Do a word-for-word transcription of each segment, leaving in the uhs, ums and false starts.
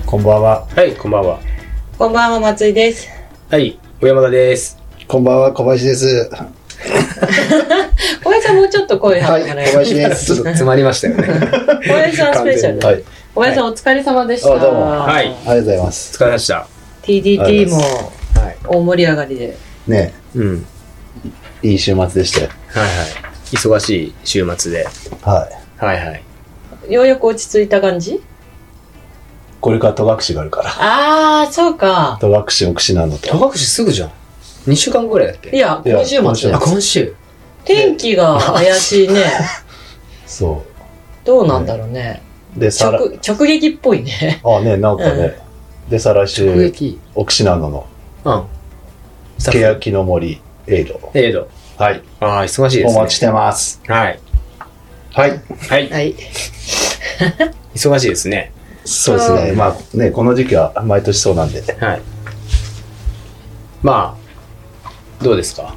こんばんは。 はい、こんばんは。 こんばんは、松井です。 はい、小山田です。 こんばんは、小林です。 小林さんもうちょっと声張ってもらえますか。 はい、小林です。 ちょっと詰まりましたよね。 小林さんスペシャル。 はい。 小林さんお疲れ様でした。 あ、どうも。 はい。 ありがとうございます。 お疲れ様でした。 ティーディーティー もはい。 大盛り上がりで。 ね、 うん。 いい週末でしたよ。 はいはい。忙しい週末で。 ははいはい。 ようやく落ち着いた感じ？ い。これから戸隠があるから。 あー、そうか。 戸隠奥信濃と。 戸隠すぐじゃん。にしゅうかんぐらいだっけ？ いや、 いや今週末あ、今週。 天気が怪しいね。 そどうなんだろうね。 う。で、さら、 直、直撃っぽいね。 あ、ね、なんかね。で、再来直週、 撃。 奥信濃の、 うん。 欅の森、エイド。 ええと。 はい。 ああ、忙しいですね。 お待ちしてます。 はい。 はい。 はい。 はい。 忙しいですね。 そうですね。まあね、この時期は毎年そうなんで。 はい。まあ、どうですか？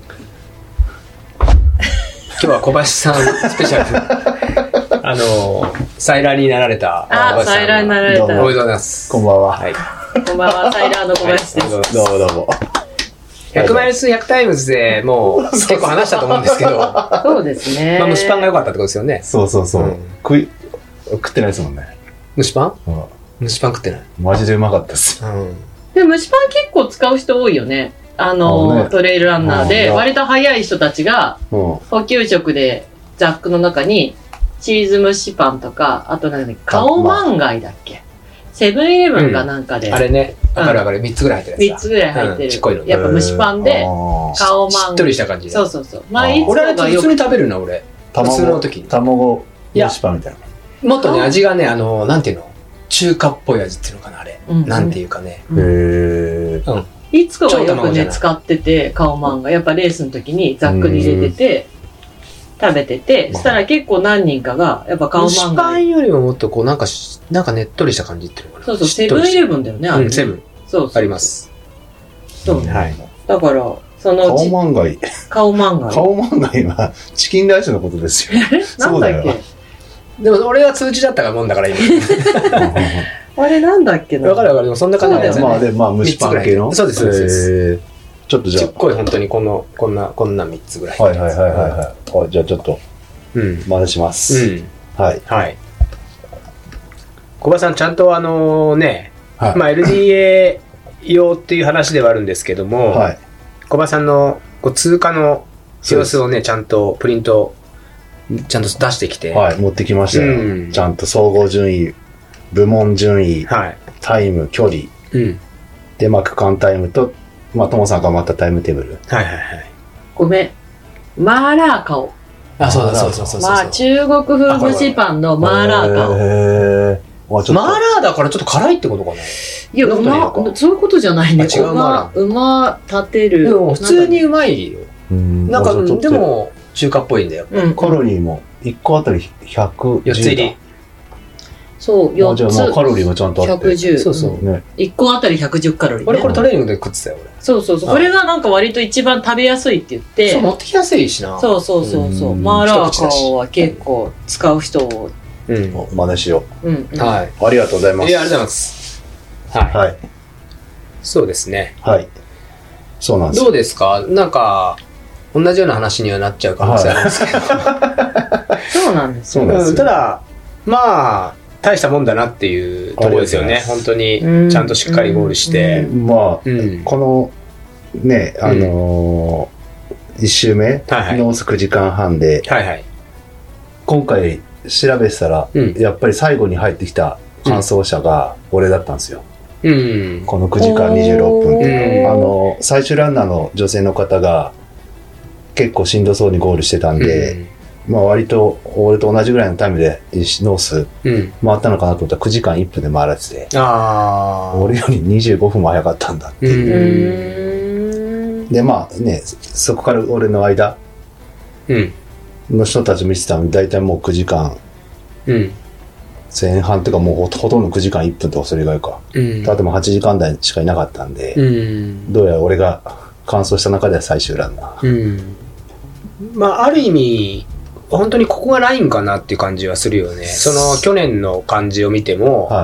今日は小林さんスペシャル。あの、サイラーになられた小あー、 林さん。 サイラーになられた。 どうもおめでとうございます。 こんばんは。 はい。 こんばんは、サイラーの小林です。 はいどうもどうも。 ひゃくマイルスひゃくタイムズでもう結構話したと思うんですけど、まそうですね。 あ蒸しパンが良かったってことですよね。 そうそうそう。 うん食い、食ってないですもんね。 蒸しパン？ うん蒸しパン食ってない。 マジでうまかったです。 うん。 でも蒸しパン結構使う人多いよね。あのあねトレイルランナーうでん割と早い人たちがうん。 補給食でザックの中にチーズ蒸しパンとか、あとなんだっけ、カオマンガイだっけ、セブンイレブンかなんかであれね、わかるわかる。みっつぐらい入ってるやつだ。 みっつぐらい入ってうんちっこいのる。やっぱ蒸しパンであーカオマンしっとりした感じで。 そうそうそう。まああーいつも俺は普がよく通に食べるな、俺。普通の時に。 卵いや蒸しパンみたいな。 もっとね、味がね、あの、なんていうの、中華っぽい味っていうのかな、あれ。 うんなんていうかね。 うんへー。 いつかがよく超卵じゃないね使ってて、カオマンガイやっぱレースの時にザックに入れてて食べてて、そしたら結構何人かがやっぱカオ蒸しマンガイ、 パンよりももっとこう、なんかし、なんかねっとりした感じっていうのかな。 そうそう、 しっとりしたセブンイレブンだよね、あれね。 うん、セブン。 そうそう。 ありま。す。 そうね。 はい。 だから、そのカオうち、 マンガイ。 カオマンガイ。 カオマンガイはチキンライスのことですよ。 なんだっけでも俺は通知だったからもんだから今。 あれなんだっけなわかるわかる。でもそんな感じのやつだねまあで、まあ蒸しパン系の。 そうですそうですそうですへーちょっとじゃちっこい本当にこの、こんな、こんなみっつぐらい。 あ。はいはいはいはいはい。あじゃあちょっとうん。 真似します。 うん。 はい。 はい。小林さん、ちゃんとあのね、 はい。 まあ エルディーエー 用っていう話ではあるんですけども、 はい。 小林さんのこう通過の様子をね、ちゃんとプリント、ちゃんと出してきて、 はい。持ってきましたよ。 うんちゃんと総合順位、部門順位、 はい。 タイム、距離、 うん。 で、まあ区間タイムと、まあ、ともさんがまたタイムテーブル。 はいはいはい。 ごめん。マーラー顔。 あ、そうだそうそうそうそう。 まあ、中国風蒸しパンのマーラー顔。 へー。あ、ちょっと。 マーラーだからちょっと辛いってことかな。 いや、 もっとねなん馬、そういうことじゃないね。 あ違うマーラ馬、馬立てる。 でも普通にうまいよ。 うんなんか、 あちょっとでも中華っぽいんだよ。 うん、 カロリーもいっこあたりひゃくじゅうだ。 よっつ入り。 そう、 あよっつ。 じゃあまあカロリーもちゃんとあって。 ひゃくじゅう。 そうそうね。 いっこあたりひゃくじゅうカロリー、ね。 俺これトレーニングで食ってたよ、 そうそうそう。 あこれがなんか割と一番食べやすいって言っ俺。 て。 そう、持ってきやすいしな。 そうそうそうそう。 うんマーラー顔は結構使う人を。 う。うん。 お真似しようん、うん。 はい。 う。ありがとうございます。 いや、ありがとうございます。はい。 はい。 そうですね。 はい。そうなんですよ。 どうですかなんか、同じような話にはなっちゃう可能性あるんですけど。 そうなんですよ。 うん、 そうなんですよ。 ただ、まあ、大したもんだなっていうところですよね。本当に、 うんちゃんとしっかりゴールして。 まあ、 うん。 この、ね、あのー、一周目、 はいはいノースくじかんはんで、 はいはい。 今回調べてたら、 うんやっぱり最後に入ってきた完走者が俺だったんですよ。 うん。 このくじかんにじゅうろっぷんって。 うんあの、最終ランナーの女性の方が結構しんどそうにゴールしてたんで、まあ割と俺と同じぐらいのタイムでノースうん。うん。 回ったのかなと思ったらくじかんいっぷんで回られてて、 ああ。 俺よりにじゅうごふんも早かったんだってう。 いう。 うーん。 で、まあね、そこから俺の間うん。 の人たち見てたのだいたいもうくじかんうん。 前半っていうかもうほほとんどくじかんいっぷんとかそれぐらいか。 うん。 あともはちじかん台しかいなかったんで、 うん。 どうやら俺が完走した中では最終ランナー。 うん。まあ、ある意味、本当にここがラインかなっていう感じはするよね。その去年の感じを見ても、 は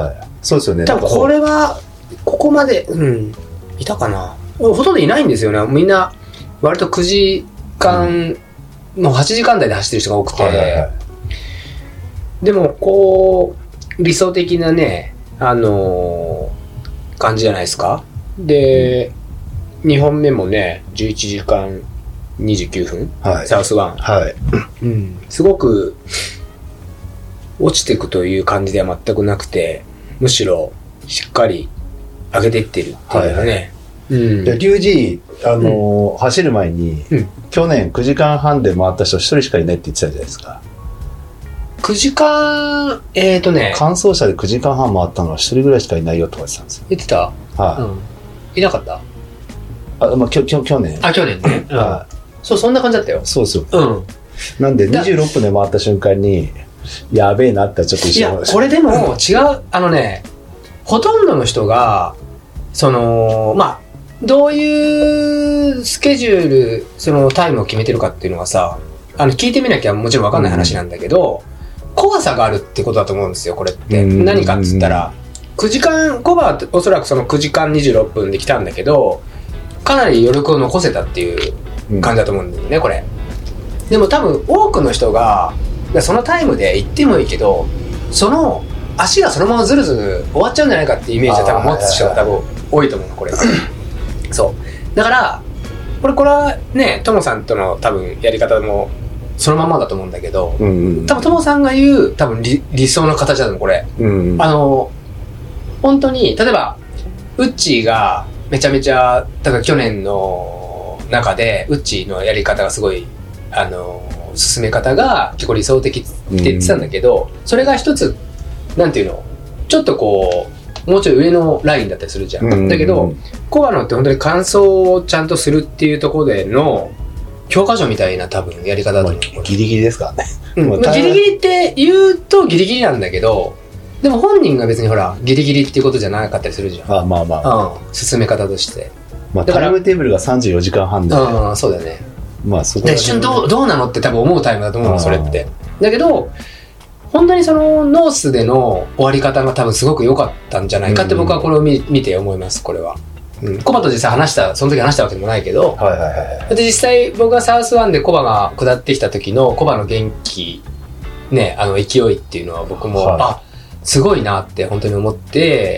そうですよね。 多分これは、ここまで、うん、いたかな。ほとんどいないんですよね。みんな、割とくじかん、うん、もうはちじかん台で走ってる人が多くて。はいはいはい、でも、こう、理想的なね、あのー、感じじゃないですか。で、うん、にほんめもね、じゅういちじかんにじゅうきゅうふん、はい、サウスワン。 はい。 うん。すごく、落ちていくという感じでは全くなくて、むしろ、しっかり上げていってるっていうのね。はい、うん。 で、リュウジー、あのーうん、走る前に、うん、去年くじかんはんで回った人ひとりしかいないって言ってたじゃないですか。 くじかん、えーとね。 完走者でくじかんはん回ったのはひとりぐらいしかいないよとか言ってたんですよ。 言ってた？ はい、 うん。いなかった？ あ、まあ、きょ、きょ、去年。 あ、去年ね。うん。はい。そう、そんな感じだったよ。 そうですよ。 うん。 なんで、にじゅうろっぷんで回った瞬間に、やべえなってちょっと一瞬思いました。 いや、これでも違う、あのね、ほとんどの人が、その、まあ、どういうスケジュール、そのタイムを決めてるかっていうのがさ、あの、聞いてみなきゃもちろんわかんない話なんだけど、うん、怖さがあるってことだと思うんですよ、これって。うん、何かっつったら、くじかん、コバはおそらくそのくじかんにじゅうろっぷんで来たんだけど、かなり余力を残せたっていう感じだと思うんだよね、これ。でも多分多くの人が、そのタイムで行ってもいいけど、その足がそのままずるずる終わっちゃうんじゃないかっていうイメージは多分持つ人が多分多いと思うの、これ。そう。だから、これ、これはね、トモさんとの多分やり方もそのままだと思うんだけど、うんうん、多分トモさんが言う多分 理, 理想の形だと思う、これ。うんうん、あの、本当に、例えば、ウッチーがめちゃめちゃ、だから去年の中で、ウッチーのやり方がすごい、あの、進め方が結構理想的って言ってたんだけど、うん、それが一つ、なんていうの、ちょっとこう、もうちょい上のラインだったりするじゃん。うん、だけど、コバノって本当に完走をちゃんとするっていうところでの、教科書みたいな多分やり方だと思う。 ギリギリですからね。 うん、ギリギリって言うとギリギリなんだけど、でも本人が別にほら、ギリギリっていうことじゃなかったりするじゃん。 ああまあまあ。 うん。進め方として。 まあ、タイムテーブルがさんじゅうよじかんはんで。 うん、そうだよね。 まあそこで一瞬どう、どうなのって多分思うタイムだと思うの、それって。だけど、本当にそのノースでの終わり方が多分すごく良かったんじゃないかって僕はこれを 見, 見て思います、これは。うん、コバと実際話した、その時話したわけでもないけど、はいはいはい、で実際僕がサウスワンでコバが下ってきた時のコバの元気、ね、あの勢いっていうのは僕も、はい、あ、すごいなって本当に思って、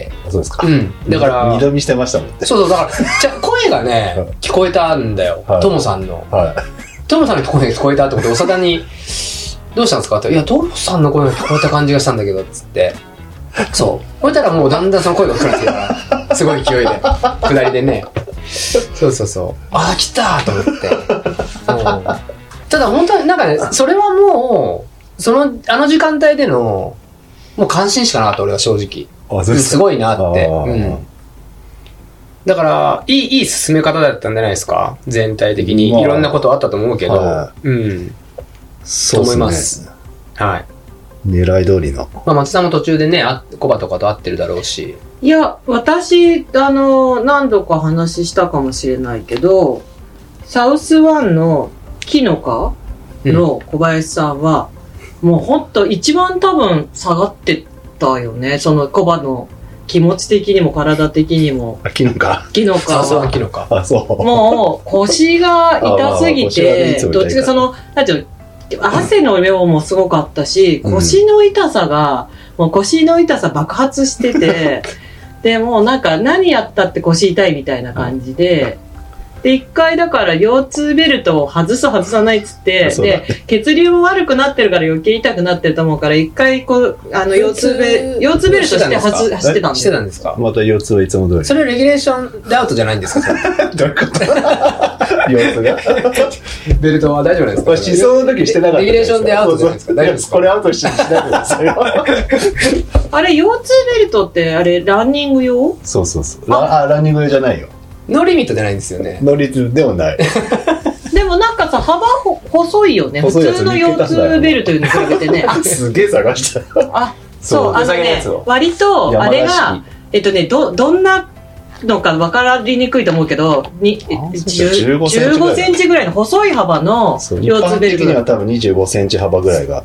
そうですか。 うん。だから、 二度見してましたもんね。 そうそう、だから、じゃ声がね、聞こえたんだよ、はい、トモさんの。はい、トモさんの声が聞こえたってことで、長田に、どうしたんですかって、いや、トモさんの声が聞こえた感じがしたんだけど、つって。そう。こうやったらもうだんだんその声が来るっていうから、すごい勢いで、下りでね。そうそうそう。ああ、来たと思って。うん、ただ本当になんかね、それはもう、その、あの時間帯での、もう関心しかなかった、俺は正直。あ、そうですか。すごいなって。うん。だから、いい、いい進め方だったんじゃないですか、全体的に。まあ、いろんなことあったと思うけど、はい、うん。そうですね。と思います。はい。 狙い通りの。 まあ、松田も途中でね、コバとかと会ってるだろうし。 いや、私、あの、何度か話したかもしれないけど、サウスワンの木の科の小林さんは、うん、もうほんと一番多分下がってたよね。そのコバの気持ち的にも体的にも。 あ、木の科木の科サウスワン木の科。 あ、そう。 もう腰が痛すぎて、どっちかその、なんていうの、汗の量もすごかったし、腰の痛さが、うん、もう腰の痛さ爆発してて、で、もうなんか何やったって腰痛いみたいな感じで、で、一回だから腰痛ベルトを外す外さないっつって、で、血流も悪くなってるから余計痛くなってると思うから、一回こう、あの、腰痛ベ、腰痛ベルトして走ってたんですよ。 してたんですか？ また腰痛はいつも通り。 それレギュレーションでアウトじゃないんですか？ どういうこと腰痛がベルトは大丈夫なんですか？ 思想の時してなかった。 レギュレーションでアウトじゃないですか？大丈夫ですか？ これアウトしてしないでくださいよ。 あれ、腰痛ベルトって、あれ、ランニング用？ そうそうそう。ラ、あ、ランニング用じゃないよ。 ノーリミットじゃないんですよね。 ノーリミットでもない。 でもなんかさ、幅ほ細いよね。普通の腰痛ベルトに比べてね。 すげえ探した。 あ、そう、あのね、割と、あれが、えっとね、ど、どんなのか分かりにくいと思うけど、にじゅうごセンチぐらいの細い幅の腰痛ベルト。 一般的には多分にじゅうごセンチ幅ぐらいが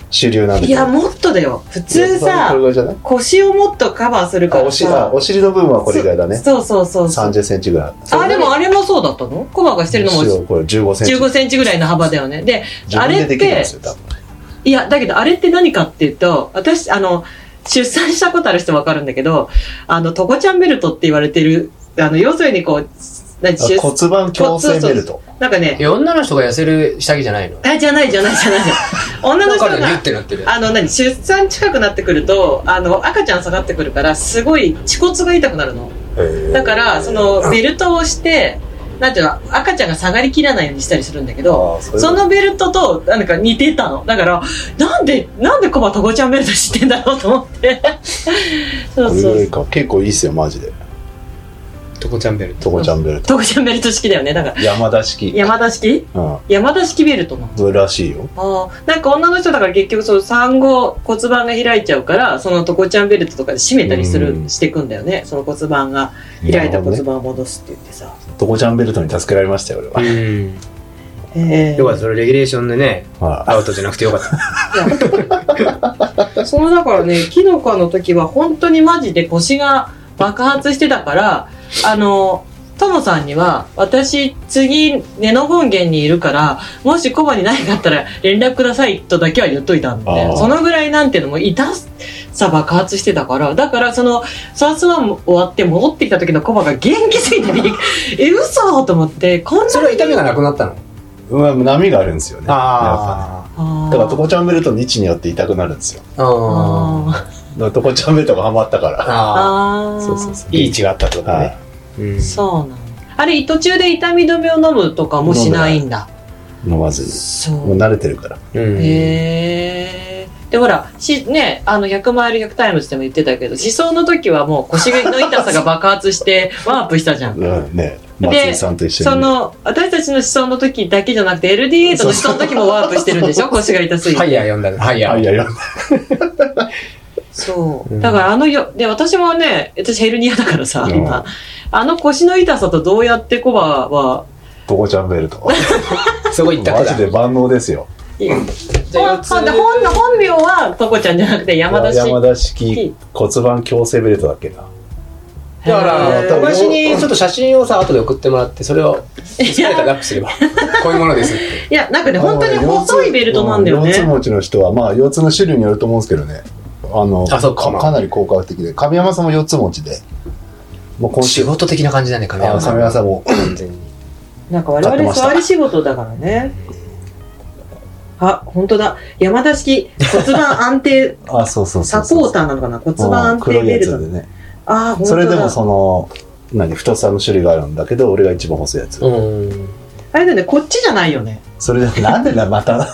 主流なんだけど。 いや、もっとだよ。普通さ、 これぐらいじゃない？ 腰をもっとカバーするかあ、おら尻、あさ。 お尻の部分はこれぐらいだね。 そうそうそうそう。 さんじゅっセンチぐらい。 あ、でもあれもそうだったの？コバがしてるのも後ろこれじゅうごセンチ。 じゅうごセンチぐらいの幅だよね。で、あれっ自分でできるんでてすよ、多分。 いや、だけどあれって何かっていうと、私、あの、出産したことある人わかるんだけど、あの、トコちゃんベルトって言われてる、あの、要するにこう、何出骨盤矯正ベルト。 なんかね、 女の人が痩せる下着じゃないの？ あ、じゃないじゃないじゃない。女の人が、 だからギュッてなってる。 あの、何、出産近くなってくると、あの、赤ちゃん下がってくるから、すごい恥骨が痛くなるの。だから、その、ベルトをして、なんていうの、赤ちゃんが下がりきらないようにしたりするんだけど、そ, そのベルトとなんか似てたの。だからなんでなんでコバトコちゃんベルト知ってんだろうと思ってそうそう、 か結構いいっすよマジで。 トコちゃんベルト。 トコちゃんベルト。 トコちゃんベルト式だよね。だから山田式。 山田式？うん。山田式ベルトなの。らしいよ。 ああ、なんか女の人だから結局その産後骨盤が開いちゃうからそのトコちゃんベルトとかで締めたりする、うん、していくんだよね。その骨盤が開いた骨盤を戻すって言ってさ。 トコちゃんベルトに助けられましたよ俺は。うん。 えー、よかった。それレギュレーションでね、はあ、アウトじゃなくてよかった。 そのだからね、キノコの時は本当にマジで腰が爆発してたから、あの。トモさんには私次根の権現にいるからもしコバに何かあったら連絡くださいとだけは言っといたんで、そのぐらいなんていうのも痛さ爆発してたから、だからそのサースワン終わって戻ってきた時のコバが元気すぎてえ嘘と思って、こんなにそれは痛みがなくなったの？ うん、波があるんですよね。 あやっぱね。だからトコちゃんベルトの位置によって痛くなるんですよ。ああ。トコちゃんベルトがハマったから。 ああ。そうそうそう。いい位置があったってことね。 うん、そうなの。あれ途中で痛み止めを飲むとかもしないんだ。 飲まずに。そう。もう慣れてるから。 うん、へえ。でほらしね、あのひゃくマイルひゃくタイムズでも言ってたけど、思想の時はもう腰の痛さが爆発してワープしたじゃん。 うんね。松井さんと一緒に、ね。 その私たちの思想の時だけじゃなくて エルディーエイト の思想の時もワープしてるんでしょ。腰が痛すぎて。 ハイヤー読んだね。ハイヤー。 ハイヤー読んだ。 そう。だからあのよ、で、私もね、私ヘルニアだからさ、うん、今、あの腰の痛さとどうやってコバは、 トコちゃんベルト。 すごい痛くマジで万能ですよ。 じゃあ本, 本名はトコちゃんじゃなくて山田式。 山田式骨盤矯正ベルトだっけな。 だから私にちょっと写真をさ後で送ってもらって、それを疲れたらアップすればこういうものですって。 いやなんかね本当に細いベルトなんだよね。 腰痛持ちの人はまあ腰痛の種類によると思うんですけどね。あのあそう か, かなり効果的で、神山さんもよっつ持ちで、 もう今仕事的な感じだね。神山さん。 神山さんも完全に。なんか我々座り仕事だからね。あ、本当だ。山田式骨盤安定あ、そうそうそうサポーターなのかな。骨盤安定ベルト。ね、あ、本当だ。 それでもその何太さの種類があるんだけど、俺が一番細いやつ。うん。 あれだね、こっちじゃないよね。 それでなんでだまた。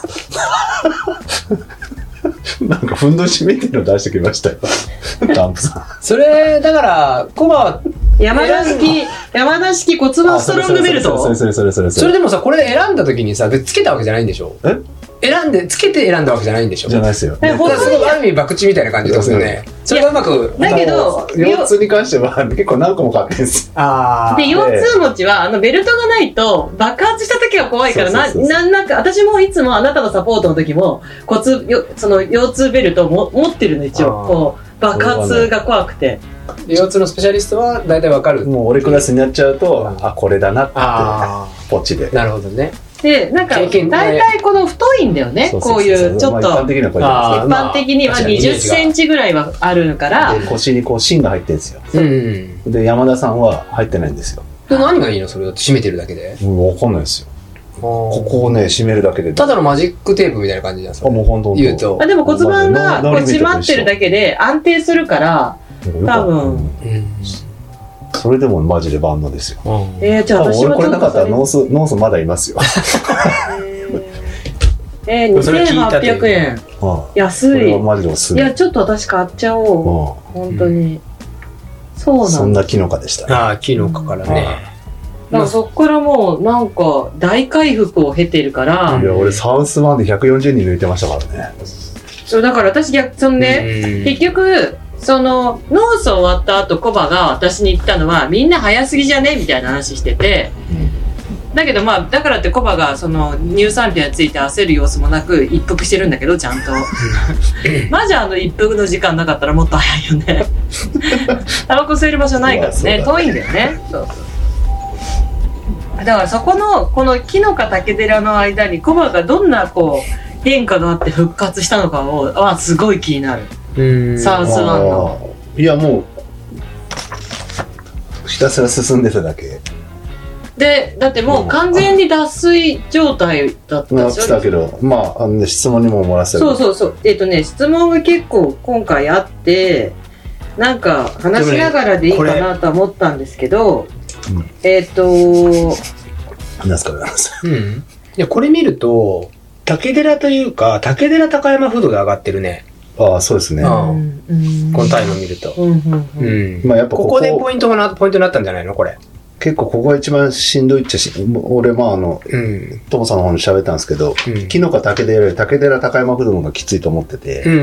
なんかふんどしみたいの出してきましたよ。ダンプさん。 それだからコバ山田式山田式骨盤ストロングベルト。 それそれそれそれそれ。 それでもさ、これ選んだ時にさ、つけたわけじゃないんでしょ？え？選んでつけて選んだわけじゃないんでしょ？ じゃないですよ。 え、ほんとすごいある意味博打みたいな感じですよね。それがうまく。 だけど腰痛に関しては結構何個も買ってるんです。 ああ。で腰痛持ちはあのベルトがないと爆発した時が怖いからななんなんか私もいつもあなたのサポートの時も骨よその腰痛ベルトをも持ってるの一応こう爆発が怖くて。 腰痛のスペシャリストは大体わかる。 もう俺クラスになっちゃうと、あこれだなってポチで。 なるほどね。 でなんか大体この太いんだよね。こういうちょっと、まあ、一般的にはこれ一般的にはにじゅっセンチぐらいはあるから腰にこう芯が入ってるんですよ。うん、で山田さんは入ってないんですよ。 で何がいいのそれだって締めてるだけで。 うん、わかんないですよ。ここをね締めるだけでただのマジックテープみたいな感じじゃん。それあもう本当言うとあでも骨盤がこう締まってるだけで安定するから多分、うん、 それでもマジで万能ですよ。 えー、じゃあ私も俺これなかったらノースノースまだいますよ。 えー、にせんはっぴゃくえん。安い。 これはマジでおすすめ。 いやちょっと私買っちゃおう。本当に。そうなんだ。 そんなキノカでしたね。 ああキノカからね。 だからそっからもうなんか大回復を経てるから。 いや俺サウスワンでひゃくよんじゅうにん抜いてましたからね。 そうだから私逆そのね結局。そのノース終わった後コバが私に言ったのはみんな早すぎじゃねみたいな話してて、 だけどまあだからってコバがその乳酸菌について焦る様子もなく一服してるんだけどちゃんとマジあの一服の時間なかったらもっと早いよねタバコ吸える場所ないからね、遠いんだよね。そうだからそこのこの木の香竹寺の間にコバがどんなこう変化があって復活したのかをはすごい気になる。うんサウスワンのいやもうひたすら進んでただけで、だってもう完全に脱水状態だったでしょ。 したけど、まあ、あの、ね、質問にも漏らせる。 そうそうそう。えっとね、質問が結構今回あって、なんか話しながらでいいかなと思ったんですけど、うん、えっと、 何すかね。 うん。いや、これ見ると、竹寺というか、竹寺高山不動で上がってるね。 ああ、そうですね。うん、 このタイム見ると。うんうんうん。まあやっぱここ、ここでポイントがな、ポイントになったんじゃないのこれ。 結構ここが一番しんどいっちゃし、俺まああの、うん、トモさんの方に喋ったんですけど、うん、木の香竹寺より竹寺高山不動の方がきついと思ってて、うん、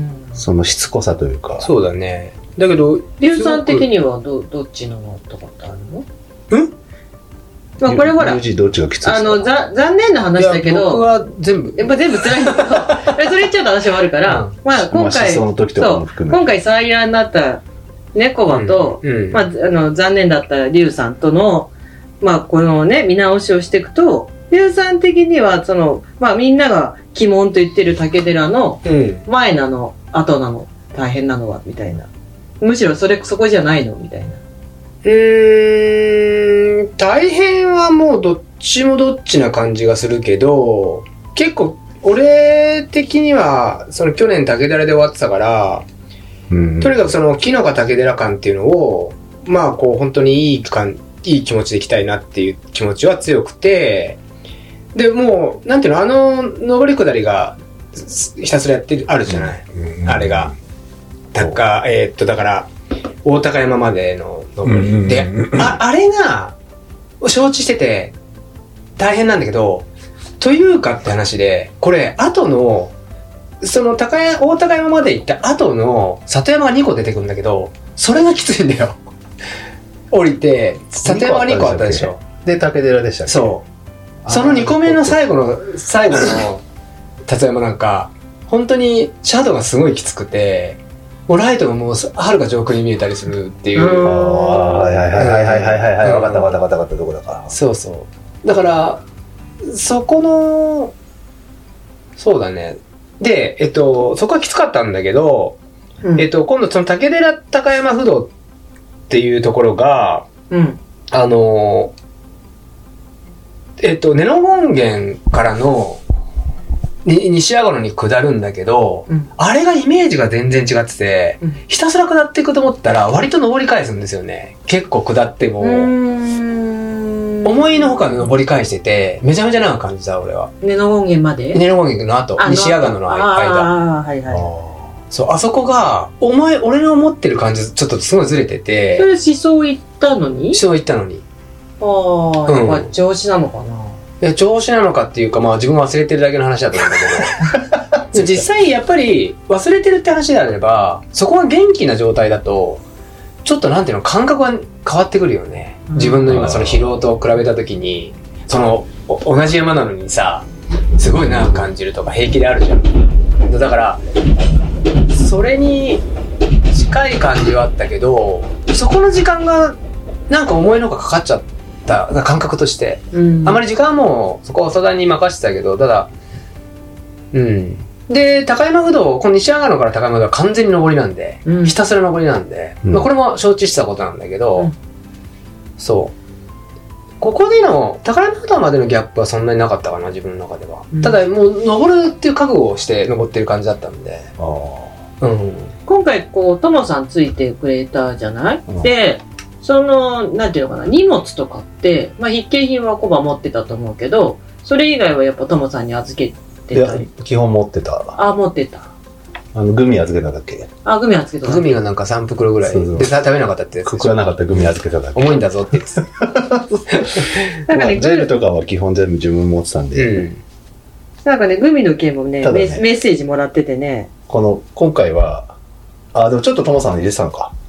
そのしつこさというか。 そうだね。だけど、 リュウさん的にはど、どっちのとかってあるの？うんまあこれほら、 どっちがきついですか？ あの、ざ、残念な話だけど、 僕は全部。 やっぱ全部辛いんだけど、それ言っちゃうと話もあるから、うん、まあ今回、 まあ、そう、 今回最愛になった、猫場と、うんうん、まあ、あの、残念だったリュウさんとの、まあ、このね、見直しをしていくと、リュウさん的には、その、まあ、みんなが鬼門と言ってる竹寺の、前なの、うん、後なの、大変なのは、みたいな。むしろそれ、そこじゃないの、みたいな。 うーん、大変はもうどっちもどっちな感じがするけど、結構、俺的には、その去年竹寺で終わってたから、うん、とにかくその木の香竹寺感っていうのをまあこう本当にいい感いい気持ちでいきたいなっていう気持ちは強くて、でもうなんていうのあの上り下りがひたすらやってるあるじゃない、うん、あれが高えー、っとだから大高山までの上り、うん、で あ, あれが承知してて大変なんだけどというかって話でこれ後のその高山大高山まで行った後の里山がにこ出てくるんだけどそれがきついんだよ降りて里山がにこあったでしょで竹寺でしたっけそうそのにこめの最後の最後の里山なんか本当にシャドウがすごいきつくてもうライトがもうはるか上空に見えたりするっていうああはいはいはいはいはいはいはい分かった分かった分かった分かったどこだかそうそうだからそこのそうだねで、えっと、そこはきつかったんだけど、うん、えっと、今度その竹寺高山不動っていうところが、うん、あの、えっと、根の権現からのに西阿賀野に下るんだけど、うん、あれがイメージが全然違ってて、うん、ひたすら下っていくと思ったら割と登り返すんですよね。結構下っても。思いのほか登り返してて、めちゃめちゃ長く感じた、俺は。 根の権現まで根の権現の後、西阿賀野の間。ああ、はいはい。そう、あそこが、お前、俺の思ってる感じ、ちょっとすごいずれてて。 それ思想行ったのに思想行ったのに。 ああ、うん、やっぱ上司なのかな。 いや、上司なのかっていうか、まあ自分忘れてるだけの話だと思うんだけど。実際やっぱり忘れてるって話であれば、そこが元気な状態だと、ちょっとなんていうの、感覚が変わってくるよね。自分の今その疲労と比べたときに、その、同じ山なのにさ、すごい長く感じるとか平気であるじゃん。だから、それに近い感じはあったけど、そこの時間がなんか思いのほかかかっちゃった感覚として、うん、あまり時間はもうそこはお相談に任せてたけど、ただ、うん。で、高山不動、この西阿賀野から高山不動は完全に上りなんで、うん、ひたすら上りなんで、うんまあ、これも承知してたことなんだけど、うん、そう。ここでの、高山不動までのギャップはそんなになかったかな、自分の中では。うん、ただ、もう登るっていう覚悟をして登ってる感じだったんで。 うん、今回、こう、トモさんついてくれたじゃない、うん、で、その、なんていうのかな、荷物とかって、まあ、筆記品はコバ持ってたと思うけど、それ以外はやっぱトモさんに預けてたり。 基本持ってた。 あ、持ってた。 あの、グミ預けただけ。 あ、グミ預けただけ。グミがなんかさん袋ぐらい。そうそうで、食べなかったってやつ。 食わなかったグミ預けただけ。 重いんだぞってやつ。なんかね、ジェルとかは基本全部自分持ってたんで。うん。 なんかね、グミの件もね、ねメッセージもらっててね。 この、今回は、あ、でもちょっとトモさん入れてたのか。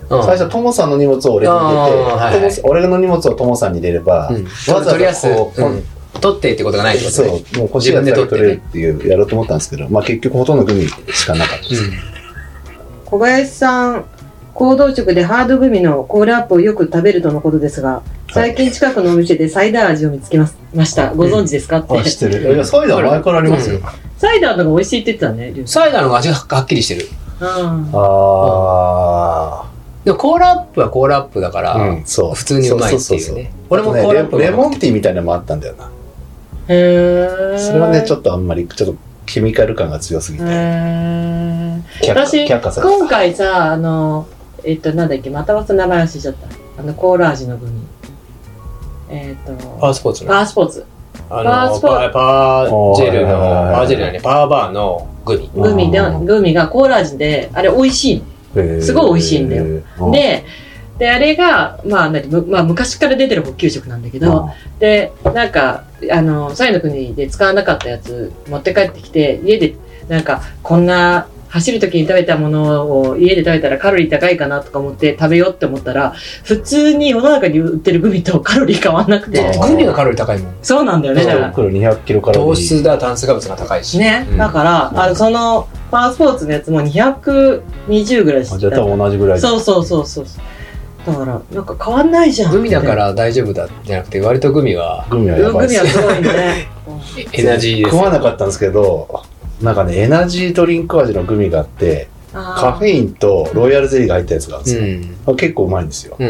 うん、最初トモさんの荷物を俺に入れて、はいはい、俺の荷物をトモさんに入れれば、うん、 わざわざこう、うん、取ってってことがないってことね。 そう、もう欲しいやつが取れるっていうやろうと思ったんですけど、まあ結局ほとんどグミしかなかったです、うん、 小林さん、行動食でハードグミのコールアップをよく食べるとのことですが、最近近くのお店でサイダー味を見つけました。ご存知ですかって。 あ、知ってる。いや、サイダー前からありますよ。うん、 サイダーの方が美味しいって言ってたね。 サイダーの方が味がはっきりしてる。 うん、ああ。でもコールアップはコールアップだから、うん、そう普通にうまいっていうね。俺もコールアップ、 ね、レモンティーみたいなのもあったんだよな。 へー。 それはね、ちょっとあんまり、ちょっとケミカル感が強すぎて。へー。私、今回さ、あの、えっと、なんだっけ、また忘れ名前忘れちゃった。あの、コール味のグミ。えっ、ー、と、 パワースポーツの。 パワースポーツ。 あのパワースポーツ。パワージェルの、パワージェルだね、パワーバーのグミ。 グミで、グミがコール味で、あれ美味しいの。すごい美味しいんだよ。で、で、あれが、まあ、まあ、昔から出てる補給食なんだけど、で、なんか、あの、サイの国で使わなかったやつ持って帰ってきて、家で、なんか、こんな、走るときに食べたものを家で食べたらカロリー高いかなとか思って食べようって思ったら、普通に世の中に売ってるグミとカロリー変わんなくて。 グミがカロリー高いもん。 そうなんだよね。だから。 にひゃくキロカロリー。 糖質だ、炭水化物が高いし。 ね。うん、だから、あの、その、パワースポーツのやつもにひゃくにじゅうぐらいしてた。 じゃあ多分同じぐらい。 そうそうそうそう。だから、なんか変わんないじゃん。 グミだから大丈夫だじゃなくて、割とグミは。 グミはやばいです。 グミはすごいね。 エナジーです。 食わなかったんですけど、なんかね、エナジードリンク味のグミがあって、カフェインとロイヤルゼリーが入ったやつがあるんですよ。うん、結構うまいんですよ。うん、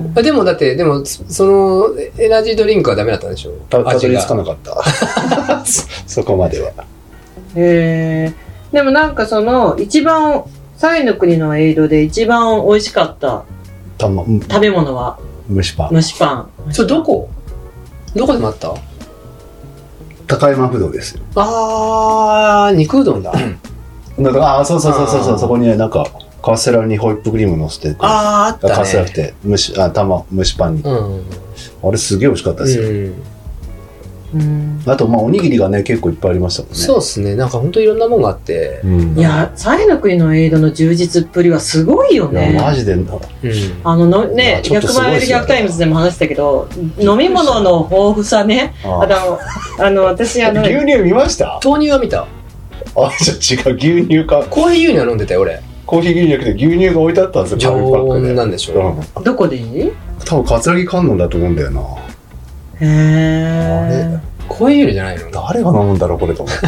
でもだって、でも、その、エナジードリンクはダメだったんでしょ？ たどり着かなかった。そこまでは。 へー。でもなんかその、一番、サイの国のエイドで一番美味しかったた、ま、 食べ物は蒸しパン。 蒸しパン。 それどこ？どこでもあった？ 高山不動ですよ。 あー、肉うどんだ。 なんかあそうそうそうそうそう、そこにね、なんかカステラにホイップクリーム乗せて、 あーあったね、 カステラって蒸しあ玉蒸しパンに、うん、あれすげえ美味しかったですよ。うん、あとまあおにぎりがね結構いっぱいありましたもんね。 そうですね、なんか本当いろんなものがあって、 うん、いやサイの国のエイドの充実っぷりはすごいよね。 いやマジで、うん、 あののねひゃくマイルひゃくタイムズでも話したけど、飲み物の豊富さね。ああのあの私あの牛乳見ました？ 豆乳は見た。 あ、じゃあ違う、牛乳か。 コーヒー牛乳は飲んでたよ、俺。 コーヒー牛乳じゃなくて牛乳が置いてあったんですよ、 常温なんでしょう、 うん、どこでいい？ 多分、葛城観音だと思うんだよな。 へー。 コーヒー牛乳じゃないの？ 誰が飲むんだろう、これと思って。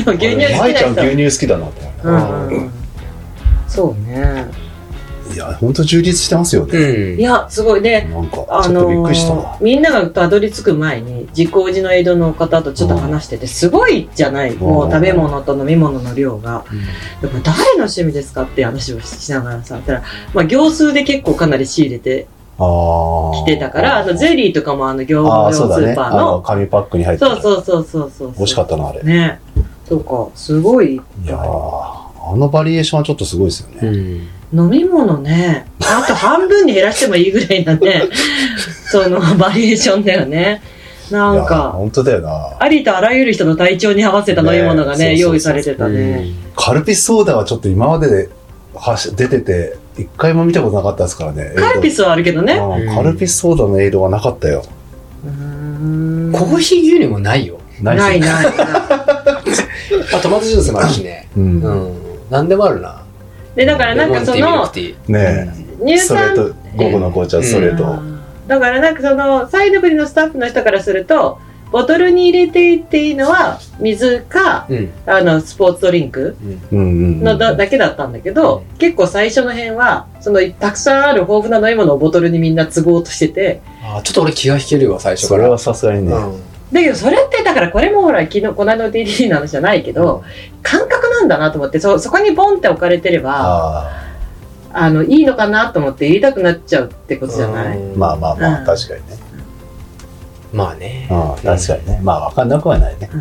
でも牛乳好きな人。 舞ちゃん牛乳好きだなと思って。うんうん、そうね。 いや、ほんと充実してますよね。 うん、いや、すごい。で、 なんか、ちょっとびっくりしたな。 あのー、みんながたどり着く前に、実光寺の江戸の方とちょっと話してて、すごいじゃない、うん、もう食べ物と飲み物の量が。うん、でも誰の趣味ですかって話をしながらさ、だからまあ、行数で結構かなり仕入れて、来てたから、あの、ゼリーとかもあの、業務用スーパーの。あの、 紙パックに入ってる。そうそうそうそうそう。 美味しかったな、あれ。 ね。そうか、すごい。いやー、あのバリエーションはちょっとすごいですよね。うん飲み物ね、あと半分に減らしてもいいぐらいなね、そのバリエーションだよね。なんか、 本当だよな。 ありとあらゆる人の体調に合わせた飲み物がね、ね用意されてたね。 カルピスソーダはちょっと今までで出てて、一回も見たことなかったですからね。 カルピスはあるけどね。 カルピスソーダのエイドはなかったよ。 うーんコーヒー牛乳もないよ。 ないないない。 あ、トマトジュースもあるしね。うん。うん、何でもあるな。 でだからなんかそのね乳酸ストレート午後の紅茶ストレート、うん、 だからなんかそのサイドブリのスタッフの人からするとボトルに入れていっていいのは水か、うん、あのスポーツドリンクの だ, だけだったんだけど、うん、結構最初の辺はそのたくさんある豊富な飲み物をボトルにみんな都合としてて、 あちょっと俺気が引けるわ最初から。 それはさすがにね、うんだけどそれってだからこれもほら昨日この間の ティーディー の話じゃないけど、うん、感覚なんだなと思って そ, そこにボンって置かれてれば あ, あのいいのかなと思って言いたくなっちゃうってことじゃない。 まあまあまあ、うん、確かにね。 まあね、 うん、確かにね、まあ分かんなくはないね、 うん、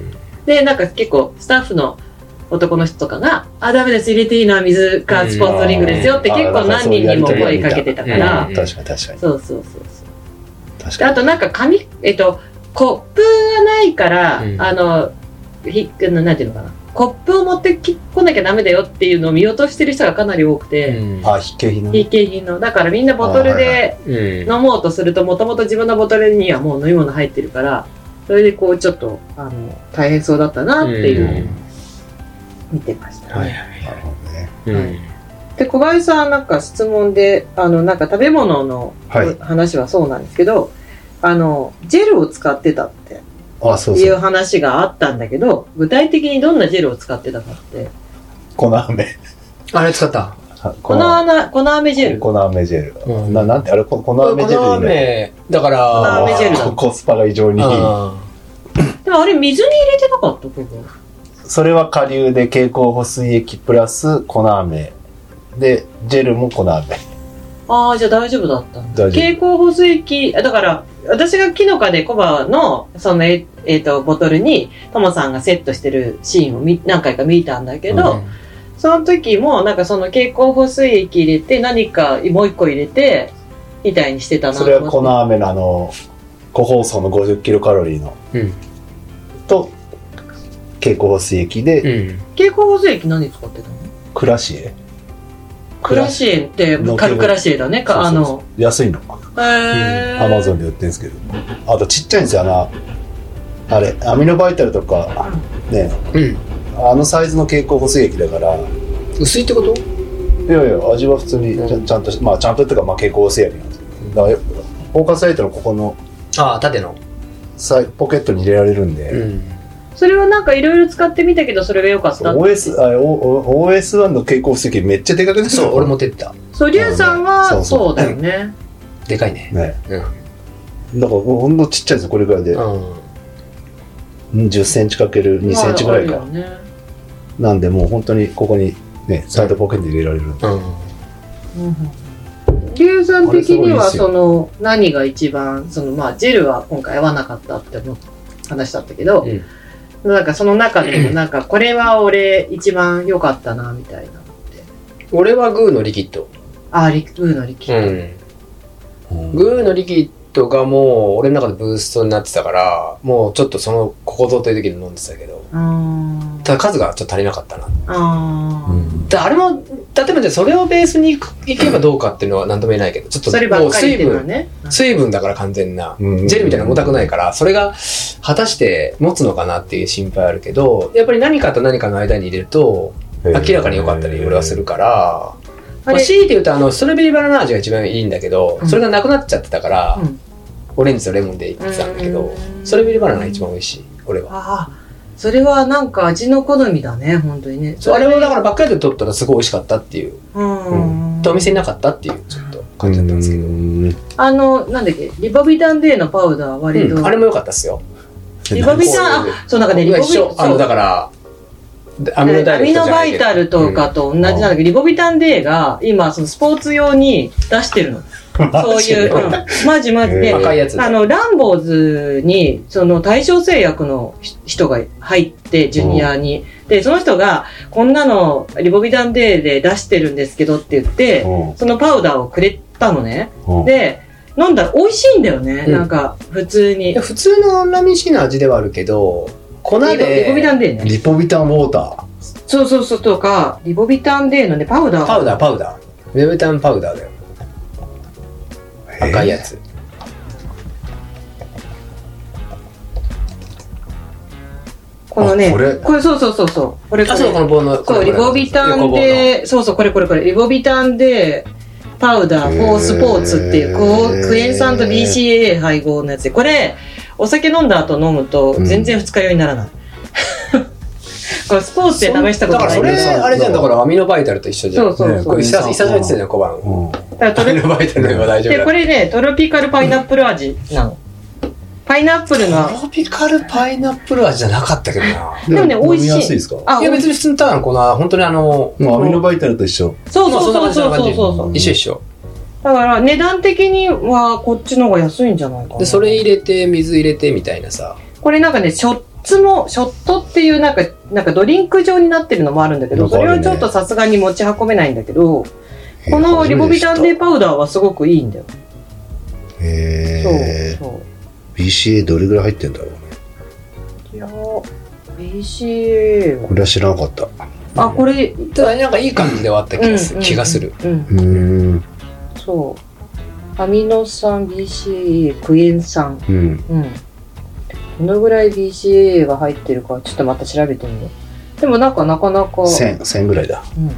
でなんか結構スタッフの男の人とかがあダメです入れていいのは水かスポーツドリンクですよって結構何人にも声かけてたから、 うん、確かに確かにそうそうそうそう確かに。あとなんか紙えっとコップがないから、うん、あのひなんていうのかなコップを持ってこなきゃダメだよっていうのを見落としてる人がかなり多くて、 うん、あ、必携品の必携品のだからみんなボトルで飲もうとするともともと自分のボトルにはもう飲み物入ってるからそれでこうちょっとあの大変そうだったなっていうのを見てましたね。はいはい、なるほどね。うんで小林さんなんか質問であのなんか食べ物の話はそうなんですけど、はい、あのジェルを使ってたっていう話があったんだけど具体的にどんなジェルを使ってたかって粉飴あれ使った粉飴粉飴ジェル粉飴ジェル、うん、な, なんてあれ粉飴ジェル粉飴だから粉飴ジェルだコスパが異常にいいでもあれ水に入れてなかったここそれは顆粒で経口補水液プラス粉飴でジェルも粉飴ああじゃあ大丈夫だったんだ経口補水液だから私がキノカでコバのそのえ、えー、とボトルにトモさんがセットしてるシーンをみ何回か見たんだけど、うん、その時もなんかその経口補水液入れて何かもう一個入れてみたいにしてたなと思ってそれは粉飴のあの個包装のごじゅっキロカロリーの、うん、と経口補水液で、 うん、経口補水液何使ってたのクラシエクラシエってカルクラシエだねかあの安いのへアマゾンで売ってるんですけどあとちっちゃいんですよあのあれアミノバイタルとかね、うん、あのサイズの経口補水液だから薄いってこと？ いやいや味は普通にち ゃ,、うん、ちゃんとまあちゃんとっていうかまあ経口補水液なんですけどだからフォーカスライトのここのああ縦のポケットに入れられるんで、うんそれはなんかいろいろ使ってみたけどそれが良かったオーエス あ オーエスワン の経口補水液めっちゃでかくないそう俺持ってった。 そうリュウさんは、ね、そうだよね、 うん、でかいねね、うん、だからほんとちっちゃいですこれぐらいで、うん、じゅっセンチかけるにセンチぐらいか、まあね、なんでもう本当にここにねサイドポケットに入れられるんで、うんうん、リュウさん的にはその何が一番そのまあジェルは今回合わなかったって話だったけど、うんなんかその中でもなんかこれは俺一番良かったなみたいなのって俺はグーのリキッドああグーのリキッド、うん、グーのリキッドがもう俺の中でブーストになってたからもうちょっとそのここぞという時に飲んでたけどただ数がちょっと足りなかったなあ、うん、だあれも例えばじゃあそれをベースにいけばどうかっていうのは何とも言えないけどちょっともう水分、ね、水分だから完全な、うん、ジェルみたいな重たくないからそれが果たして持つのかなっていう心配あるけどやっぱり何かと何かの間に入れると明らかに良かったり俺はするから、まあ、強いて言うとあのストロベリーバナナ味が一番いいんだけど、うん、それがなくなっちゃってたから、うん、オレンジとレモンで言ってたんだけどストロベリーバナナが一番美味しい俺はあそれはなんか味の好みだね本当にねそうあれをだからバックヤードで取ったらすごい美味しかったっていううんうんとお店になかったっていうちょっと感じだったんですけどあのなんだっけリボビタン D のパウダーは割と、 うん、あれも良かったっすよリボビタンあそうなんかねリボビあのだからアミノダイレクトじゃないけどアミノバイタルとかと同じなんだけど、うん、リボビタン D が今そのスポーツ用に出してるのそういう、うん、マジマジで、赤いやつあの、ランボーズに、その、大正製薬の人が入って、ジュニアに。で、その人が、こんなの、リボビタン D で出してるんですけどって言って、そのパウダーをくれたのね。で、飲んだら美味しいんだよね。うん、なんか、普通に。普通のラミシーの味ではあるけど、粉で。 リボビタン D ね。 リボビタンウォーター。 そうそうそうとか、リボビタン D のね、パウダー。 パウダー、パウダー。リボビタンパウダーだよ。赤いやつ。 このね、これ、これそうそうそうそう。これこれ。 あ、そう、この棒の。 そう、リボビタンで、そうそう、これこれこれ。リボビタンで、パウダー、フォースポーツっていう、こう、クエン酸と ビーシーエー 配合のやつで、これ、お酒飲んだ後飲むと、全然二日酔いにならない。うんこれスポーツで試したことない。 だからそれ、あれじゃん、だからアミノバイタルと一緒じゃん。 そうそうそう。これ、 久々に言ってたじゃん、小判。アミノバイタルのは大丈夫だ。 で、これね、トロピカルパイナップル味なの。パイナップルの。 トロピカルパイナップル味じゃなかったけどな。 でもね、美味しい。 飲みやすいですか？ あ、いや別に普通のただの粉、本当にあの、 もうアミノバイタルと一緒。 そうそうそうそうそうそう。 一緒一緒。 だから値段的にはこっちの方が安いんじゃないかな。 で、それ入れて、水入れてみたいなさ。 これなんかね、ショットも、ショットっていうなんか、なんかドリンク状になってるのもあるんだけど、ね、それはちょっとさすがに持ち運べないんだけど、このリボビタン D パウダーはすごくいいんだよ。 へー。そうそう。ビーシーエー どれぐらい入ってんだろうね。 いやビーシーエーこれは知らなかった。 あ、これただなんかいい感じではあった気がする、うん、気がする。 うん。うん、そうアミノ酸 ビーシーエー クエン酸、うん、うん、どのぐらい ビーシーエー が入ってるかちょっとまた調べてみよう。でもなんかなかなかせん、せんぐらいだ。うん。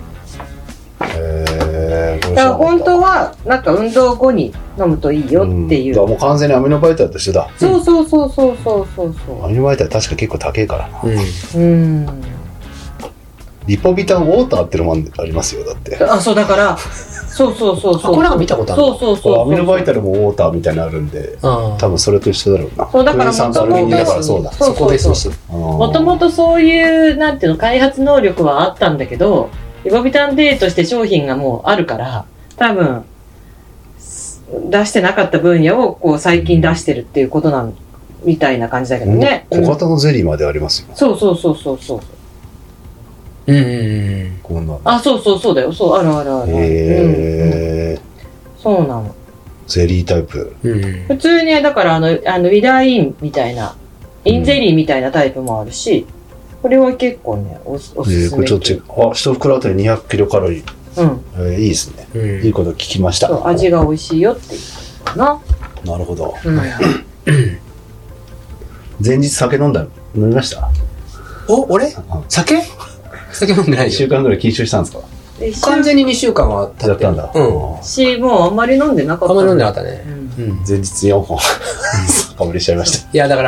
へー、だから本当はなんか運動後に飲むといいよっていう。 うん、だからもう完全にアミノバイタルと一緒だ。 そうそうそうそうそうそうそう。 アミノバイタル確か結構高いからな。 うん。うん。 リポビタンウォーターってのもありますよだって。 あ、そうだから。そうそうそうそう。 これなんか見たことある。 そうそうそう。 アミノバイタルもウォーターみたいなのあるんで、多分それと一緒だろうな。 そうだからもともとそうだ。そこをベースにしてる。 もともとそういうなんていうの開発能力はあったんだけど、リポビタン D として商品がもうあるから、多分出してなかった分野をこう最近出してるっていうことなんみたいな感じだけどね。 小型のゼリーまでありますよ。 そうそうそうそうそう。 うんうんうん。 こんな。 あ、そうそうそうだよ。そうあるあるある。へー、うん、そうなの。 ゼリータイプ。 うん、普通にだからあのあのウィダーインみたいなインゼリーみたいなタイプもあるし、これは結構ねお, おすすめ。えー、これちょっとあ一袋あたりにひゃくキロカロリー。うん。えー、いいですね、うん。いいこと聞きました。 そう味が美味しいよっていうかな。 なるほど。うん、前日酒飲んだ飲みました？ お俺酒？酒飲んでないよ。 いっしゅうかんぐらい禁酒したんですか？ 完全ににしゅうかんは経ってたんだ。 うん。 し、もうあんまり飲んでなかった。 あんまり飲んでなかったね。 うん。前日よんほんかぶりしちゃいました。 いやだから、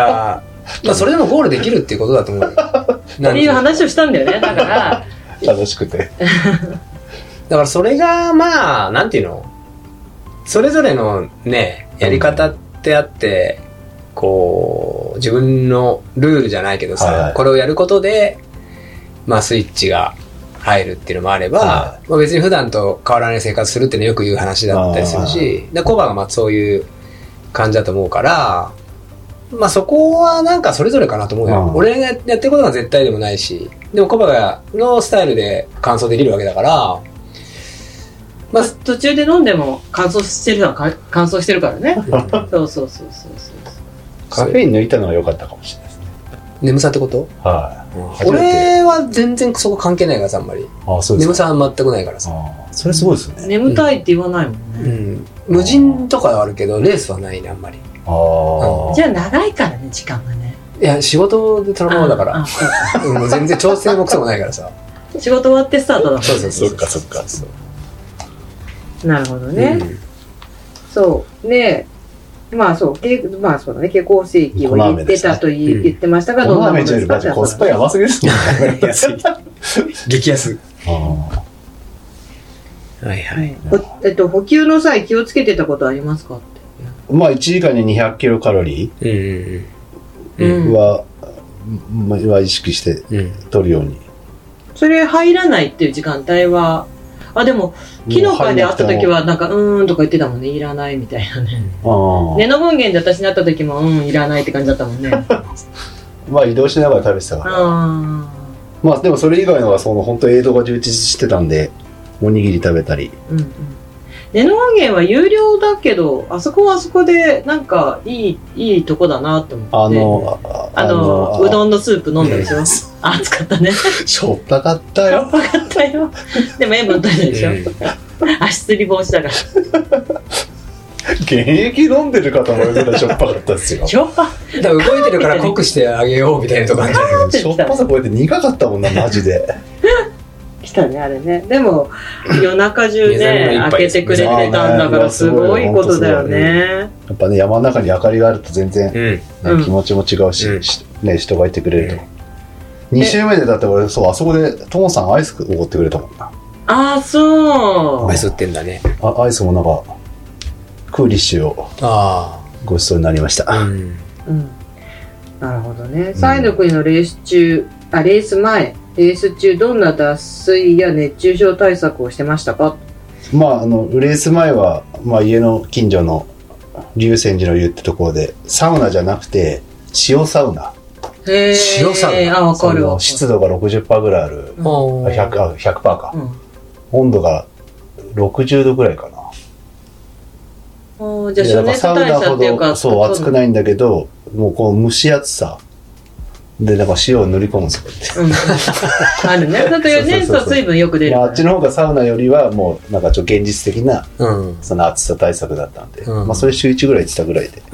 まあそれでもゴールできるっていうことだと思うよ。 っていう話をしたんだよね。だから。 楽しくて。 だからそれがまあ、なんていうの？それぞれのね、やり方ってあって、こう、自分のルールじゃないけどさ、はいはい、これをやることで、まあスイッチが入るっていうのもあれば、はい、まあ、別に普段と変わらない生活するっていうのはよく言う話だったりするし、でコバがまあそういう感じだと思うから、まあそこはなんかそれぞれかなと思うよ。俺がやってることが絶対でもないし、でもコバがのスタイルで完走できるわけだから、 まあ途中で飲んでも乾燥してるのは乾燥してるからね。そうそうそうそうそう。 カフェイン抜いたのは良かったかもしれないですね。 眠さってこと？ はい。 俺は全然そこ関係ないからさ、あんまり。 あ、そうですか。 眠さは全くないからさ。 あ、それすごいですね。 眠たいって言わないもんね。 うん。無人とかはあるけど、レースはないね、あんまり。 ああ。 じゃあ長いからね、時間がね。 いや、仕事でそのままだから。もう全然調整もクソもないからさ。 仕事終わってスタートだもんね。 そうそうそう。 そっかそっか。 なるほどね。そう。で、まあそう、まあそうだね、蛍光石を言ってたと言ってましたが、どんなものですか？ コスパやばすぎですもんね。 激安。はいはい。 えっと、補給の際気をつけてたことありますかって。 まあいちじかんににひゃくキロカロリーは、は意識して取るように。 それ入らないっていう時間帯は、あ、でも、木の会で会った時は、なんか、うーんとか言ってたもんね。いらないみたいなね。根の文言で私に会った時も、うん、いらないって感じだったもんね。 まあ、移動しながら食べてたから。あまあ、でもそれ以外のは、その、本当映像が充実してたんで、おにぎり食べたり。うんうん。 根の文言は有料だけど、あそこはあそこで、なんか、いい、いいとこだなって思って。 あの、 あの、うどんのスープ飲んだでしょ？あ、暑かったね。 しょっぱかったよ。 しょっぱかったよ。でも塩分取れないでしょ？足つり防止だから。 現役飲んでる方もいるぐらいしょっぱかったですよ。 しょっぱだから動いてるから濃くしてあげようみたいなとこあるんじゃないけど、しょっぱさこうやって苦かったもんな、マジで。 来たね、あれね。でも、夜中中ね、開けてくれてたんだから、すごいことだよね。 やっぱね、山の中に明かりがあると全然、ね、気持ちも違うし、ね、人がいてくれると。に週目でだって俺、そう、あそこでトモさんアイスおごってくれたもんな。 ああ、そう。 アイス売ってんだね。 あ、アイスもなんか、クーリッシュをごちそうになりました。うん。 うん、なるほどね。サイの国のレース中、あ、レース前、レース中どんな脱水や熱中症対策をしてましたか？ まあ、あの、レース前は、まあ、家の近所の龍泉寺の湯ってところで、サウナじゃなくて、塩サウナ。 へー。 塩サウナ。 あ、わかるわ。 湿度が ろくじゅっパーセント ぐらいある。うん、ひゃく、あ、ひゃくパーセント か、うん。温度がろくじゅうどぐらいかな。 じゃあ、暑熱代謝っていうか。 そう、暑くないんだけど、もうこの蒸し暑さで、なんか塩を塗り込むんですよ、 うん、あるね。だってね、そう水分よく出る、ね。 まあ、あっちの方がサウナよりはもうなんかちょっと現実的な、うん、その暑さ対策だったんで、うん、まあそれ週いちぐらい言ってたぐらいで。 うん、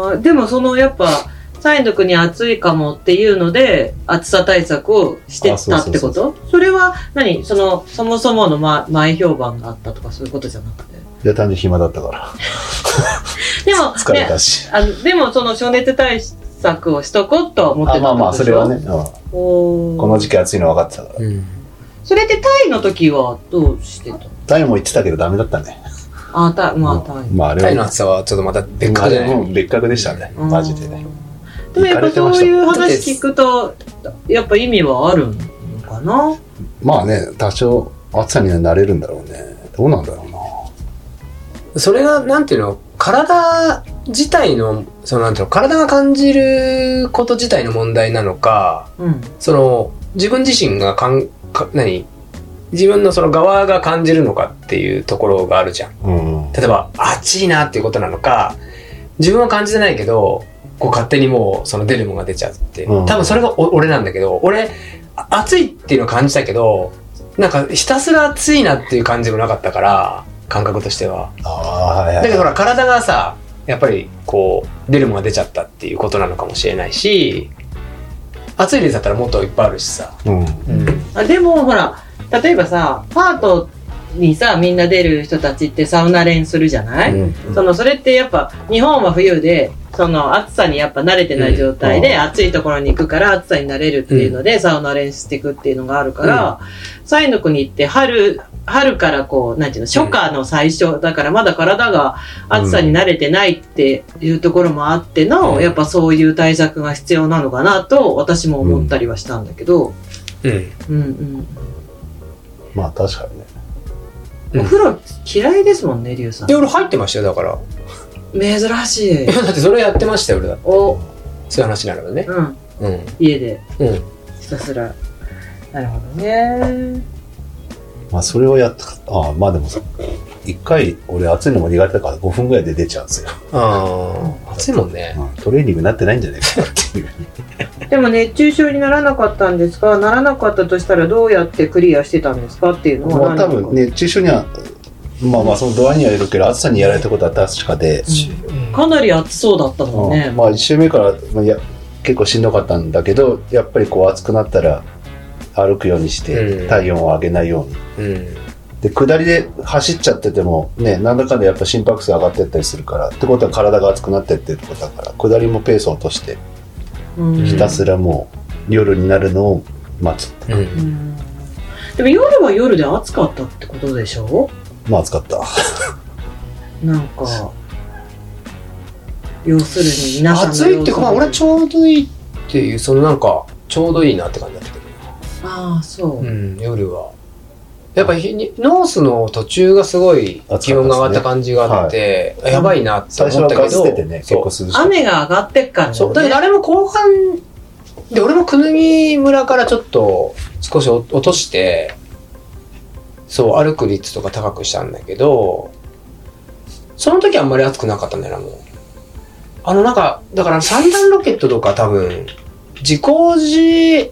あでもそのやっぱサインの国暑いかもっていうので暑さ対策をしてたってこと？それは何？そのそもそもの、ま、前評判があったとかそういうことじゃなくて。 いや単純に暇だったから。 でも疲れたし。 ね、あのでもその暑熱対策をしとこうと思ってたんでしょ？ あまあまあそれはね、うん、おこの時期暑いの分かってたから、うん、 それでタイの時はどうしてたの？ タイも言ってたけどダメだったね。 あタイまあタイ、 まあ、あれタイの暑さはちょっとまた別格で、ね、 もう別格でしたね、マジでね。 でもやっぱそういう話聞くとやっぱ意味はあるのかな。 まあね多少暑さには慣れるんだろうね。どうなんだろうな。 それがなんていうの体自体のそのなんていうの体が感じること自体の問題なのか、うん、その自分自身がかんか何自分のその側が感じるのかっていうところがあるじゃん、うん、例えば暑いなっていうことなのか自分は感じてないけどこう勝手にもうその出るものが出ちゃうって、うん、多分それがお俺なんだけど俺暑いっていうのを感じたけどなんかひたすら暑いなっていう感じもなかったから感覚としては。あ、はいはいはい、だけどほら体がさやっぱりこう出るものが出ちゃったっていうことなのかもしれないし暑いレースだったらもっといっぱいあるしさ、うんうん、 あでもほら例えばさパートにさみんな出る人たちってサウナ練するじゃない、うんうん、そのそれってやっぱ日本は冬でその暑さにやっぱ慣れてない状態で、うん、暑いところに行くから暑さに慣れるっていうので、うん、サウナ練していくっていうのがあるから、うん、サイの国って春春からこうなんていうの初夏の最初だからまだ体が暑さに慣れてないっていうところもあっての、うん、やっぱそういう対策が必要なのかなと私も思ったりはしたんだけど、うん、うんうんうんまあ確かにね。 お風呂嫌いですもんねリュウさん。 いや俺入ってましたよだから。 珍しい。 いやだってそれやってましたよ俺だって。おそういう話なのね。 うん。うん、家で、うん、ひたすら。なるほどね。 まあそれをやったあまあでも一回俺暑いのも苦手だからごふんぐらいで出ちゃうんですよ。 ああ暑いもんね、 うん。トレーニングになってないんじゃないかなっていう。 でも熱中症にならなかったんですか？ならなかったとしたらどうやってクリアしてたんですかっていうのは、 まあ、多分熱中症にはまあまあその度合いにはいるけど暑さにやられたことは確かで、 うん、かなり暑そうだったもんね、 うん、まあいち週目から、まあ、や結構しんどかったんだけどやっぱりこう暑くなったら歩くようにして体温を上げないように、うん、で下りで走っちゃっててもねなんだかんだやっぱ心拍数上がってったりするからってことは体が熱くなってってるってことだから下りもペースを落としてひたすらもう夜になるのを待つって、うんうん、 でも夜は夜で暑かったってことでしょ？ まあ暑かったなんか要するに皆さんの暑いってか、まあ、俺はちょうどいいっていうそのなんかちょうどいいなって感じだったけどああそう、 うん、夜はやっぱりノースの途中がすごい気温が上がった感じがあって、ねはい、やばいなって思ったけど、 最初はガス出てね、結構涼しい。 雨が上がってっからね。 そう、だけどあれも後半で、俺もくぬぎ村からちょっと少し落として、そう、歩く率とか高くしたんだけど、その時はあんまり暑くなかったんだよな、もう。あのなんか、だから三段ロケットとか多分、自工寺、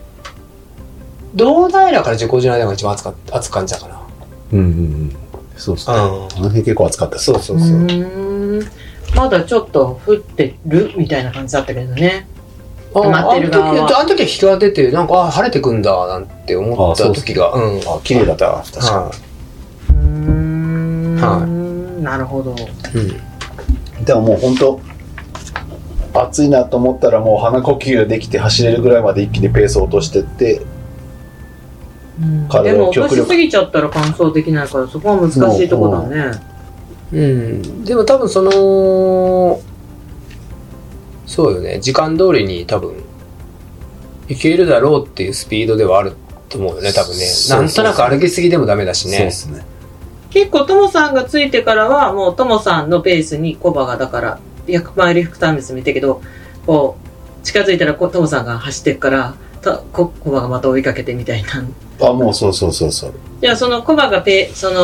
堂平から自工寺の間が一番暑か暑く感じたかな。 うんうんうん。そうですね。あの辺結構暑かったです。 そうそうそう。うーんまだちょっと降ってるみたいな感じだったけどね。 あ待ってる側は。あの時は日が出て、なんかあ晴れてくんだなんて思った時が、うん。 あ綺麗だった。確かに。うーん。はい。なるほど。 うん。でももう本当暑いなと思ったらもう鼻呼吸ができて走れるぐらいまで一気にペースを落としてって。 うん、でも落としすぎちゃったら乾燥できないからそこは難しいところだね。 うん、うん、でも多分そのそうよね時間通りに多分いけるだろうっていうスピードではあると思うよね多分ね。なんとなく歩きすぎでもダメだしね。そうですね。 結構トモさんがついてからはもうトモさんのペースにコバがだからひゃくマイル負担です見たけどこう近づいたらトモさんが走ってっからコバがまた追いかけてみたいな。 あもうそうそうそうそう。 じゃあそのコバがペその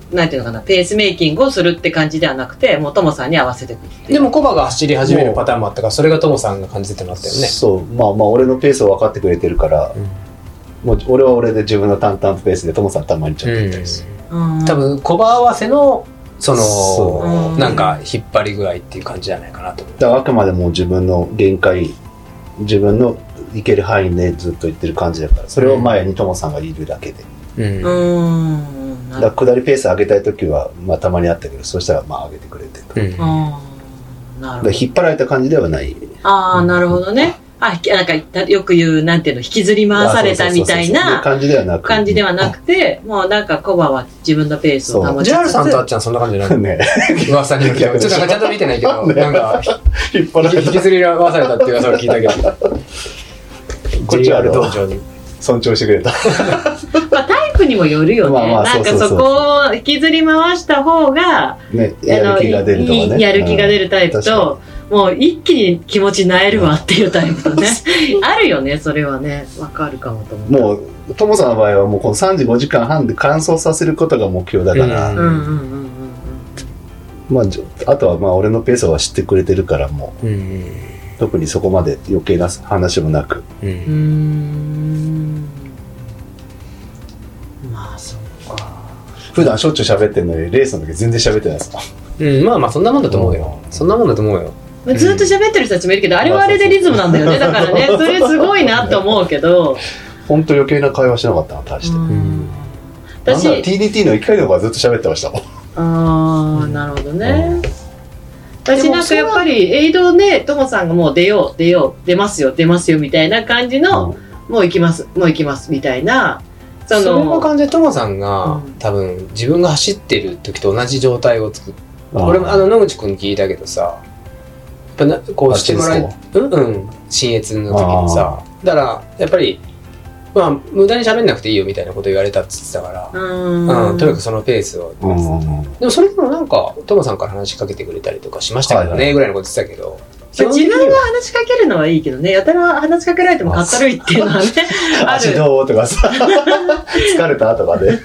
なんていうのかな、ペースメイキングをするって感じではなくて、もうトモさんに合わせていく。 でもコバが走り始めるパターンもあったから、それがトモさんが感じてもらったよね。 そう、まあまあ俺のペースを分かってくれてるから、うん、もう俺は俺で自分の淡々ペースでトモさんたまにちょっと言ったりする。 うん、多分コバ合わせのそのなんか引っ張り具合っていう感じじゃないかなと思う。 だからあくまでも自分の限界、自分のいける範囲でずっと言ってる感じだから、それを前にトモさんがいるだけで。うん。うん、だから下りペース上げたい時はまあたまにあったけど、そうしたらまあ上げてくれてと。うん、あなるほど。引っ張られた感じではない。 ああ、なるほどね。あ、なんかよく言うなんていうの、引きずり回されたみたいな感じではなく感じではなくて、もうなんかコバは自分のペースを保ちつつ。 ジェラルさんとあっちゃんそんな感じじゃないね。噂によるけど、ちょっとなんかちゃんと見てないけど、なんか引っ張られた、引きずり回されたっていう噂を聞いたけど。 こっちは道場に尊重してくれた。 まあタイプにもよるよね。まあまあなんかそこを引きずり回した方が、ね、やる気が出るとかね。やる気が出るタイプと、もう一気に気持ちなえるわっていうタイプとね。あるよね、それはね。わかるかもと思う。 もう、トモさんの場合はもうこのさんじごじかんはんで完走させることが目標だから。まあ、あとはまあ俺のペースは知ってくれてるからもう。うん特にそこまで余計な話もなく。うん。うーんまあ、そうか。 普段しょっちゅう喋ってるのに、レースの時全然喋ってないですか？ うん、まあまあ、そんなもんだと思うよ。そんなもんだと思うよ。 ずっと喋ってる人たちもいるけど、あれはあれでリズムなんだよね。だからね、それすごいなって思うけど。 本当余計な会話しなかったな、大して。うん。私、ティーディーティー のいっかいの方がずっと喋ってましたもん。 ああ、なるほどね。私なんかやっぱりエイドでトモさんがもう出よう出よう出ますよ出ますよみたいな感じの、うん、もう行きますもう行きますみたいなそのその感じでトモさんが、うん、多分自分が走ってる時と同じ状態を作って俺もあの野口くんに聞いたけどさやっぱなこうしてもらえうんうん新越の時にさだからやっぱりまあ無駄に喋んなくていいよみたいなこと言われたって言ってたからうん、とにかくそのペースをでもそれでもなんかトモさんから話しかけてくれたりとかしましたけどね、はいはい、ぐらいのこと言ってたけど自分が話しかけるのはいいけどねやたら話しかけられてもかったるいっていうのはね足どうとかさ疲れたとかね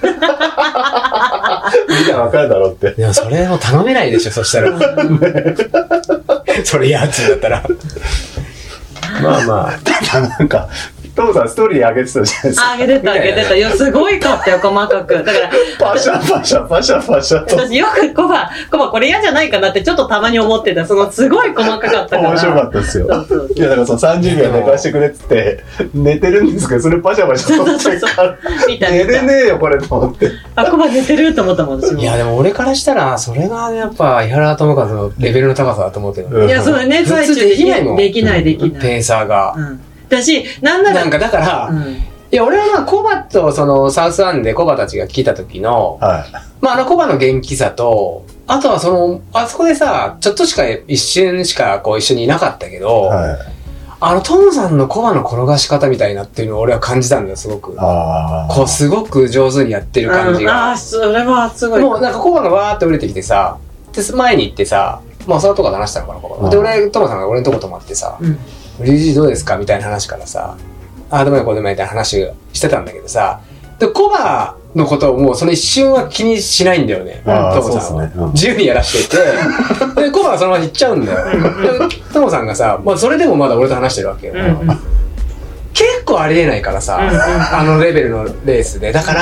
みんなわかるだろうっていやそれを頼めないでしょそしたらそれやつだったらまあまあただなんかトモさんストーリー上げてたじゃないですか。 上げてた上げてた。いやすごいかったよ細かく。だからパシャパシャパシャパシャと。 私よくコバコバこれ嫌じゃないかなってちょっとたまに思ってた。そのすごい細かかったから。 面白かったですよ。そうそうそういやだからそのさんじゅうびょう寝かしてくれっつって寝てるんですけどそれパシャパシャ撮ってから寝れねえよこれと思って。 あコバ寝てると思ったもん私も。 いやでも俺からしたらそれがやっぱ井原智和のレベルの高さだと思うけど。 いやそれね最中できないもん。 できないできない。 ペーサーが。 うんだし、なんなら。 なんかだから、うん、いや、俺はまあ、コバとその、サウスワンでコバたちが来た時の、はい、まあ、あのコバの元気さと、あとはその、あそこでさ、ちょっとしか、一瞬しかこう一緒にいなかったけど、はい、あの、トムさんのコバの転がし方みたいなっていうのを俺は感じたんだよ、すごく。あこう、すごく上手にやってる感じが。 うん、ああ、それはすごい。 もうなんかコバがわーって降りてきてさ、で、前に行ってさ、まあ、そのとこで話したのかな、コバ。で、俺、トムさんが俺のとこ泊まってさ、うんリュウジどうですかみたいな話からさ、ああでもないこうでもないみたいな話してたんだけどさ、でコバのことをもうその一瞬は気にしないんだよね、トモさんは、ねうん。自由にやらしてて、でコバはそのまま行っちゃうんだよ。でトモさんがさ、まあそれでもまだ俺と話してるわけよ。うんうん、結構ありえないからさ、うんうん、あのレベルのレースで。だから、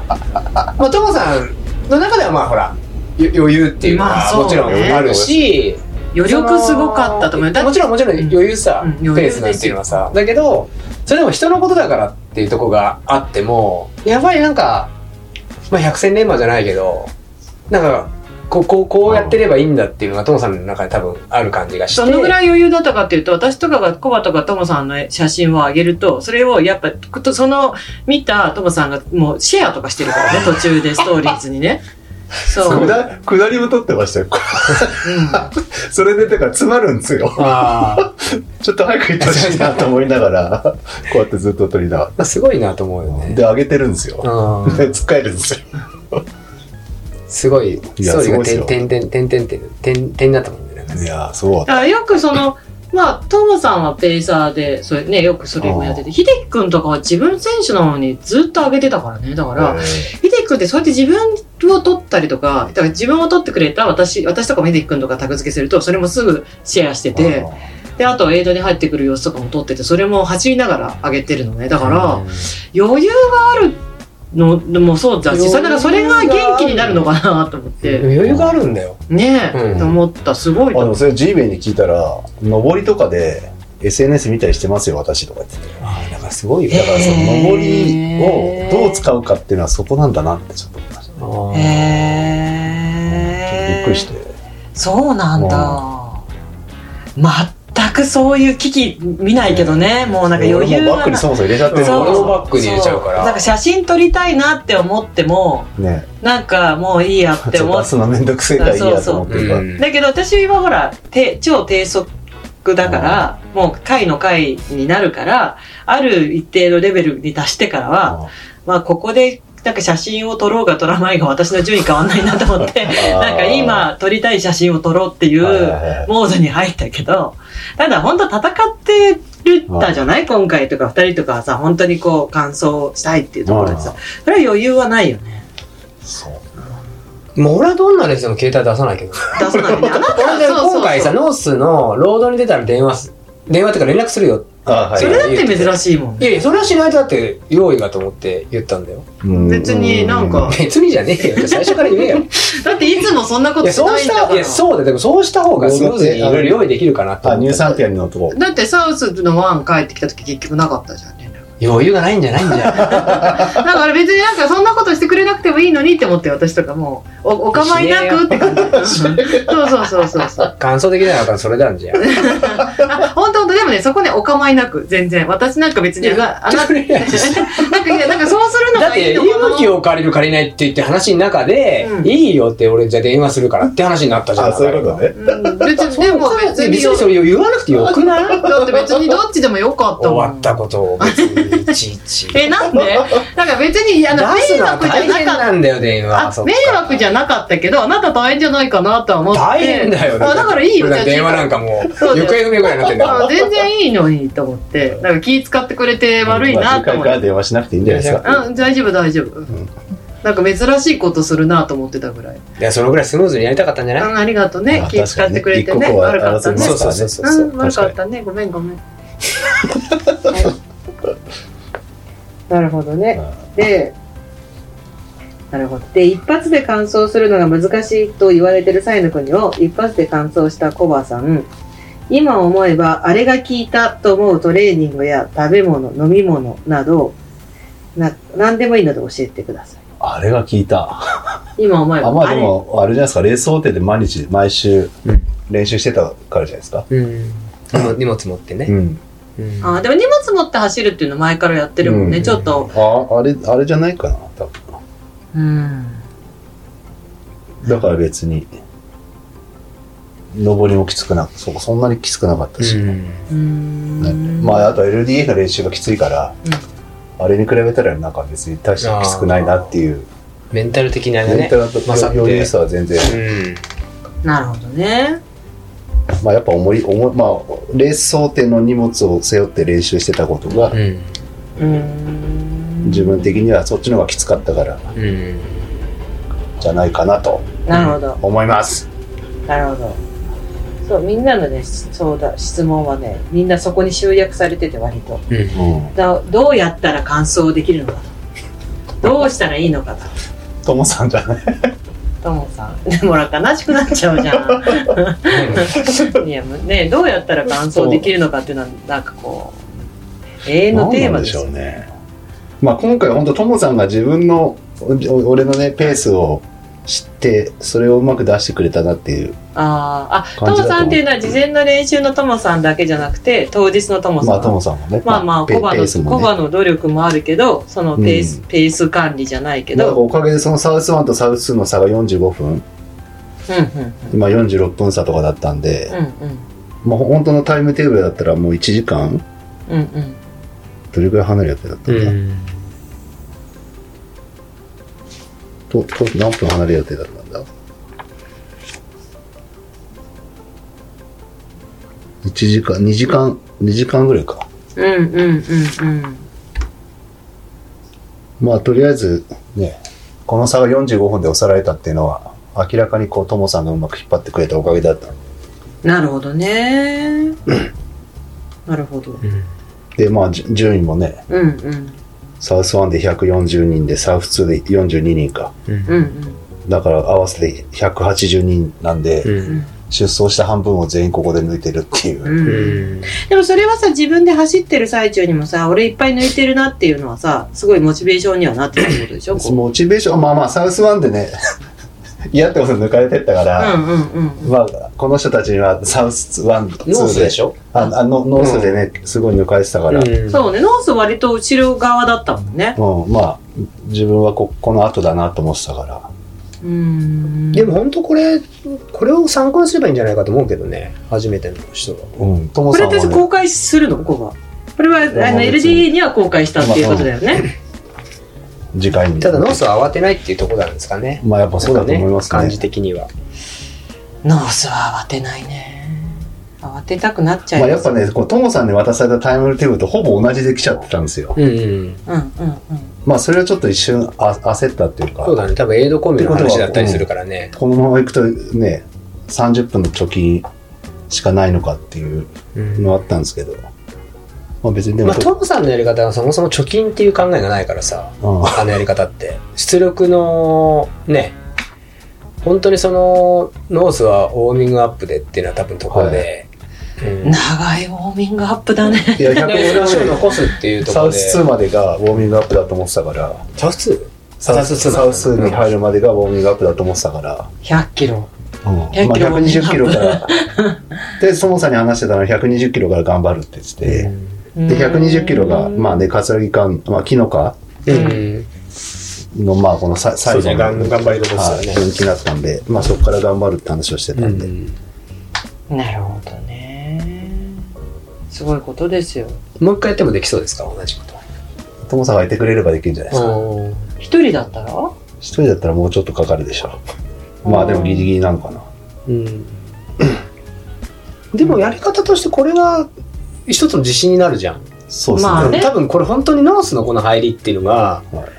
まあトモさんの中ではまあほら、余裕っていうのはもちろんあるし、まあ余力すごかったと思う。 もちろんもちろん余裕さ、うん、ペースなんていうのはさだけどそれでも人のことだからっていうところがあってもやっぱりなんか、まあ、百戦錬磨じゃないけどなんかこうこうこうやってればいいんだっていうのがトモさんの中で多分ある感じがしてどのぐらい余裕だったかっていうと私とかがコバとかトモさんの写真を上げるとそれをやっぱその見たトモさんがもうシェアとかしてるからね途中でストーリーズにねそう下りも撮ってましたよ、うん、それでだから詰まるんですよあちょっと早く行ってほしいなと思いながらこうやってずっと撮りながらすごいなと思うよねで上げてるんですよで使えるんですよすごいストーリーが点点点点点点点点だったもんねいやそうだよくそのまあトモさんはペーサーでそれねよくそれもやってて秀樹くんとかは自分選手なのにずっと上げてたからねだから秀樹くんってそうやって自分プを取ったりとか、だから自分を取ってくれた私、私とかメディック君とかタグ付けすると、それもすぐシェアしてて、で、あとエイドに入ってくる様子とかも撮ってて、それも走りながら上げてるのね。だから、余裕があるのもそうだし、それだからそれが元気になるのかなと思って。 余裕があるんだよ。 ねえ、うん、と思った。すごいと思う。あの、それ G メンに聞いたら、上りとかで エスエヌエス 見たりしてますよ、私とか言ってて。 ああ、だからすごいよ。 だからその上りをどう使うかっていうのはそこなんだなってちょっと思いましたね。 へー。 びっくりして。 そうなんだ。全くそういう機器見ないけどね、もうなんか余裕がバッグにそもそも入れちゃってる。 俺もバッグに入れちゃうから。 なんか写真撮りたいなって思っても、ね、なんかもういいやって思って。 出すのめんどくせえからいいやと思ってるから。 だけど私はほら、超低速だから、もう回の回になるから、ある一定のレベルに達してからは、まあここでなんか写真を撮ろうが撮らないが私の順位変わんないなと思って、なんか今撮りたい写真を撮ろうっていうモードに入ったけど、ただ本当戦ってるったじゃない今回とか二人とかさ、本当にこう完走したいっていうところでさ、それは余裕はないよね。 そう。 もう俺はどんなレースでも携帯出さないけど。 出さないね。あなたは今回さ、ノースのロードに出たら電話、電話ってか連絡するよ。 あ、はい、それだって珍しいもんね。 いやいや、それはしないとだって用意がと思って言ったんだよ。 別になんか。 別にじゃねえよ。最初から言えよ。 だっていつもそんなことしないんだから。 いや、そうだ。でもそうした方がスムーズにいろいろ用意できるかなって思った。 あ、乳酸ティアに乗っとこう。 だってサウスのワン帰ってきた時結局なかったじゃんね。 余裕がないんじゃないんじゃん。だから別になんかそんなことしてくれなくてもいいのにって思って私とかもう お, お構いなくって感じ。そうそうそうそう。 感想的なのからそれなんじゃん。 あ、本当本当でもねそこねお構いなく全然私なんか別にあななんかいやなんかそうするのがいいのかな。 だって息を借りる借りないって言って話の中で、うん、いいよって俺じゃ電話するからって話になったじゃん。 あ、そういうことね。 うん、別にでも別に別にそれ言わなくてよくない？ だって別にどっちでもよかったもん。 終わったことを別に。いちいちえ、なんで？なんか別にあの迷惑じゃなかった。 なんだよ電話。 迷惑じゃなかったけど、あなた大変じゃないかなとは思って。 大変だよ。 あ、だからいいよ。 電話なんかもう行方不明ぐらいになってんだよ。 全然いいのにと思って、なんか気使ってくれて悪いなと思って。次回から電話しなくていいんじゃないですか。 うん、大丈夫大丈夫。なんか珍しいことするなと思ってたぐらい。 いや、そのぐらいスムーズにやりたかったんじゃない？ ありがとうね。気使ってくれてね。悪かったね。 そうそうそうそう。 悪かったね。ごめんごめん。なるほどね。で、なるほど。で、一発で完走するのが難しいと言われているサイの国を一発で完走したコバさん。今思えば、あれが効いたと思うトレーニングや食べ物、飲み物など、な何でもいいので教えてください。 あれが効いた。 今思えば。 あ、まあでも、あれじゃないですか、レース法廷で毎日、毎週練習してたからじゃないですか。 うん。荷物持ってね。 うんうん、あ、でも荷物持って走るっていうの前からやってるもんね、うん、ちょっと。 あ、あれ、あれじゃないかな、多分。 うん。 だから別に、上りもきつくな、そこそんなにきつくなかったし。うん。まあ、あと エルディーエー の練習がきついから、うん、あれに比べたらなんか別に大してきつくないなっていう。 メンタル的なね。 メンタルの余裕さは全然。 うん。なるほどね。 まあやっぱ重い、重い、まあ、レース想定の荷物を背負って練習してたことが、うん、自分的にはそっちの方がきつかったから、うん、じゃないかなと思います。 なるほど。そう、みんなのね、そうだ、質問はね、みんなそこに集約されてて割と、うん、だどうやったら完走できるのかと、どうしたらいいのかと。 ともさんじゃない？ ともさん、でも悲しくなっちゃうじゃん。いやね、どうやったら完走できるのかっていうのはなんかこう永遠のテーマですよね。 まあ今回本当ともさんが自分の俺のねペースを知ってそれをうまく出してくれたなっていう。 ああ、ともさんっていうのは事前の練習のともさんだけじゃなくて当日のともさん。 まあともさんもね。 まあまあコバの、ね、コバの努力もあるけどそのペース、うん、ペース管理じゃないけど。 おかげでそのサウスワンとサウスツーの差がよんじゅうごふん。うんうんうん、今よんじゅうろっぷん差とかだったんで、うんうん、まあ本当のタイムテーブルだったらもういちじかん、うんうん、どれぐらい離れる予定だったんだ、うん、とと何分離れる予定だったんだいちじかんにじかんにじかんぐらいか。 うんうんうんうん。 まあとりあえずねこの差がよんじゅうごふんで抑えられたっていうのは明らかにこうトモさんがうまく引っ張ってくれたおかげだった。 なるほどねなるほど、うん、 でまあ順位もね、うんうん、サウスワンでひゃくよんじゅうにんでサウスツーでよんじゅうににんか、うんうん、だから合わせてひゃくはちじゅうにんなんで、うん、出走した半分を全員ここで抜いてるっていう、うん、 でもそれはさ自分で走ってる最中にもさ俺いっぱい抜いてるなっていうのはさすごいモチベーションにはなってるってことでしょモチベーションまあまあサウスワンでね嫌ってこと抜かれてったから、うんうんうん、まあこの人たちにはサウスワン、ツーで、ノースでしょ？あ、あのノースでね、うん、すごい抜かれてたから、うん、 そうね、ノース割と後ろ側だったもんね。 うん、まあ自分はここの後だなと思ってたから。 うーん。でも本当これこれを参考にすればいいんじゃないかと思うけどね、初めての人は。 うん。これ私公開するのここは。これはあの エルディー には公開したっていうことだよね。 次回にただノースは慌てないっていうところなんですかね。 まあやっぱそうだと思いますね。 感じ的には。 ノースは慌てないね。慌てたくなっちゃいます。 まあやっぱね、こうトモさんに渡されたタイムテーブルとほぼ同じで来ちゃってたんですよ。うんうんうんうんうん。まあそれはちょっと一瞬あ焦ったっていうか。 そうだね。多分エイドコミの話だったりするからね。 うん、このまま行くとね、さんじゅっぷんの貯金しかないのかっていうのあったんですけど。うんまあ、別にでもまあ、トモさんのやり方はそもそも貯金っていう考えがないからさ、うん、あのやり方って出力のね本当にそのノースはウォーミングアップでっていうのは多分ところで、 はいうん、長いウォーミングアップだねいやひゃくごじゅうを残すっていうところでサウスツーまでがウォーミングアップだと思ってたからサウスツー？ サウスツーサウスに入るまでがウォーミングアップだと思ってたからひゃっキロうん、ひゃっキロまあ、ひゃくにじゅっキロからでトモさんに話してたのはひゃくにじゅっキロから頑張るって言ってて、うんでひゃくにじゅっキロがまあね葛城間まあ木の川のまあこのさ最後の頑張りどころですよね人気だったんでまあそこから頑張るって話をしてたんで、 うん、なるほどねすごいことですよ。 もう一回やってもできそうですか同じことトモさんがいてくれればできるんじゃないですか。 一人だったら一人だったらもうちょっとかかるでしょう。まあでもギリギリなのかな、うん、 でもやり方としてこれは一つの自信になるじゃん。 そうですね。 まあね、多分これ本当にノースのこの入りっていうのが、はい、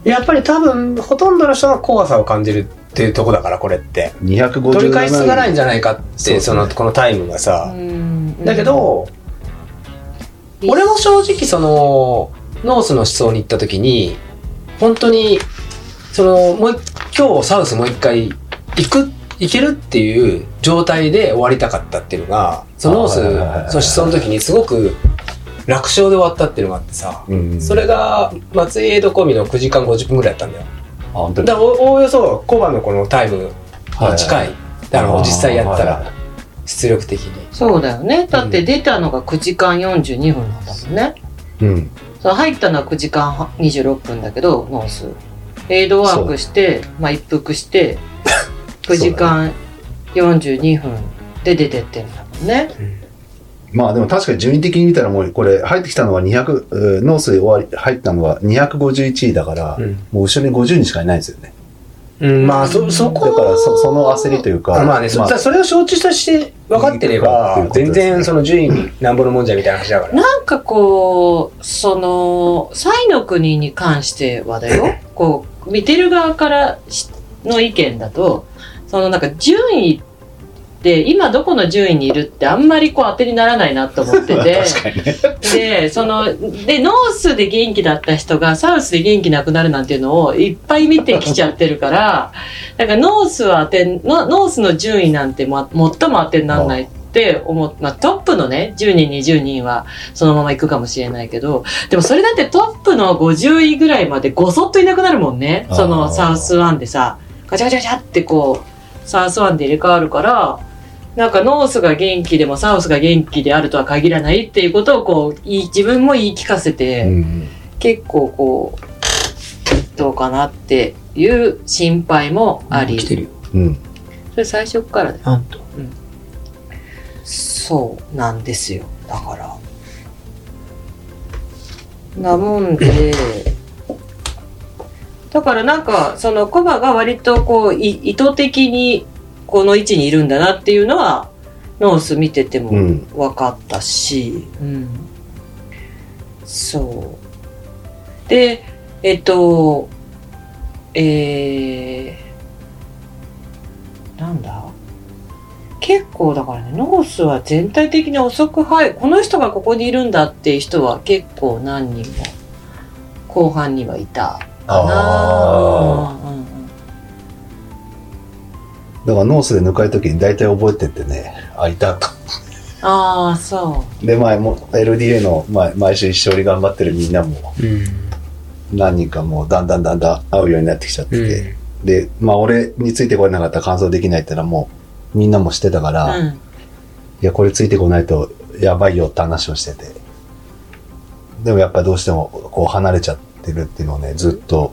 やっぱり多分ほとんどの人が怖さを感じるっていうとこだからこれってにひゃくごじゅう取り返しがないんじゃないかって そ,、ね、そのこのタイムがさだけど俺も正直そのノースの思想に行った時に本当にそのもう今日サウスもう一回行くいけるっていう状態で終わりたかったっていうのがそのノースそのその時にすごく楽勝で終わったっていうのがあってさ、うんうん、それが松井エイド込みのくじかんごじゅっぷんぐらいやったんだよ。あ本当にだからおおよそコバのこのタイムに近い、はい、あの実際やったら出力的にそうだよね。だって出たのがくじかんよんじゅうにふんだったもんね、うん、その入ったのはくじかんにじゅうろっぷんだけどノースエイドワークしてまあ一服してくじかんよんじゅうにふんで出てってるんだもんね、 うん、まあでも確かに順位的に見たらもうこれ入ってきたのはにひゃくノースで終わり入ったのはにひゃくごじゅういちいだから、うん、もう後ろにごじゅうにんしかいないんですよね、 うん、まあ そ, そこだから そ, その焦りというかまあね、まあ、それを承知したして分かってれば全然その順位なんぼのもんじゃみたいな話だからなんかこうそのサイの国に関してはだよこう見てる側からの意見だとそのなんか順位って今どこの順位にいるってあんまりこう当てにならないなと思ってて確かに、ね、 でそのでノースで元気だった人がサウスで元気なくなるなんていうのをいっぱい見てきちゃってるからだからノースは当てノノースの順位なんて、ま、最も当てにならないって思う、まあ、トップのねじゅうにんにじゅうにんはそのまま行くかもしれないけどでもそれだってトップのごじゅういぐらいまでごそっといなくなるもんねそのサウスワンでさガチャガチャガチャってこうサウスワンで入れ替わるからなんかノースが元気でもサウスが元気であるとは限らないっていうことをこう自分も言い聞かせて、うん、結構こうどうかなっていう心配もあり、 うん、来てるよ、 うん、それ最初からだよ、うん、そうなんですよだからなもんでだからなんかそのコバが割とこう意図的にこの位置にいるんだなっていうのはノース見てても分かったし、うんうん、そうでえっとえー、なんだ結構だからね、ノースは全体的に遅く入る、この人がここにいるんだっていう人は結構何人も後半にはいたかな。うんうんうん、 だからノースで抜かれた時に大体覚えてってね、あ、いたと。 ああ、そう。 で、前も エルディーエー の毎毎週一緒に頑張ってるみんなも、うん、何人かもうだんだんだんだん会うようになってきちゃってて、うん、で、まあ俺についてこれなかったら完走できないってのはもうみんなも知ってたから、うん、いや、これついてこないとやばいよって話をしてて、でもやっぱりどうしてもこう離れちゃってるっていうのをね、ずっと。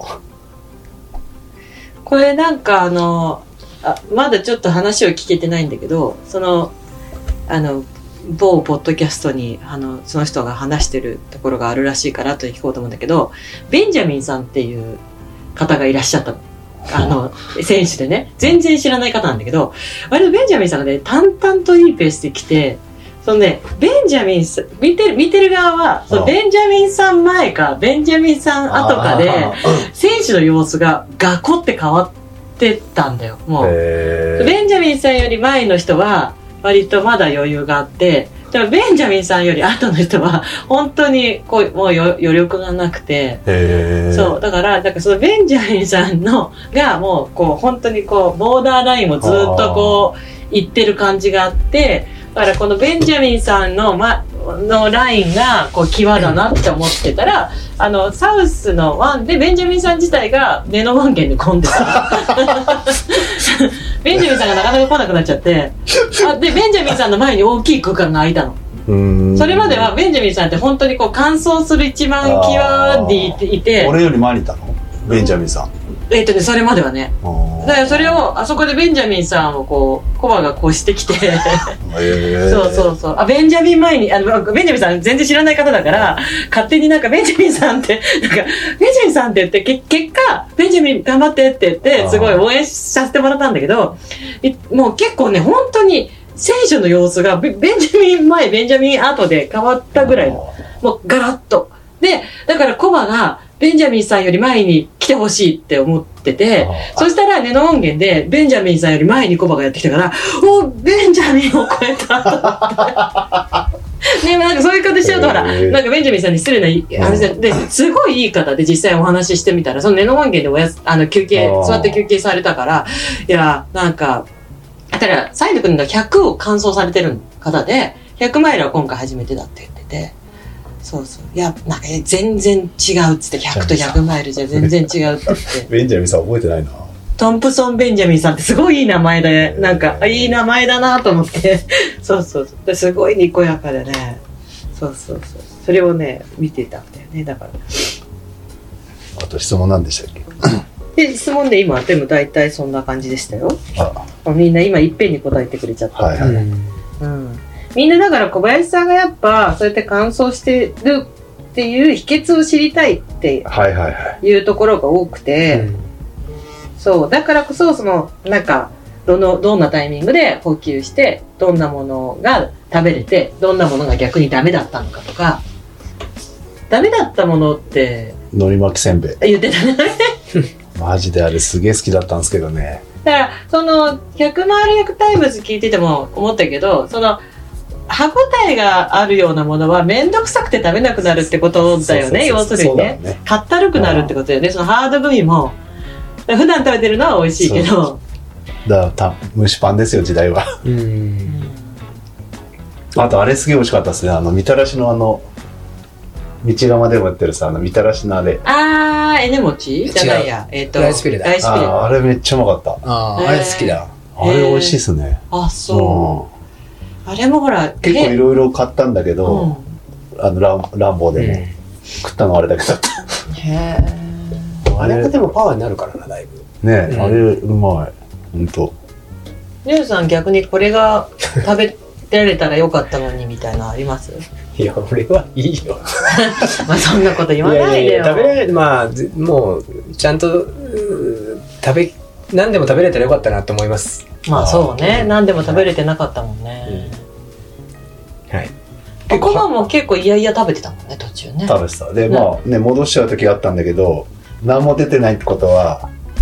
これなんかあの、あ、まだちょっと話を聞けてないんだけど、その、あの、某ポッドキャストにあのその人が話してるところがあるらしいからと聞こうと思うんだけど、ベンジャミンさんっていう方がいらっしゃったの。あの、選手でね、全然知らない方なんだけど、割とベンジャミンさんがね、淡々といいペースで来て、そのね、ベンジャミンさん、見てる、見てる側は、そのベンジャミンさん前か、ベンジャミンさん後かで、選手の様子がガコって変わってたんだよ、もう。ベンジャミンさんより前の人は、割とまだ余裕があって、でもベンジャミンさんより後の人は本当にこうもう余力がなくて、そうだからだからそのベンジャミンさんのがもうこう本当にこうボーダーラインをずっとこう行ってる感じがあって、だからこのベンジャミンさんのまのラインがこう際だなって思ってたら、あのサウスのワンでベンジャミンさん自体が根のワンゲンで混んでたベンジャミンさんがなかなか来なくなっちゃって、あでベンジャミンさんの前に大きい空間が空いたの。うーん、それまではベンジャミンさんって本当にこう乾燥する一番際でいて、 俺より前にいたのベンジャミンさん。 えっとね、それまではね。だからそれを、あそこでベンジャミンさんをこう、コバが越してきてそうそうそう。あ、ベンジャミン前に、あの、ベンジャミンさん全然知らない方だから、勝手になんかベンジャミンさんって、なんか、ベンジャミンさんって言って、け結果、ベンジャミン頑張ってって言って、すごい応援させてもらったんだけど、もう結構ね、本当に、選手の様子がベ、ベンジャミン前、ベンジャミン後で変わったぐらいの、もうガラッと。で、だからコバが、ベンジャミンさんより前に来てほしいって思ってて、そしたら根の音源でベンジャミンさんより前にコバがやってきたから、おベンジャミンを超えたと思ってね、なんかそういう方しちゃうとほら、なんかベンジャミンさんに失礼な話で、ですごいいい方で実際お話ししてみたら、その根の音源でおやすあの休憩、座って休憩されたから、いや、なんか、だからサイド君がひゃくを完走されてる方で、ひゃくマイルは今回初めてだって言ってて、そうそう。いや、なんか全然違うっつって、ひゃくとひゃくマイルじゃ全然違うって言って。 ベンジャミンさん覚えてないな。 トンプソン・ベンジャミンさんってすごいいい名前で、なんか、いい名前だなと思って。そうそうそう。すごいにこやかでね。そうそうそう。それをね、見てたんだよね、だから。 あと質問なんでしたっけで、質問で今、でも大体そんな感じでしたよ。あみんな今いっぺんに答えてくれちゃった。はいはい。うん。みんなだから小林さんがやっぱそうやって完走してるっていう秘訣を知りたいっていうところが多くて、そうだからこそそのなんかどのどんなタイミングで補給してどんなものが食べれてどんなものが逆にダメだったのかとか、ダメだったものって海苔巻きせんべい言ってたねマジであれすげえ好きだったんですけどね。 だからそのひゃくマイルひゃくタイムズ聞いてても思ったけど、その歯応えがあるようなものは面倒くさくて食べなくなるってことだよね。要するにね、ねかったるくなるってことだよね。そのハードグミも普段食べてるのは美味しいけど、 だから蒸しパンですよ時代は。うんあとあれすげえ美味しかったですね。あのみたらしのあの道釜でも売ってるさ、あのみたらしのあれ。 あー、えねもちじゃないや。えっとライスピレだ。 ああれめっちゃうまかった。 あああれ好きだ。 あれ美味しいですね。 あそう。あれもほら結構いろいろ買ったんだけど、うん、あのランランボーでね、うん、食ったのあれだけだった。 へー。あれがでもパワーになるからなだいぶ。 ねえ、うん、あれうまい。本当。 リュウさん逆にこれが食べられたらよかったのにみたいなのあります？ いや俺はいいよ。 まあそんなこと言わないでよ。いやいや食べられまあもうちゃんと食べ何でも食べれたらよかったなと思います。 まあそうね、何でも食べれてなかったもんね。 うん、はい。 コバも結構いやいや食べてたもんね途中ね。 食べてた。で、ね、まあね戻しちゃう時があったんだけど、何も出てないってことは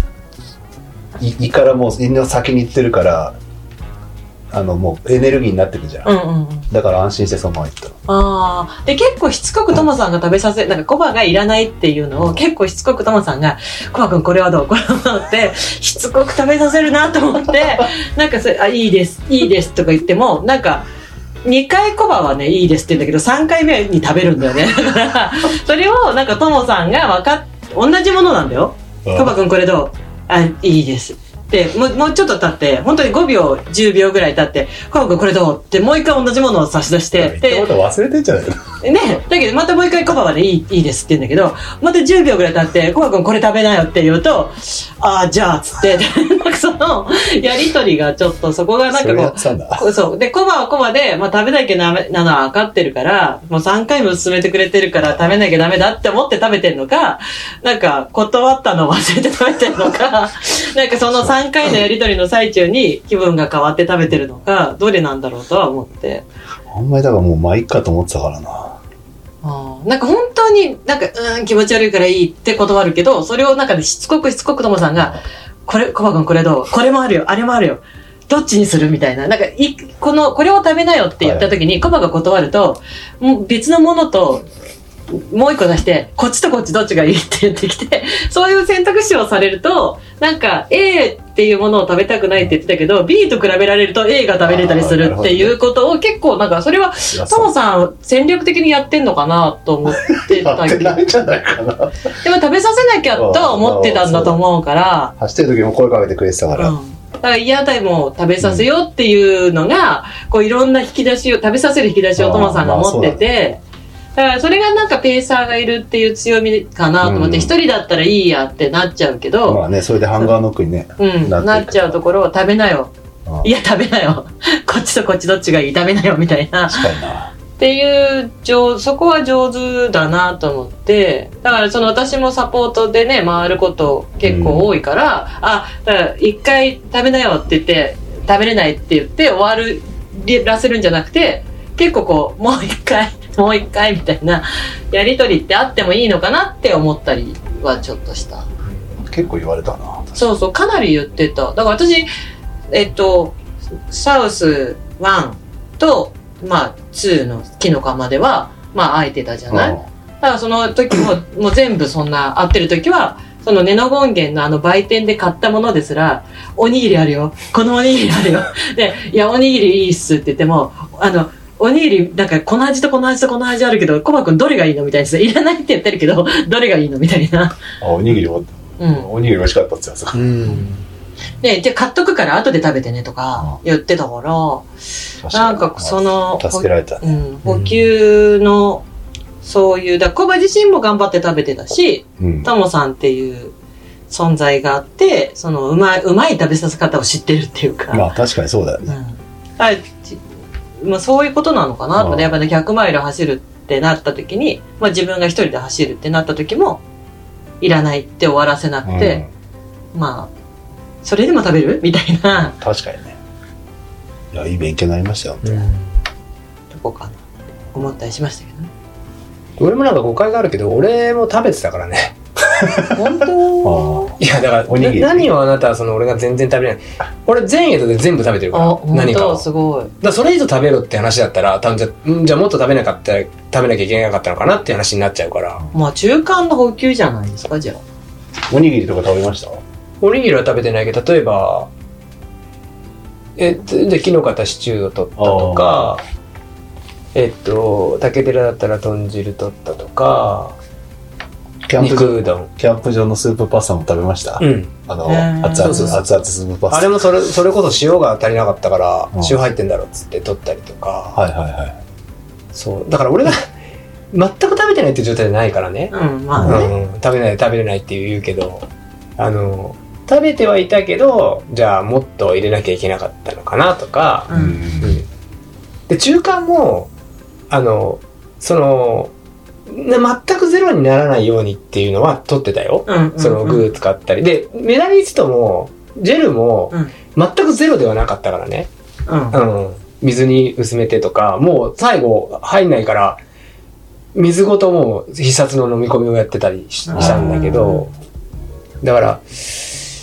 胃からもう胃の先に行ってるから、あのもうエネルギーになってるじゃん、うんうんうん、だから安心してそのまま行った。 あで結構しつこくトモさんが食べさせなんかコバがいらないっていうのを結構しつこくトモさんがコバ君これはどうこれはどうってしつこく食べさせるなと思ってなんかそれあいいですいいですとか言ってもなんかにかいコバはねいいですって言うんだけどさんかいめに食べるんだよねだからそれをなんかトモさんが分かっ同じものなんだよ。コバ君これどうあいいですでもう、もうちょっと経って本当にごびょうじゅうびょうぐらい経ってコバ君これどうってもう一回同じものを差し出してでまた忘れてんじゃないのねだけどまたもう一回コバはねいい、いいですって言うんだけどまたじゅうびょうぐらい経ってコバ君これ食べなよって言うとああじゃあっつってなんかそのやりとりがちょっとそこがなんかこうそうでコバはコバで、まあ、食べなきゃダメなのは分かってるからもうさんかいも勧めてくれてるから食べなきゃダメだって思って食べてるのかなんか断ったのを忘れて食べてるのかなんかそのさんかいのやりとりの最中に気分が変わって食べてるのかどれなんだろうとは思ってあんまりだからもうまあいっかと思ってたからなあなんか本当になんかうん気持ち悪いからいいって断るけどそれをなんかしつこくしつこくともさんがこれコバ君これどうこれもあるよあれもあるよどっちにするみたいななんかいこのこれを食べなよって言った時に、はい、コバが断るともう別のものともう一個出してこっちとこっちどっちがいいって言ってきてそういう選択肢をされるとなんか A っていうものを食べたくないって言ってたけど B と比べられると A が食べれたりするっていうことを結構なんかそれはトモさん戦略的にやってんのかなと思ってたけどやってないんじゃないかなでも食べさせなきゃと思ってたんだと思うから走ってる時も声かけてくれてたから、うんだから嫌だも食べさせようっていうのが、うん、こういろんな引き出しを食べさせる引き出しをトモさんが持っててだからそれがなんかペーサーがいるっていう強みかなと思って一、うん、人だったらいいやってなっちゃうけどまあねそれでハンガーノックにねうん、な, なっちゃうところを食べなよいや食べなよこっちとこっちどっちがいい食べなよみたいな確かになっていうそこは上手だなと思ってだからその私もサポートでね回ること結構多いから、うん、あだから一回食べなよって言って食べれないって言って終わらせるんじゃなくて結構こうもう一回もう一回みたいなやり取りってあってもいいのかなって思ったりはちょっとした結構言われたなそうそうかなり言ってただから私えっとサウスワンとまあツーの木の釜ではまあ空いてたじゃない、うん、だからその時ももう全部そんな合ってる時はそのネノ権現のあの売店で買ったものですらおにぎりあるよこのおにぎりあるよでいやおにぎりいいっすって言ってもあのおにぎりなんかこの味とこの味とこの味あるけどコバ君どれがいいのみたいな、いらないって言ってるけどどれがいいのみたいなあおにぎりは、うん、おにぎり美味しかったっつやつうんでじゃあ買っとくから後で食べてねとか言ってたから、うん、なんかその助けられた、ねうん、補給のそういうだコバ自身も頑張って食べてたし、うん、タモさんっていう存在があってそのうまい、うまい食べさせ方を知ってるっていうかまあ確かにそうだよね、 うんまあ、そういうことなのかなと、ね、やっぱり、ね、ひゃくマイル走るってなった時に、まあ、自分が一人で走るってなった時もいらないって終わらせなくて、うん、まあそれでも食べるみたいな確かにねいやいい勉強になりましたよ、うん、 どこかな思ったりしましたけどね俺もなんか誤解があるけど俺も食べてたからね本当いやだからおにぎり何をあなたはその俺が全然食べない俺全エイトで全部食べてるから何かをすごいだからそれ以上食べろって話だったら多分じゃ、んじゃあもっと食べなかったら食べなきゃいけなかったのかなっていう話になっちゃうからまあ中間の補給じゃないですかじゃあおにぎりとか食べましたおにぎりは食べてないけど例えばえで木の型シチューを取ったとかえっと竹寺だったら豚汁取ったとかキャンプ肉うどんキャンプ場のスープパスタも食べました、うん、あの熱々熱々スープパスタあれもそれそれこそ塩が足りなかったから塩入ってんだろっつって取ったりとかはいはいはいそうだから俺が全く食べてないっていう状態じゃないからね、 うんまあねうん、食べない食べれないって言うけどあの食べてはいたけどじゃあもっと入れなきゃいけなかったのかなとか、うんうん、で中間もあのその全くゼロにならないようにっていうのは取ってたよ、うんうんうん、そのグー使ったりでメダリストもジェルも全くゼロではなかったからね、うんうん、水に薄めてとかもう最後入んないから水ごともう必殺の飲み込みをやってたりしたんだけどだから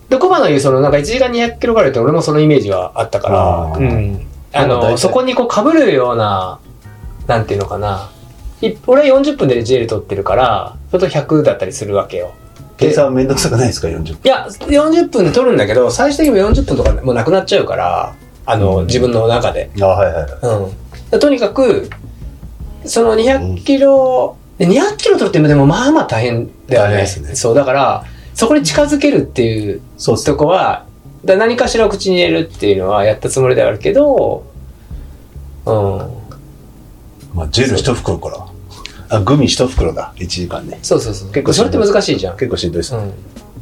でコバの言うそのなんかいちじかんにひゃくキロカロリーって俺もそのイメージはあったから、あ、うん、あのそこにこう被るようななんていうのかな、俺はよんじゅっぷんでジェル取ってるからそれとひゃくだったりするわけよ。 計算めんどくさくないですか？よんじゅっぷん。 いやよんじゅっぷんで取るんだけど最終的にもよんじゅっぷんとかもうなくなっちゃうから、あの、うん、自分の中で。 あ、はいはいはい、うん、とにかくそのにひゃくキロ、うん、にひゃくキロ取ってもでもまあまあ大変だよね。大変ですね。そうだからそこに近づけるっていうとこはだ何かしらを口に入れるっていうのはやったつもりではあるけど、うん、 まあジェル一袋からあグミ一袋だいちじかんね。 そうそうそう。結構それって難しいじゃん。 結構しんどいです、ね、 うん、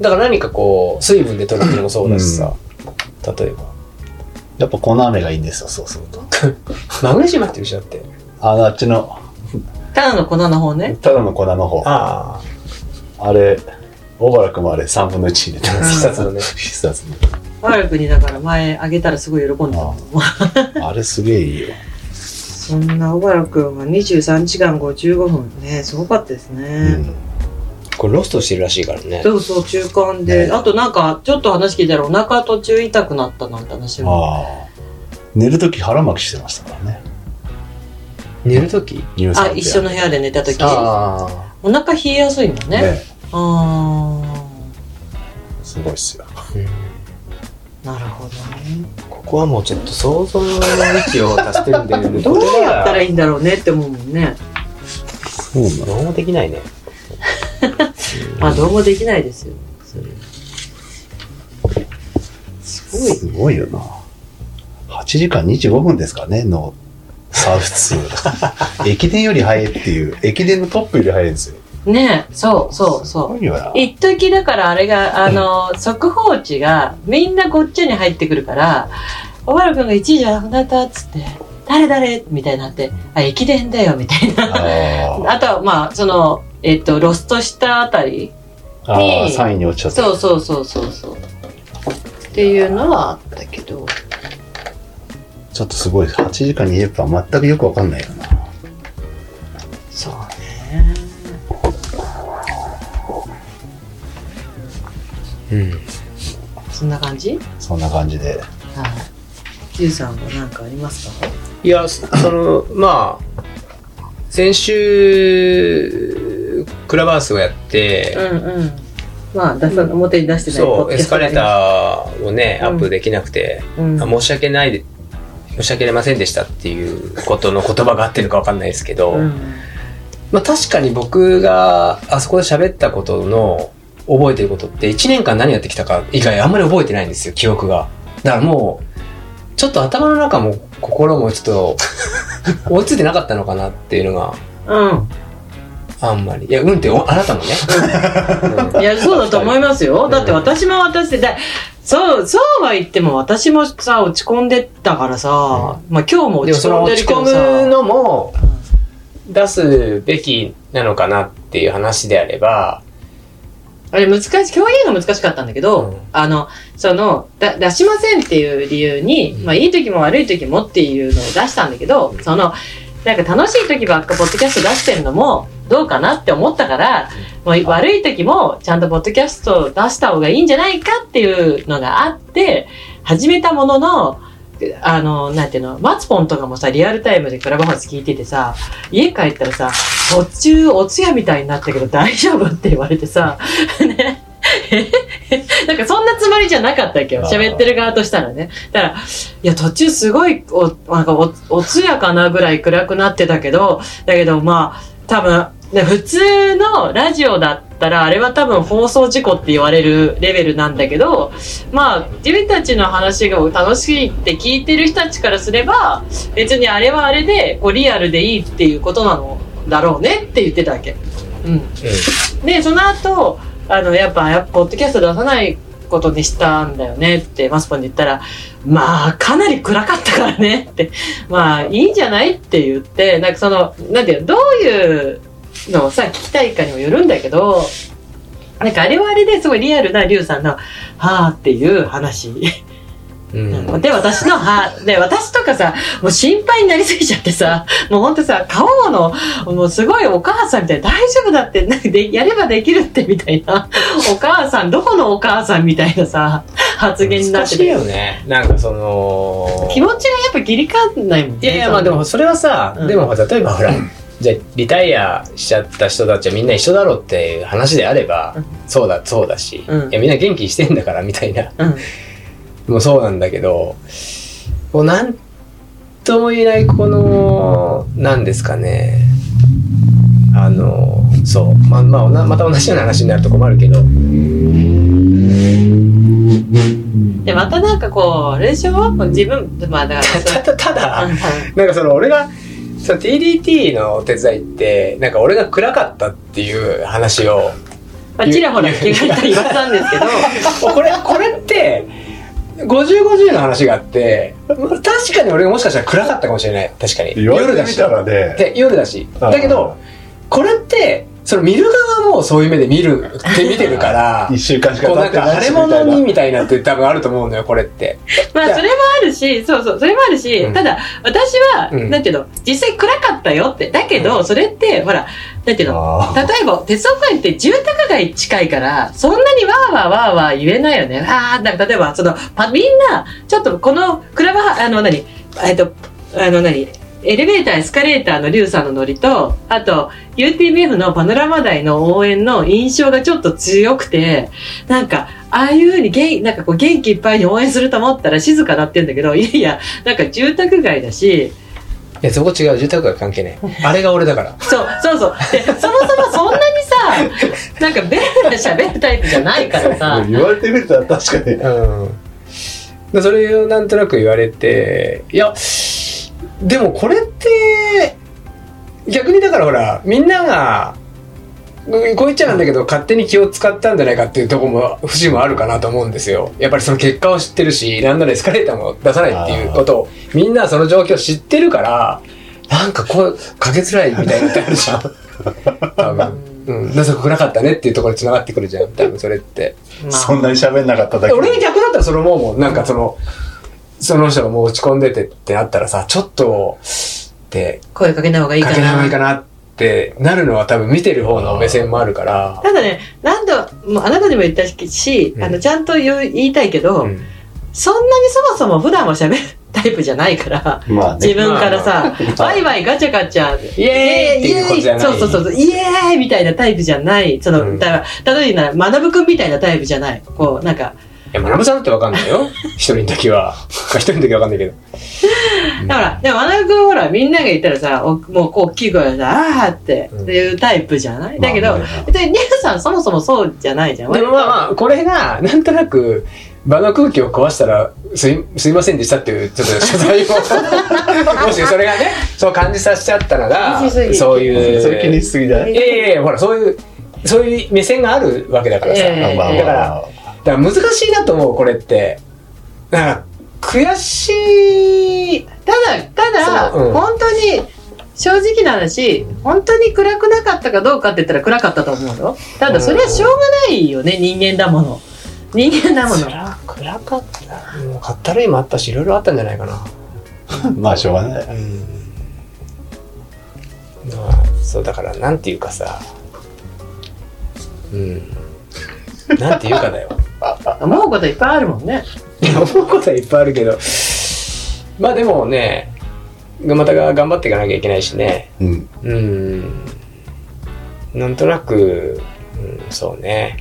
だから何かこう水分で取るっていうのもそうだしさ、うん、例えばやっぱ粉飴がいいんですよ。そうするとマグネシウム入ってるしだって。 あのあっちのただの粉の方ね。 ただの粉の方。あああれ小原君もあれさんぶんのいち入れてます。 必殺のね。 必殺の。 小原君にだから前あげたらすごい喜んでた。 あ, あれすげえいいよ。 そんな小原君はにじゅうさんじかんごじゅうごふんね、すごかったですね、うん、 これロストしてるらしいからね。 そうそう、中間で、ね、あとなんかちょっと話聞いたらお腹途中痛くなったなんて話も。 ああ、寝るとき腹巻きしてましたからね。 寝るとき？ あ、一緒の部屋で寝たとき。あ、お腹冷えやすいのね。ね、ああ、すごいっすよ、うん、 なるほどね。 ここはもうちょっと想像の域を足してるんでどうやったらいいんだろうねって思うもんね。 そうなの。どうもできないね。 まあどうもできないですよ。 すごい。すごいよな。はちじかんにじゅうごふんですからね、のサーフツ駅伝より早いっていう、駅伝のトップより早いんですよ。 ねえ、そうそうそう。一時だからあれが、あの、うん、速報値がみんなこっちに入ってくるから、小原くんがいちいじゃなくなったっつって、誰誰みたいになって、あ、駅伝だよみたいな。あ, あとは、まあ、その、えっと、ロストしたあたりに。 あ、さんいに落ちちゃった。 そうそうそうそうそう。っていうのはあったけど。 ちょっとすごい、はちじかんにじゅっぷんは全くよくわかんないよな。 そうね。 うん。 そんな感じ？ そんな感じで。はい。 ゆうさんは何かありますか？ いや、その、まあ、先週、クラブハウスをやって、 うんうん。まあ、出さ、表に出してない。 そう、エスカレーターをね、アップできなくて、うん、申し訳ないで、申し訳ありませんでしたっていうことの言葉が合ってるかわかんないですけど、うん、まあ確かに僕があそこで喋ったことの覚えてることっていちねんかん何やってきたか以外あんまり覚えてないんですよ、記憶が。だからもう、ちょっと頭の中も心もちょっと追いついてなかったのかなっていうのが、 うん、 あんまり。いや、うんってあなたもね、 うん、いやそうだと思いますよ。だって私も私で、そうそうは言っても私もさ落ち込んでたからさ、うん、まあ今日も落ち込んでるけどさ、でもその落ち込むのも出すべきなのかなっていう話であれば。 あれ難しい、表現が難しかったんだけど、うん、あの、その、だ、出しませんっていう理由に、うん、まあいい時も悪い時もっていうのを出したんだけど、うん、その、なんか楽しい時ばっかポッドキャスト出してるのもどうかなって思ったから、うん、もう悪い時もちゃんとポッドキャストを出した方がいいんじゃないかっていうのがあって、始めたものの、あの、なんていうの、マツポンとかもさ、リアルタイムでクラブハウス聞いててさ、家帰ったらさ、途中お通夜みたいになったけど大丈夫って言われてさ、ね、なんかそんなつもりじゃなかったっけよ、喋ってる側としたらね。だから、いや途中すごいお、なんか お, お通夜かなぐらい暗くなってたけど、だけどまあ、多分、で普通のラジオだったらあれは多分放送事故って言われるレベルなんだけど、まあ自分たちの話が楽しいって聞いてる人たちからすれば別にあれはあれでこうリアルでいいっていうことなのだろうねって言ってたわけ、うん、うん、でその後あのやっぱポッドキャスト出さないことにしたんだよねってマスポンに言ったら、まあかなり暗かったからねって、まあいいんじゃないって言って、なんかそのなんていうの、どういうのをさ聞きたいかにもよるんだけど、なんかあれはあれですごいリアルなリュウさんのはーっていう話うん、で私のはで私とかさもう心配になりすぎちゃってさもうほんとさ顔のもうすごいお母さんみたいな大丈夫だってなんかでやればできるってみたいなお母さんどこのお母さんみたいなさ発言になってて難しいよねなんかその気持ちがやっぱ切り替わんないもんね。 いやいやまあでもそれはさ、うん、でも例えばほらじゃあリタイアしちゃった人たちはみんな一緒だろうっていう話であれば、うん、そうだそうだし、うん、いやみんな元気にしてんだからみたいな、うんもうそうなんだけど、こうなんとも言えないこのなんですかね、あのそうままあまた同じような話になると困るけど、 でまたなんかこうあれでしょ自分まあだからただただなんかその俺がその ティーディーティー のお手伝いってなんか俺が暗かったっていう話を、 まあ、ちらほら聞かれた言われたんですけど、 これこれって。ごじゅうごじゅうの話があって確かに俺がもしかしたら暗かったかもしれない確かに夜だしで夜だしだけどこれってその見る側もそういう目で見るって見てるからいっしゅうかんしか経ってないしみたいなこうなんか腫れ物にみたいなって多分あると思うのよこれってまあそれもあるしそうそうそれもあるし、うん、ただ私は、うん、なんていうの実際暗かったよってだけど、うん、それってほらなんていうの例えば鉄道会って住宅街近いからそんなにわーわーわーわー言えないよねああなんか例えばそのみんなちょっとこのクラブあの何えっとあの何エレベーターエスカレーターのリュウさんのノリとあと ユーティービーエフ のパノラマ台の応援の印象がちょっと強くてなんかああいう風に元なんかこう元気いっぱいに応援すると思ったら静かなって言うんだけどいやいやなんか住宅街だしいやそこ違う住宅街関係ねあれが俺だからそうそうそうでそもそもそんなにさなんかベラベラ喋るタイプじゃないからさ言われてみると確かにうんでそれをなんとなく言われていやでもこれって逆にだからほらみんながこう言っちゃなんだけど勝手に気を使ったんじゃないかっていうところも節もあるかなと思うんですよやっぱりその結果を知ってるしなんならエスカレーターも出さないっていうことをみんなその状況を知ってるからなんかこうかけづらいみたいなってあるじゃん多分うんなぜか暗かったねっていうところに繋がってくるじゃん多分それって、 まあ、そんなに喋んなかっただけ俺が逆だったらそのもうもうなんかそのその人がもう落ち込んでてってなったらさちょっとって声かけない方がいいかなかけない方がいいかなってなるのは多分見てる方の目線もあるからただね何度もあなたにも言ったし、うん、あのちゃんと言う言いたいけど、うん、そんなにそもそも普段は喋るタイプじゃないから、まあね、自分からさ、まあ、ワイワイガチャガチャイエーイっていうことじゃないそうそうそうイエーイみたいなタイプじゃないその、うん、だから例えば学ぶくんみたいなタイプじゃないこうなんかいや、学さんだって分かんないよ。一人の時は。一人の時は分かんないけど。 だから、でも学くんほら、みんなが言ったらさ、おもうこう大きい声でさ、あーって、っていうタイプじゃない、うん、だけど、別にリュウさんそもそもそうじゃないじゃん。 でもまあまあ、これが、なんとなく、場の空気を壊したらすい、すいませんでしたっていう、ちょっと謝罪を。もしそれがね、そう感じさせちゃったのが、そういう。 それ気にしすぎじゃない？ いやいやいや、ほら、そういう、そういう目線があるわけだからさ。えー、だから、だから難しいなと思うこれってなんか悔しいただただ、うん、本当に正直な話本当に暗くなかったかどうかって言ったら暗かったと思うよただそれはしょうがないよね、うん、人間だもの人間だもの暗かったもうかったるいもあったしいろいろあったんじゃないかなまあしょうがない、うん、 まあそうだからなんていうかさうんなんていうかだよ思うこといっぱいあるもんね思うことはいっぱいあるけどまあでもねまた頑張っていかなきゃいけないしねうん、うん、なんとなく、うん、そうね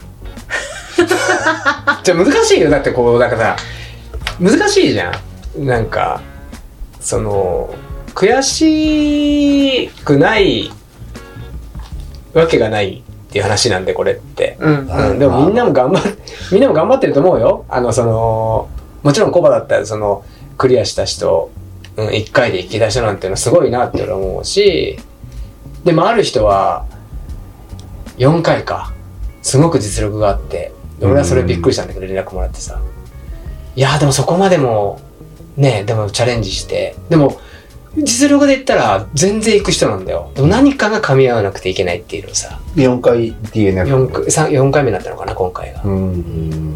じゃ難しいよだってこうなんかさ難しいじゃんなんかその悔しくないわけがないっていう話なんでこれって、うんうん、でもみんなも頑張っみんなも頑張ってると思うよあのそのもちろんコバだったらそのクリアした人、うん、いっかいで引き出したなんていうのはすごいなって俺は思うしでもある人はよんかいかすごく実力があって俺はそれびっくりしたんだけど連絡もらってさいやでもそこまでもねでもチャレンジしてでも実力で言ったら全然行く人なんだよ。でも何かが噛み合わなくていけないっていうのさ。 よんかい ディーエヌエフ。 よんかい、よんかいめだったのかな、今回が。うん。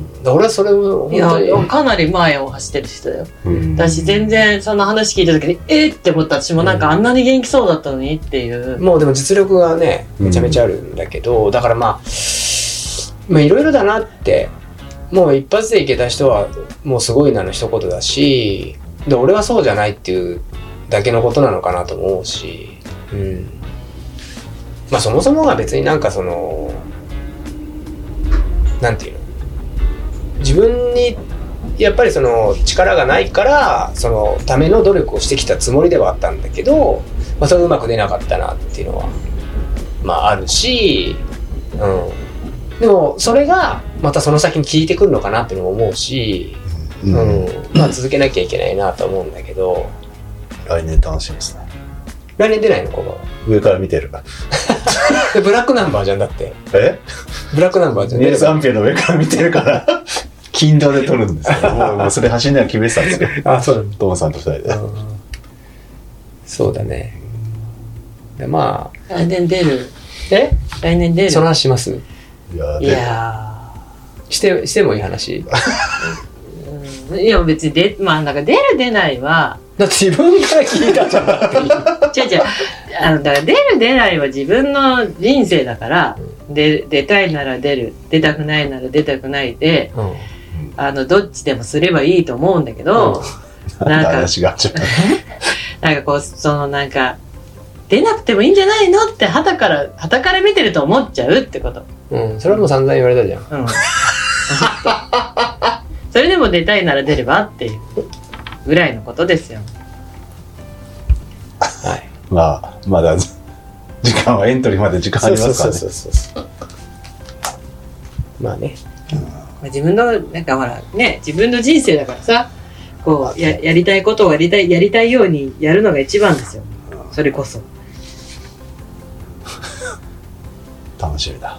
俺はそれを本当に。いや、かなり前を走ってる人だよ。うん、私全然その話聞いた時に、えー、って思った。私もなんかあんなに元気そうだったのにっていう。 うん、もうでも実力がね、めちゃめちゃあるんだけど、うん、だからまあ、まあいろいろだなって、もう一発でいけた人はもうすごいなの一言だし、で俺はそうじゃないっていうだけのことなのかなと思うし、うん、まあそもそもが別になんかそのなんていうの、自分にやっぱりその力がないからそのための努力をしてきたつもりではあったんだけど、まあ、それうまく出なかったなっていうのはまああるし、うん、でもそれがまたその先に効いてくるのかなっていうのも思うし、うんうん、まあ続けなきゃいけないなと思うんだけど、 来年楽しみですね。 来年出ないのここ上から見てるでブラックナンバーじゃんだって。 えブラックナンバーじゃん。 ニュースアンペアの上から見てるから金土で撮るんですよ。もう、もうそれ走りながら決めてたんですよ。 あ、そうなんだ。 トモさんと二人で。 そうだね。でまあ来年出る。 え来年出る。 その話します？ いやいやしてしてもいい話。 うん、いや別にでまあなんか出る出ないはだって自分から聞いたじゃんっていう。 違う違う、あのだから出る出ないは自分の人生だから、うん、で出たいなら出る、出たくないなら出たくないで、うん、あのどっちでもすればいいと思うんだけど、 うん、なんか話がなんかこうそのなんか出なくてもいいんじゃないのって旗から旗から見てると思っちゃうってこと。 うん、それはもう散々言われたじゃん。うん。 それでも出たいなら出ればっていうぐらいのことですよ。 はい。 まあまだ時間はエントリーまで時間ありますからね。そうそうそうそう。 まあね。 うん、自分のなんかほらね、自分の人生だからさ、こう や, やりたいことをやりたいやりたいようにやるのが一番ですよ。それこそ。 楽しみだ。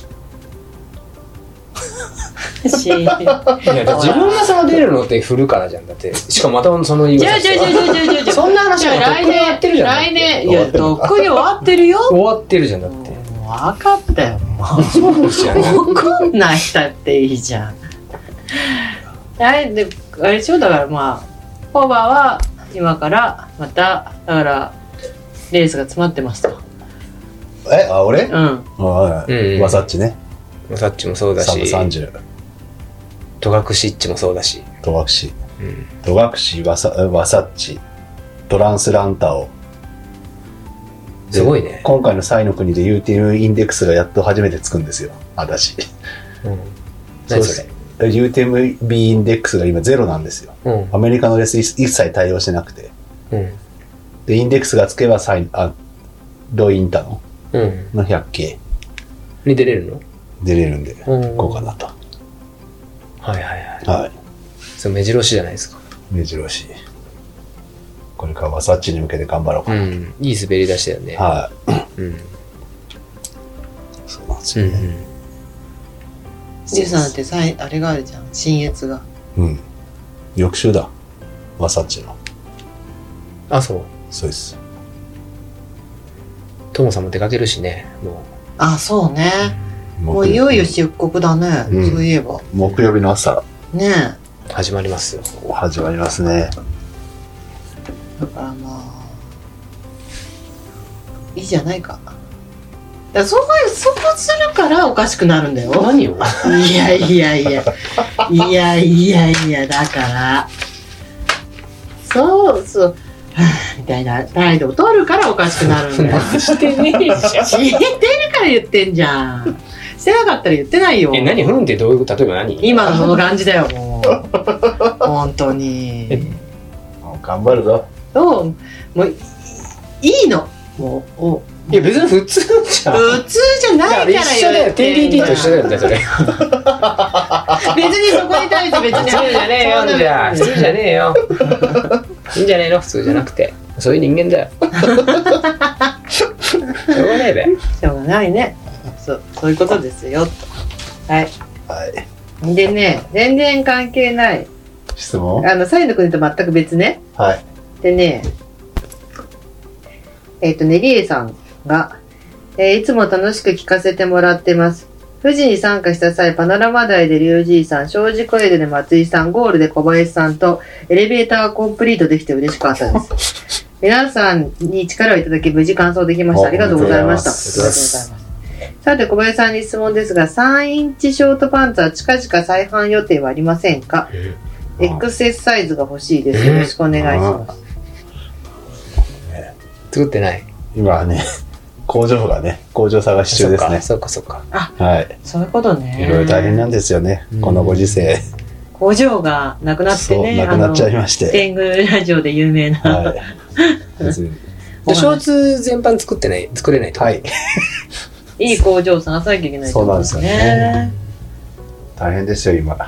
しいや自分がその出るのって振るからじゃん。だってしかもまたその言い方してそんな話は来年やってるじゃん。 来年いやとっくに終わってるよ。 終わってるじゃんだって。 分かったよもう。そうじゃん。怒んない人っていいじゃん。あれであれでしょ、だからまあホーバーは今からまただからレースが詰まってますと。 えあ俺？ うん。 はい。ワサッチね。 ワサッチもそうだし。 さんじゅう。 戸隠ッチもそうだし。 戸隠。うん。戸隠ワサワサッチトランスランタオ。 すごいね。 今回のサイの国で ユーティーエム インデックスがやっと初めてつくんですよ。私。うん。 何それ ？ユーティーエムビー インデックスが今ゼロなんですよ。うん、アメリカのレース一切対応してなくて。うん、で、インデックスがつけばサイあロインタの、うん、の ひゃくケー に出れるの？ 出れるんで、行こうかなと。 はいはいはい。 はい。 それ目白押しじゃないですか。 目白押し。これからワサッチに向けて頑張ろうかな。うん、 いい滑り出しだよね。 はい。うん。そうなんですよね。うんうん、 リュウさんだってさあれがあるじゃん、新越が。 うん。翌週だ。ワサッチの。 あ、そう。 そうです。 トモさんも出かけるしね、もう。 あ、そうね。もういよいよ出国だね。うん、そういえば。 木曜日の朝。 ねえ。始まりますよ。 始まりますね。 だからまあいいじゃないか。だそこそこするからおかしくなるんだよ。 何を？ いやいやいやいやいやいやだからそうそう。みたいな態度を取るからおかしくなるんだよ。 してねえじゃん。 してるから言ってんじゃん。してなかったら言ってないよ。 え、何ふんってどういう例えば何？ 今のその感じだよもう。本当に。 もう頑張るぞ。 そうもういいのもう。おいや別に普通じゃん。 普通じゃないからよ。 一緒だよ。ティーディーティー と一緒だよねそれ。 別にそこに対して別に普通じゃねえよじゃあ。普通じゃねえよ。いいんじゃねえの普通じゃなくて。そういう人間だよ。しょうがないべ。 しょうがないね。そうそういうことですよと。はい。 はい。 でね全然関係ない質問。 あのサイの国と全く別ね。 はい。 でねえっと、ねりえさんが、えー、いつも楽しく聞かせてもらってます。富士に参加した際、パノラマ台でリュウジーさん、障子コイルで松井さん、ゴールで小林さんと、エレベーターがコンプリートできて嬉しかったです。皆さんに力をいただき、無事完走できました。ありがとうございました。ありがとうございます。さて、小林さんに質問ですが、さんインチショートパンツは近々再販予定はありませんか？ エックスエス サイズが欲しいです。よろしくお願いします。 作ってない。 今はね、工場がね、工場探し中ですね。 そうか、そうか。 あ、はい。そういうことね。 いろいろ大変なんですよね、このご時世。 工場がなくなってね。 なくなっちゃいまして。 天狗ラジオで有名な。はい。 ショーツ全般作ってない、作れないと。 はい。 いい工場を探さなきゃいけないと思うんですよね。 大変ですよ、今。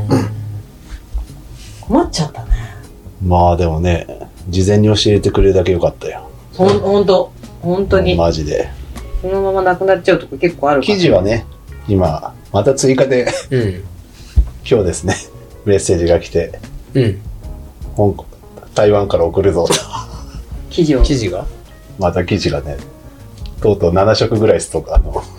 困っちゃったね。 まあでもね、事前に教えてくれるだけよかったよ。 ほん、ほんと。本当に。 マジで。 そのままなくなっちゃうとこ結構あるから。 記事はね、今、また追加で、うん、今日ですね、メッセージが来て、うん、香港、台湾から送るぞと。 記事を。 記事がまた記事がね、とうとうななしょくぐらいストック、あの、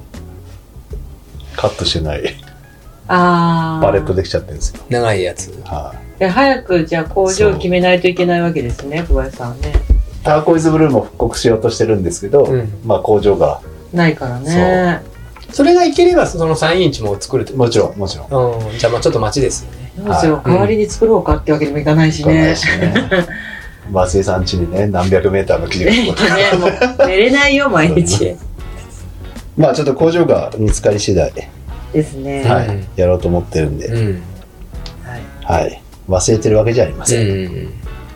カットしてない。あバレットできちゃってるんですよ。 長いやつ。 はあ、早くじゃあ工場を決めないといけないわけですね、小林さんはね。 ターコイズブルーも復刻しようとしてるんですけど、うん、まあ工場がないからね。 そ, それがいければそのさんインチも作るってもちろんもちろん。 うん、じゃあまあちょっと待ちですよね。 どうしよう、はい、代わりに作ろうかってわけにもいかないしね。 松井さん家にね何百メーターの生地が。 ね、もう寝れないよ毎日。 まあちょっと工場が見つかり次第ですね。 はい、うん、やろうと思ってるんで、うん、はい、はい、忘れてるわけじゃありません。うんうん、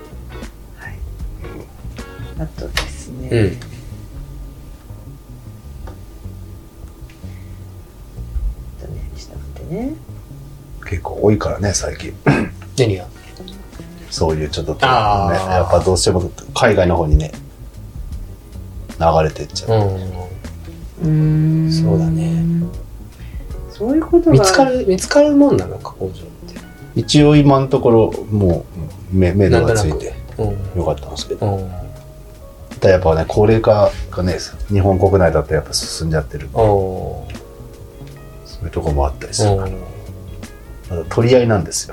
あとですね、うん、ねしたくてね、 結構多いからね最近。 何が？ そういうちょっと、ね、やっぱどうしても海外の方にね流れてっちゃう。 うん、 そうだね。 そういうことが見つかる見つかるもんなのか工場って。 一応今のところもう目目処がついてよかったんですけど。ただやっぱね高齢化がね日本国内だとやっぱ進んじゃってるんで、そういうところもあったりするから、取り合いなんですよ。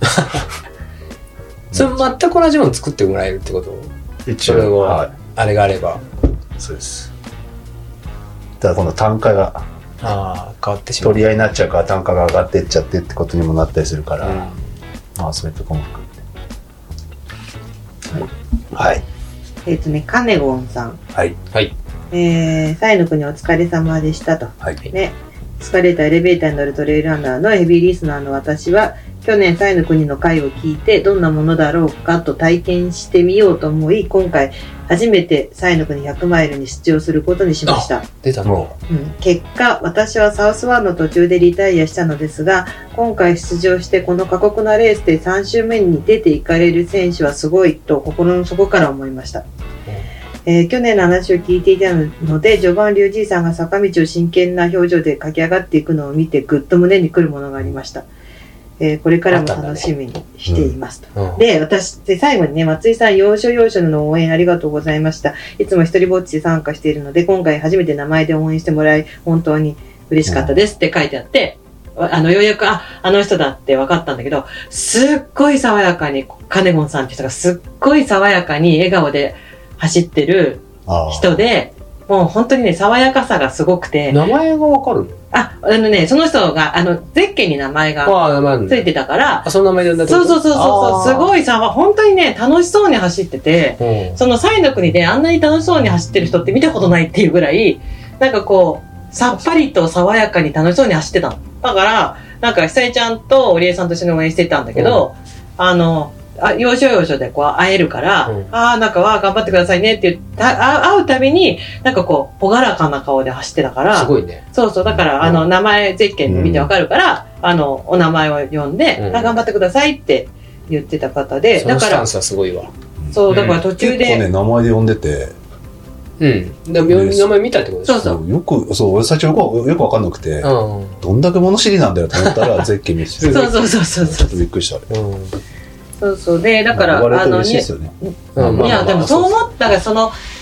それ全く同じもの作ってもらえるってこと？ 一応、はい、 あれがあれば。 そうです。ただこの単価があ変わってしまう。 取り合いになっちゃうから単価が上がっていっちゃってってことにもなったりするから、うん、まあそういうところも含めて。はい。はいえっとね、カネゴンさん。 はい。 はい。 えー、サイの国お疲れ様でしたと。 はい。 ね。疲れたエレベーターに乗るトレイルランナーのヘビーリスナーの私は、去年サイの国の回を聞いて、どんなものだろうかと体験してみようと思い、今回、初めてサイの国ひゃくマイルに出場することにしました。 出たの、 うん、結果、私はサウスワンの途中でリタイアしたのですが、今回出場してこの過酷なレースでさん週目に出ていかれる選手はすごいと心の底から思いました。えー、去年の話を聞いていたので、序盤リュウジーさんが坂道を真剣な表情で駆け上がっていくのを見て、ぐっと胸にくるものがありました。えー、これからも楽しみにしていますと。ねうん、で、私、で最後にね、松井さん、要所要所の応援ありがとうございました。いつも一人ぼっちで参加しているので、今回初めて名前で応援してもらい、本当に嬉しかったですって書いてあって、うん、あの、ようやく、あ、あの人だって分かったんだけど、すっごい爽やかに、カネゴンさんって人がすっごい爽やかに笑顔で走ってる人で、もう本当にね、爽やかさがすごくて。 名前が分かるの？ あ、あのね、その人が、あの、ゼッケンに名前がついてたから、 あ、その名前で呼んだってこと？そうそうそうそう、すごいさ、本当にね、楽しそうに走ってて、そのサイの国であんなに楽しそうに走ってる人って見たことないっていうぐらい、なんかこう、さっぱりと爽やかに楽しそうに走ってたの。だから、なんか、久江ちゃんと織江さんと一緒に応援してたんだけど、うん、あの、あ要所要所でこう会えるから、うん、ああ、なんか、わ頑張ってくださいねって言って会うたびに、なんかこう、ほがらかな顔で走ってたから、 すごいね。 そうそう、だから、うん、あの、名前、ゼッケン見てわかるから、うん、あの、お名前を呼んで、うん、あ頑張ってくださいって言ってた方で、 だから、そのスタンスはすごいわ。 そう、だから途中で。 結構ね、名前で呼んでて、 うん。でも名前見たってことですか？ そうそう。 よく、そう、俺最初よく、よくわかんなくて、うん、どんだけ物知りなんだよと思ったら、ゼッケン見せて。 そうそうそうそう。 ちょっとびっくりした。うんそうそうでだからあのね、 いやでもそう思ったがその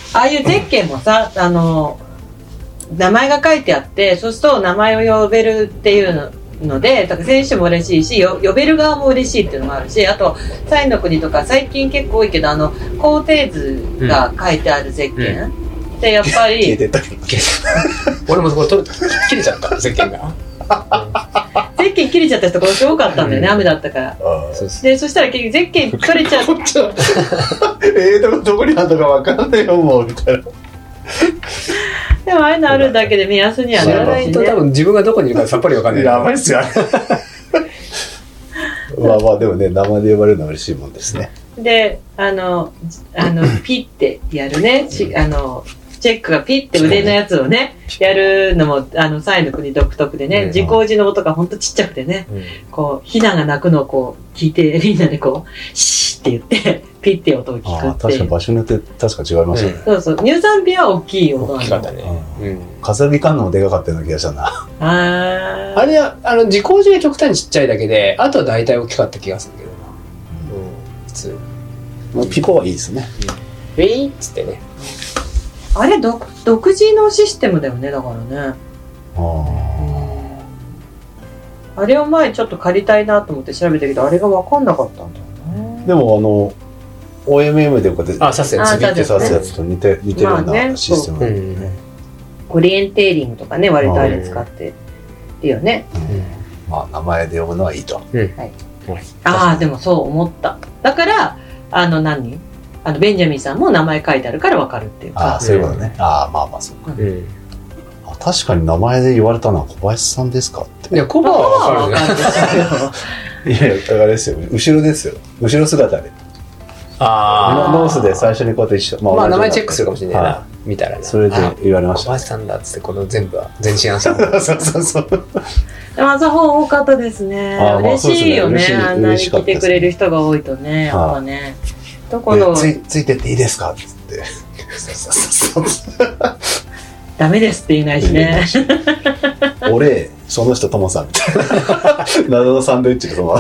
ああいうゼッケンもさ、あの名前が書いてあって、そうすると名前を呼べるっていうので、だから選手も嬉しいし、よ呼べる側も嬉しいっていうのもあるし、あとサイの国とか最近結構多いけど、あの工程図が書いてあるゼッケン、うん、でやっぱり俺もそこ取る切れちゃったゼッケンがゼッケン切れちゃった人今年多かったんだよね、うん、雨だったから。でそしたら結局ゼッケン取れちゃってえーどこどこにあるのか分かんないよもうみたいな。 でもああいうのあるだけで目安にはならないと、多分自分がどこにいるかさっぱり分かんない。 やばいっすよまあまあでもね、名前で呼ばれるのは嬉しいもんですね。 で、あのあのピッてやるね、あのチェックがピッて腕のやつをねやるのもあのサイの国独特でね、時効時の音がほんとちっちゃくてね、うん、こうヒナが鳴くのをこう聞いてみんなでこうシーって言ってピッて音を聞くっていう。あ、 確かに場所によって確か違いますよね、うん、 そうそう、ニューザンビアは大きい音大きかったね、 うん、カサビカンのもでかかったような気がしたな。 ああれはあの時効時が極端にちっちゃいだけで、あとは大体大きかった気がするけどな、うん、普通ピコはいいですね、 ウィーンっつってね。 あれ独独自のシステムだよね、だからね。あ、うん、あれを前ちょっと借りたいなと思って調べたけど、あれが分かんなかったんだよね。 でもあの オーエムエム でこうやって刺すやつ、 ビッて刺すやつと似て似てるようなシステムなんでね。 オリエンテーリングとかね、割とあれ使ってるよね。 うんうん、まあ名前で呼ぶのはいいと。うん、はい。 ああ、でもそう思った。だからあの何？あのベンジャミンさんも名前書いてあるから分かるっていうか。 ああ、そういうことね。うん、ああ、まあまあそうか、うん、あ。確かに名前で言われたのは小林さんですかって。 いや、小林は分かるんですよ。いやいや、あれですよ。後ろですよ。後ろ姿で。ああ。ノースで最初にこうやって一緒。 まあ、まあ、名前チェックするかもしれないな。はい、見たらね。 それで言われました。 小林さんだっつってこの全部は全身暗殺。 そうそうそう。 マザホン多かったですね。嬉しいよね。あんなに来てくれる人が多いとね、やっぱね。どこのついついてっていいですかっつってダメですって言えないしね。 俺その人ともさんみたいな謎のサンドイッチでその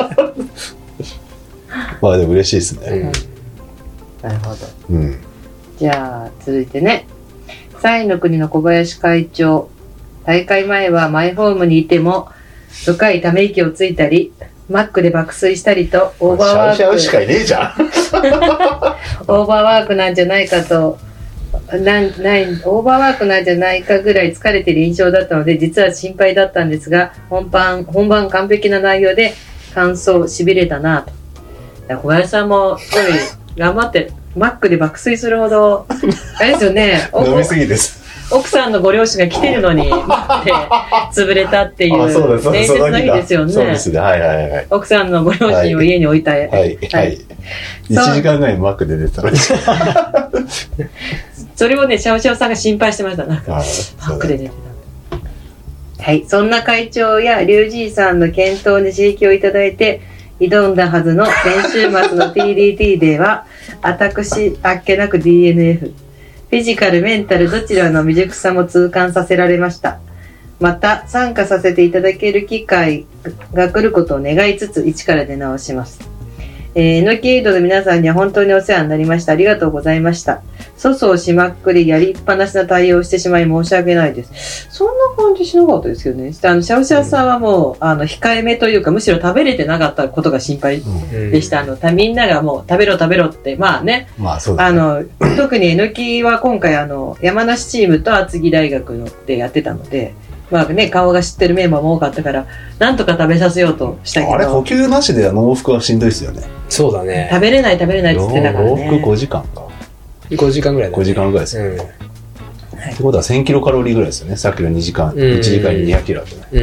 まあでも嬉しいですね、うん、 なるほど、うん、じゃあ続いてね、サイの国の小林会長、大会前はマイホームにいても深いため息をついたりマックで爆睡したりとオーバーワークシャウシャウしかいねえじゃんオーバーワークなんじゃないかとなんないオーバーワークなんじゃないかぐらい疲れている印象だったので、実は心配だったんですが、本番本番完璧な内容で感想しびれたなと。小林さんもすごい頑張ってマックで爆睡するほどあれですよね。 飲みすぎです。 奥さんのご両親が来てるのに待って潰れたっていう伝説の日ですよね。 そうですね。はいはいはい。 奥さんのご両親を家に置いた、はい、 はいはい。いちじかんぐらいマックで寝てたのに。 それをね、シャオシャオさんが心配してました。なんかマックで寝てた。はい、そんな会長やリュウジーさんの検討に刺激をいただいて挑んだはずの先週末の ティーディーティー では私あっけなく ディーエヌエフ、フィジカル、メンタルどちらの未熟さも痛感させられました。また参加させていただける機会が来ることを願いつつ一から出直します。えー、エノキエイドの皆さんには本当にお世話になりました。ありがとうございました。粗相しまっくりやりっぱなしな対応をしてしまい申し訳ないです。そんな感じしなかったですけどね。あのシャウシャウさんはもうあの控えめというか、むしろ食べれてなかったことが心配でした。うん、あのみんながもう食べろ食べろってまあね。 まあそうですね。 あの特にえのきは今回あの山梨チームと厚木大学のでやってたので。まあね、顔が知ってるメンバーも多かったからなんとか食べさせようとしたけど、 あれ補給なしであの往復はしんどいですよね。 そうだね、 食べれない食べれないって言ってたからね。 往復ごじかんかごじかんぐらいだ、ね、 ごじかんぐらいですよね、うん、はい、ってことはせんキロカロリーぐらいですよね。さっきのにじかん、うん、いちじかんににひゃくキロだとね、うんうん、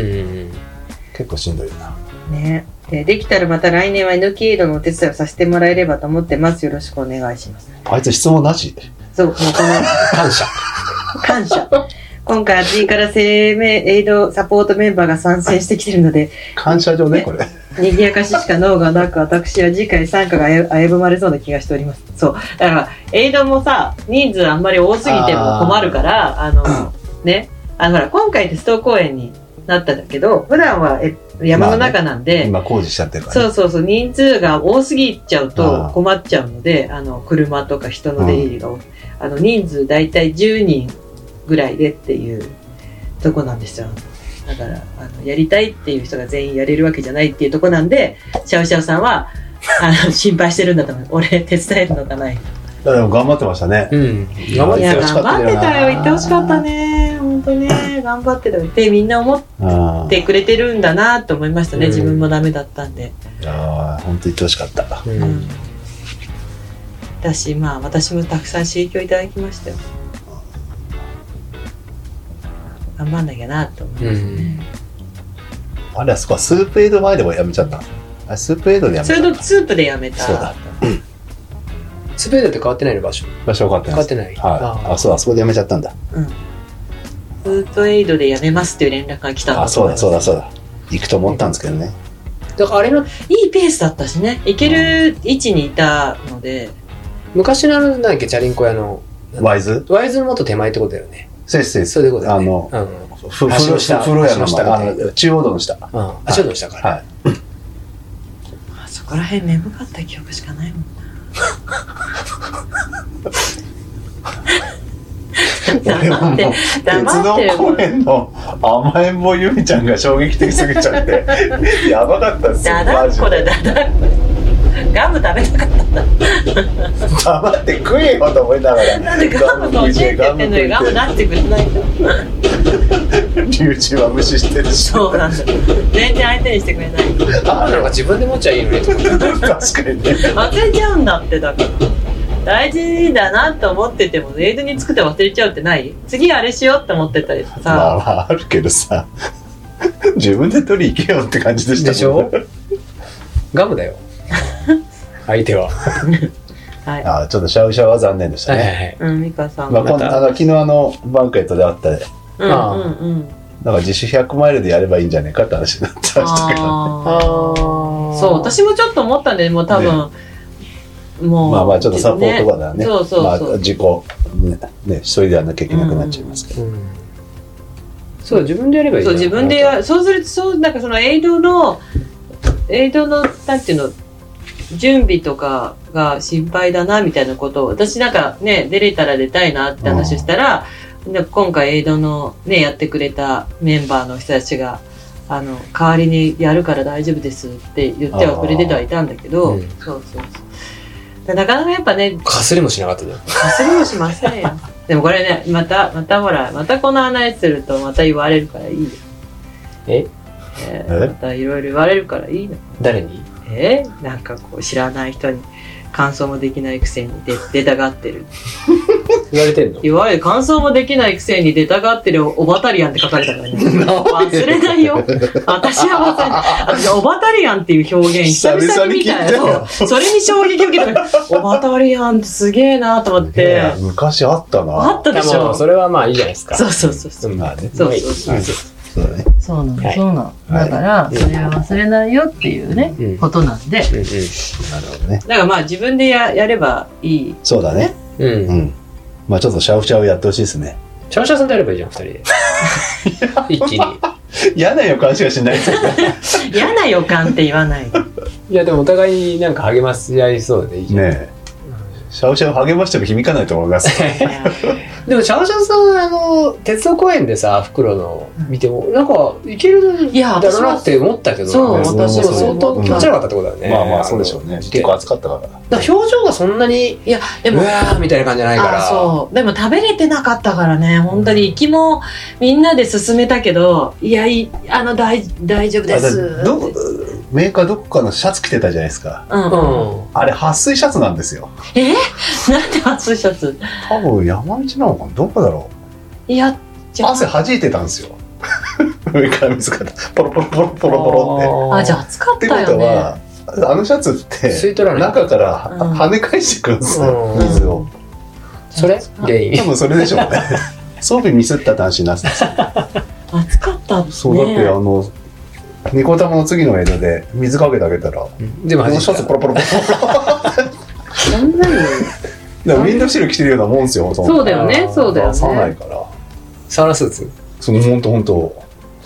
結構しんどいなね。で, できたらまた来年はえのきエイドのお手伝いをさせてもらえればと思ってます。よろしくお願いします。 あいつ質問なし。 そう、もうこの感謝感謝今回暑いから生命エイドサポートメンバーが参戦してきてるので感謝状ね、これ賑やかししか脳がなく、私は次回参加が危ぶまれそうな気がしております。そうだからエイドもさ、人数あんまり多すぎても困るから、あのね、あのほら今回テスト公演になったんだけど、普段はえ山の中なんで、 まあね、今工事しちゃってるから、 ね、そうそうそう、人数が多すぎちゃうと困っちゃうので、あの車とか人の出入りが多い、あの人数だいたいじゅうにんぐらいでっていうとこなんですよ。だからあのやりたいっていう人が全員やれるわけじゃないっていうとこなんで、シャオシャオさんはあの心配してるんだと思う。俺手伝えるのかない。 でも頑張ってましたね。 うん。 頑張ってた。頑張ってたよ。言ってほしかったね。本当ね、頑張ってたってみんな思ってくれてるんだなと思いましたね。自分もダメだったんで。 いや本当言ってほしかった。うん。 私まあ私もたくさん刺激をいただきましたよ。頑張んなきゃなと思いますね。 うん、あれあそこはスープエイド前でもやめちゃった。あスープエイドでやめた。 それとスープでやめた。 そうだ。 スープエイドって変わってないの場所？ 場所変わってない。 変わってない。 はい。あ、そうだ、あそこでやめちゃったんだ。 うん。スープエイドでやめますっていう連絡が来たんだ。 あ、そうだそうだそうだ。行くと思ったんですけどね。 だからあれのいいペースだったしね。行ける位置にいたので。 昔のあのなんだっけチャリンコ屋のワイズ？ ワイズのもっと手前ってことだよね。 そうですそういうことだよね。 あの、 うん、 ふ風呂下、風呂屋の下、あの中央道の下。うん、 あ、中央道の下から。 はい。 あそこら辺眠かった記憶しかないもんな。 黙って鉄道公園の甘えん坊ゆみちゃんが衝撃的すぎちゃってやばかったっすよ。 だだっこだだだっこ。ガム食べたかったんだ。 黙って食えよと思いながら。 なんでガムと教えてって言ってんのにガム出してくれないんだ。 リュウジは無視してるし。 そうなんだ。全然相手にしてくれない。 ガムなんか自分で持っちゃいいのにと思って。 確かにね。 忘れちゃうんだってだから。大事だなと思っててもエイドに作って忘れちゃうってない？次あれしようって思ってたりさ。 まあまああるけどさ。自分で取り行けよって感じでしたもん。 でしょ？ガムだよ。相手は。 はい。 あ、ちょっとシャウシャウは残念でしたね。 はいはいはい。 うん、ミカさん。 まあ、今度あの昨日あのバンクエットであったで。 うんうんうん。 なんか自主ひゃくマイルでやればいいんじゃないかって話になってましたけどね。 ああ。そう、私もちょっと思ったんで、もう多分。ねもうまあまあちょっとサポートがね、 そうそうそう、 まあ、自己ねね一人でやんなきゃいけなくなっちゃいますけど、うんうん、 そう自分でやればいい。 そう自分でやそうするとそうなんかそのエイドのエイドのなんていうの準備とかが心配だなみたいなことを私なんかね出れたら出たいなって話をしたら、うん、で今回エイドのねやってくれたメンバーの人たちがあの代わりにやるから大丈夫ですって言ってはくれてはいたんだけど、うん、そうそうそう。なかなかやっぱね、 かすりもしなかったじゃん。 かすりもしませんよ。でもこれね、また、またほら、またこの話するとまた言われるからいいよ。 ええー、またいろいろ言われるからいいの。 誰に？ えー、なんかこう知らない人に感想もできないくせに出出たがってる。 言われてんの？ 言われる。感想もできないくせに出たがってるオバタリアンって書かれたからね。忘れないよ。私は忘れない。私オバタリアンっていう表現久々に見たよ。それに衝撃を受けた。オバタリアンってすげえなと思って。 昔あったな。 あったでしょ。 それはまあいいじゃないですか。 そうそうそうそう。 まあね。 そうそうそう。 そうだね。 そうなの、はい、そうなの。だから、はい、それは忘れないよっていうね、うん、ことなんで。うんうん、なるほどね。だからまあ自分で や, やればいい、ね。 そうだね。うん。うん。まあちょっとシャウシャウやってほしいですね。 シャウシャウさんとやればいいじゃん、二人で。一気に。 嫌な予感しかしないですよね。 嫌な予感って言わない。 いやでもお互いになんか励まし合いそうでいいじゃん。ねえ。 シャウシャウ励ましても響かないと思います。 でもシャウシャウさんあの鉄道公園でさ袋の見てもなんかいけるだろうなって思ったけど、 そう私も相当気持ち悪かったってことだよね。 まあまあそうでしょうね。結構暑かったから。だから表情がそんなにいやでもうわーみたいな感じじゃないから。 そうでも食べれてなかったからね本当に行きもみんなで進めたけどいやいあの大大丈夫です。 どメーカーどこかのシャツ着てたじゃないですか。 うん、 うん、あれ撥水シャツなんですよ。 え？なんで撥水シャツ？ 多分山道なのかなどこだろう。いや汗弾いてたんですよ。上から水がポロポロポロポロポロって。 あじゃあ暑かったよね。 ってことはあのシャツって中から跳ね返してくるんですよ、うん、水を。 それ原因。 多分それでしょうね。装備ミスったって話になってたんですよ。 暑かったね。 そうだってあの。ニコタマの次のエイドで水かけてあげたら、うん、でもこのシャツポロポロポロそんなにでもウィンドシール着てるようなもんですよ。 そうだよねそうだよね。 触らないからサウナスーツそのほんとほんと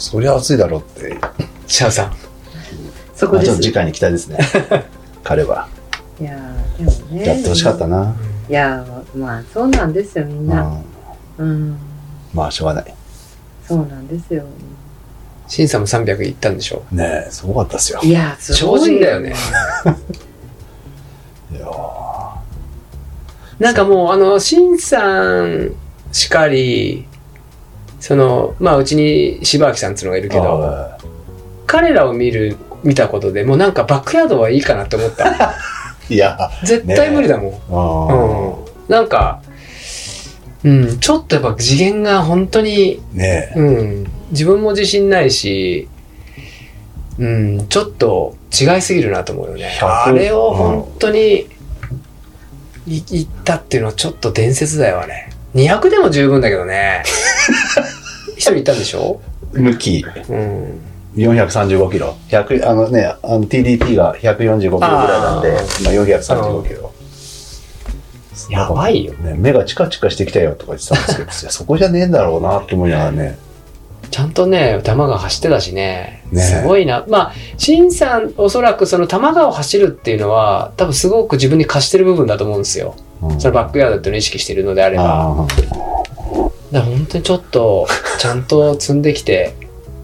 そりゃ熱いだろうって。 シャウさん。 そこです。 ちょっと次回に期待ですね。彼は。 いやでもね。 やってほしかったな。 いやまあそうなんですよみんな。うん。うん、まあしょうがない。 そうなんですよ。 シンさんもさんびゃくいったんでしょ。 ねえ、すごかったですよ。 いやすごい。超人だよね。 いやなんかもうあのシンさんしかり、そのまあうちに柴明さんっていうのがいるけど、彼らを見る見たことでもうなんかバックヤードはいいかなって思った。 いや絶対無理だもん。ね、うん、なんか、うん、ちょっとやっぱ次元が本当に、 ね、 うん、自分も自信ないし、うん、ちょっと違いすぎるなと思うよね。あれを本当に言ったっていうのはちょっと伝説だよね。にひゃくでも十分だけどね。一人いたんでしょ？ 向き。 うん。 よんひゃくさんじゅうごキロ。ひゃくあのね、あの ティーディーティー がひゃくよんじゅうごキロぐらいなんで、まあよんひゃくさんじゅうごキロ。 やばいよね。目がチカチカしてきたよとか言ってたんですけど、いやそこじゃねえんだろうなって思いながらね。 ちゃんとね、玉川走ってたしね。ねすごいな。まあ、新さん、おそらくその玉川を走るっていうのは、多分すごく自分に貸してる部分だと思うんですよ。うん、そのバックヤードっていうのを意識しているのであれば。あだから本当にちょっと、ちゃんと積んできて、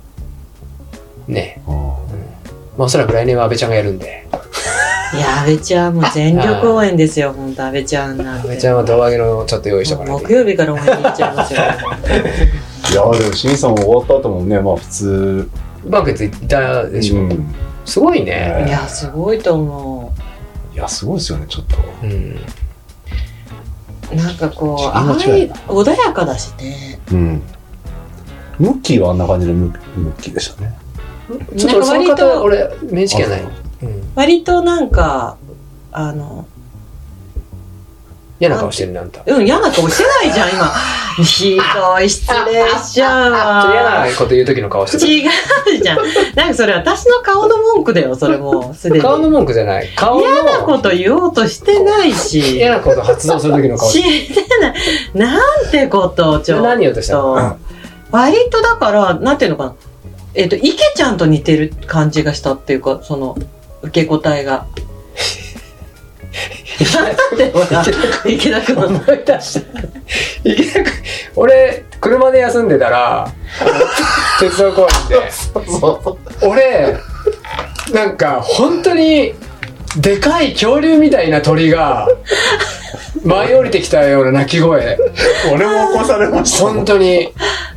ね。うん、まあ、おそらく来年は安倍ちゃんがやるんで。 いや、安倍ちゃんも全力応援ですよ、本当安倍ちゃんなんて。 安倍ちゃんは胴上げのちょっと用意しとかないと。 木曜日から応援に行っちゃいますよ。 いやでも新さんも終わった後もね、まあ普通バケツいたでしょ、うん、すごいね。 いやすごいと思う。いやすごいですよねちょっと、 うん、なんかこうあまり穏やかだしね。 うん。ムッキーはあんな感じでムッキーでしたね。 ちょっとその方俺面識はない、うん、 割となんかあの嫌な顔してるねあんた。 うん嫌な顔してないじゃん今。ひどい失礼しちゃうわ。 嫌なこと言う時の顔してる。 違うじゃん。なんかそれ私の顔の文句だよそれもすでに。 顔の文句じゃない。顔の嫌なこと言おうとしてないし。 嫌なこと発動する時の顔。 してない。なんてことちょっと。 何言おうとしたの？ 割とだからなんていうのかな。えっと池ちゃんと似てる感じがしたっていうかその受け答えが。なんでほら池田君思い出した池田君俺車で休んでたら鉄道公園でそうそう俺なんか本当にでかい恐竜みたいな鳥が舞い降りてきたような鳴き声。 俺も起こされました本当に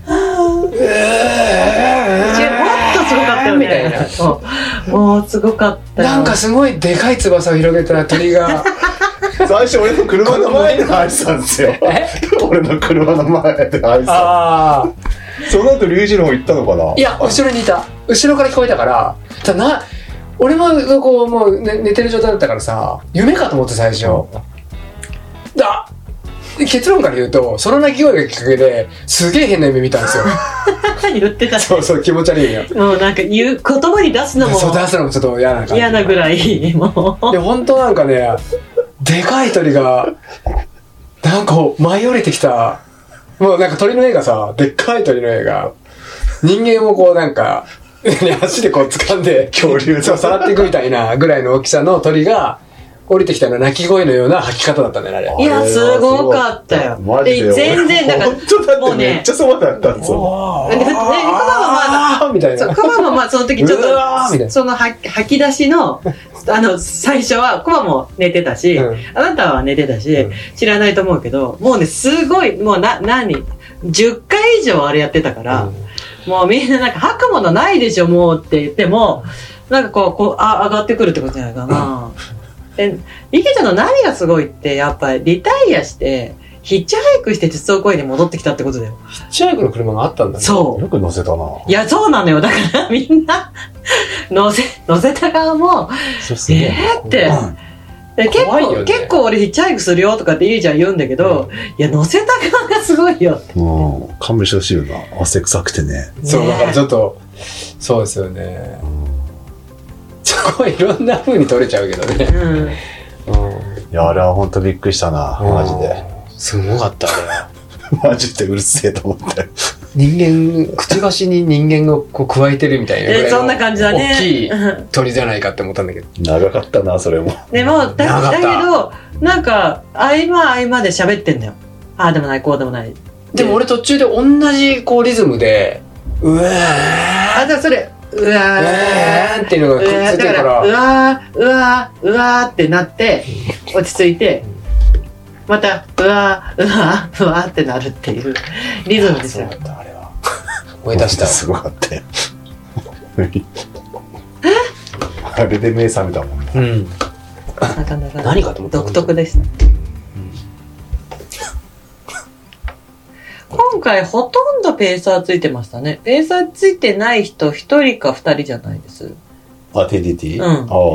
すごかったよねみたいな。もうすごかったなんかすごいでかい翼を広げた鳥が最初俺の車の前で入ってたんですよ。俺の車の前で入ってた。ああその後龍二の方行ったのかな。 いや後ろにいた。後ろから聞こえたからたな俺もこうもう、ね、寝てる状態だったからさ夢かと思って最初、うん、だ結論から言うとその鳴き声がきっかけですげえ変な夢見たんですよ。 言ってた、ね、 そうそう気持ち悪いよ。 もうなんか言う言葉に出すのもそう出すのもちょっと嫌な感じ嫌なぐらいもうで本当なんかねでかい鳥がなんか舞い降りてきた。もうなんか鳥の絵がさでっかい鳥の絵が人間をこうなんか足でこう掴んで恐竜そうさらっていくみたいなぐらいの大きさの鳥が降りてきたような鳴き声のような吐き方だったんだよねあれ。 いやすごかったよ。 マジで全然なんか本当だってめっちゃそばだったんですよ。 で、カバはまだみたいな。そうカバはまあその時ちょっとその吐き出しのあの最初はコバも寝てたし、うん、あなたは寝てたし、うん、知らないと思うけどもうねすごいもうな何じゅっかい以上あれやってたから、うん、もうみんななんか吐くものないでしょもうって言ってもなんかこうこうあ上がってくるってことじゃないかな。で池ちゃんの何がすごいってやっぱりリタイアしてヒッチハイクして鉄道公園に戻ってきたってことだよ。 ヒッチハイクの車があったんだね。 そうよく乗せたな。 いやそうなのよだからみんな乗せ乗せた側もえーって、うん、結構、ね、結構俺ヒッチハイクするよとかっていいじゃん言うんだけど、うん、いや乗せた側がすごいよ。 うん勘弁してほしいよな汗臭くてね。 そうだからちょっとそうですよね。すごいいろんな風に撮れちゃうけどね。うんうん、 いやあれは本当びっくりしたなマジで。 すごかったね。 マジでうるせえと思って。 人間、くちばしに人間をこう加えてるみたいなぐらいのそんな感じだね。 大きい鳥じゃないかって思ったんだけど。 長かったな、それも。 でも、だ, だけど、なんか、合間合間で喋ってんだよ。ああでもない、こうでもない。 でも俺途中で同じこうリズムで、うわー。 あ、だからそれ、うわー。 うわーっていうのがくっついてるから。 うわー、うわー、うわーってなって、落ち着いて、また、うわー、うわー、うわーってなるっていうリズムですよ。 そうだった、あれは。思い出した。 すごかったよ。あれで目覚めたもんね。 うん。 なかなか何かと思った。 独特でした。今回ほとんどペーサーついてましたね。ペーサーついてない人一人か二人じゃないです。 あ、ティーディーティー？ うん。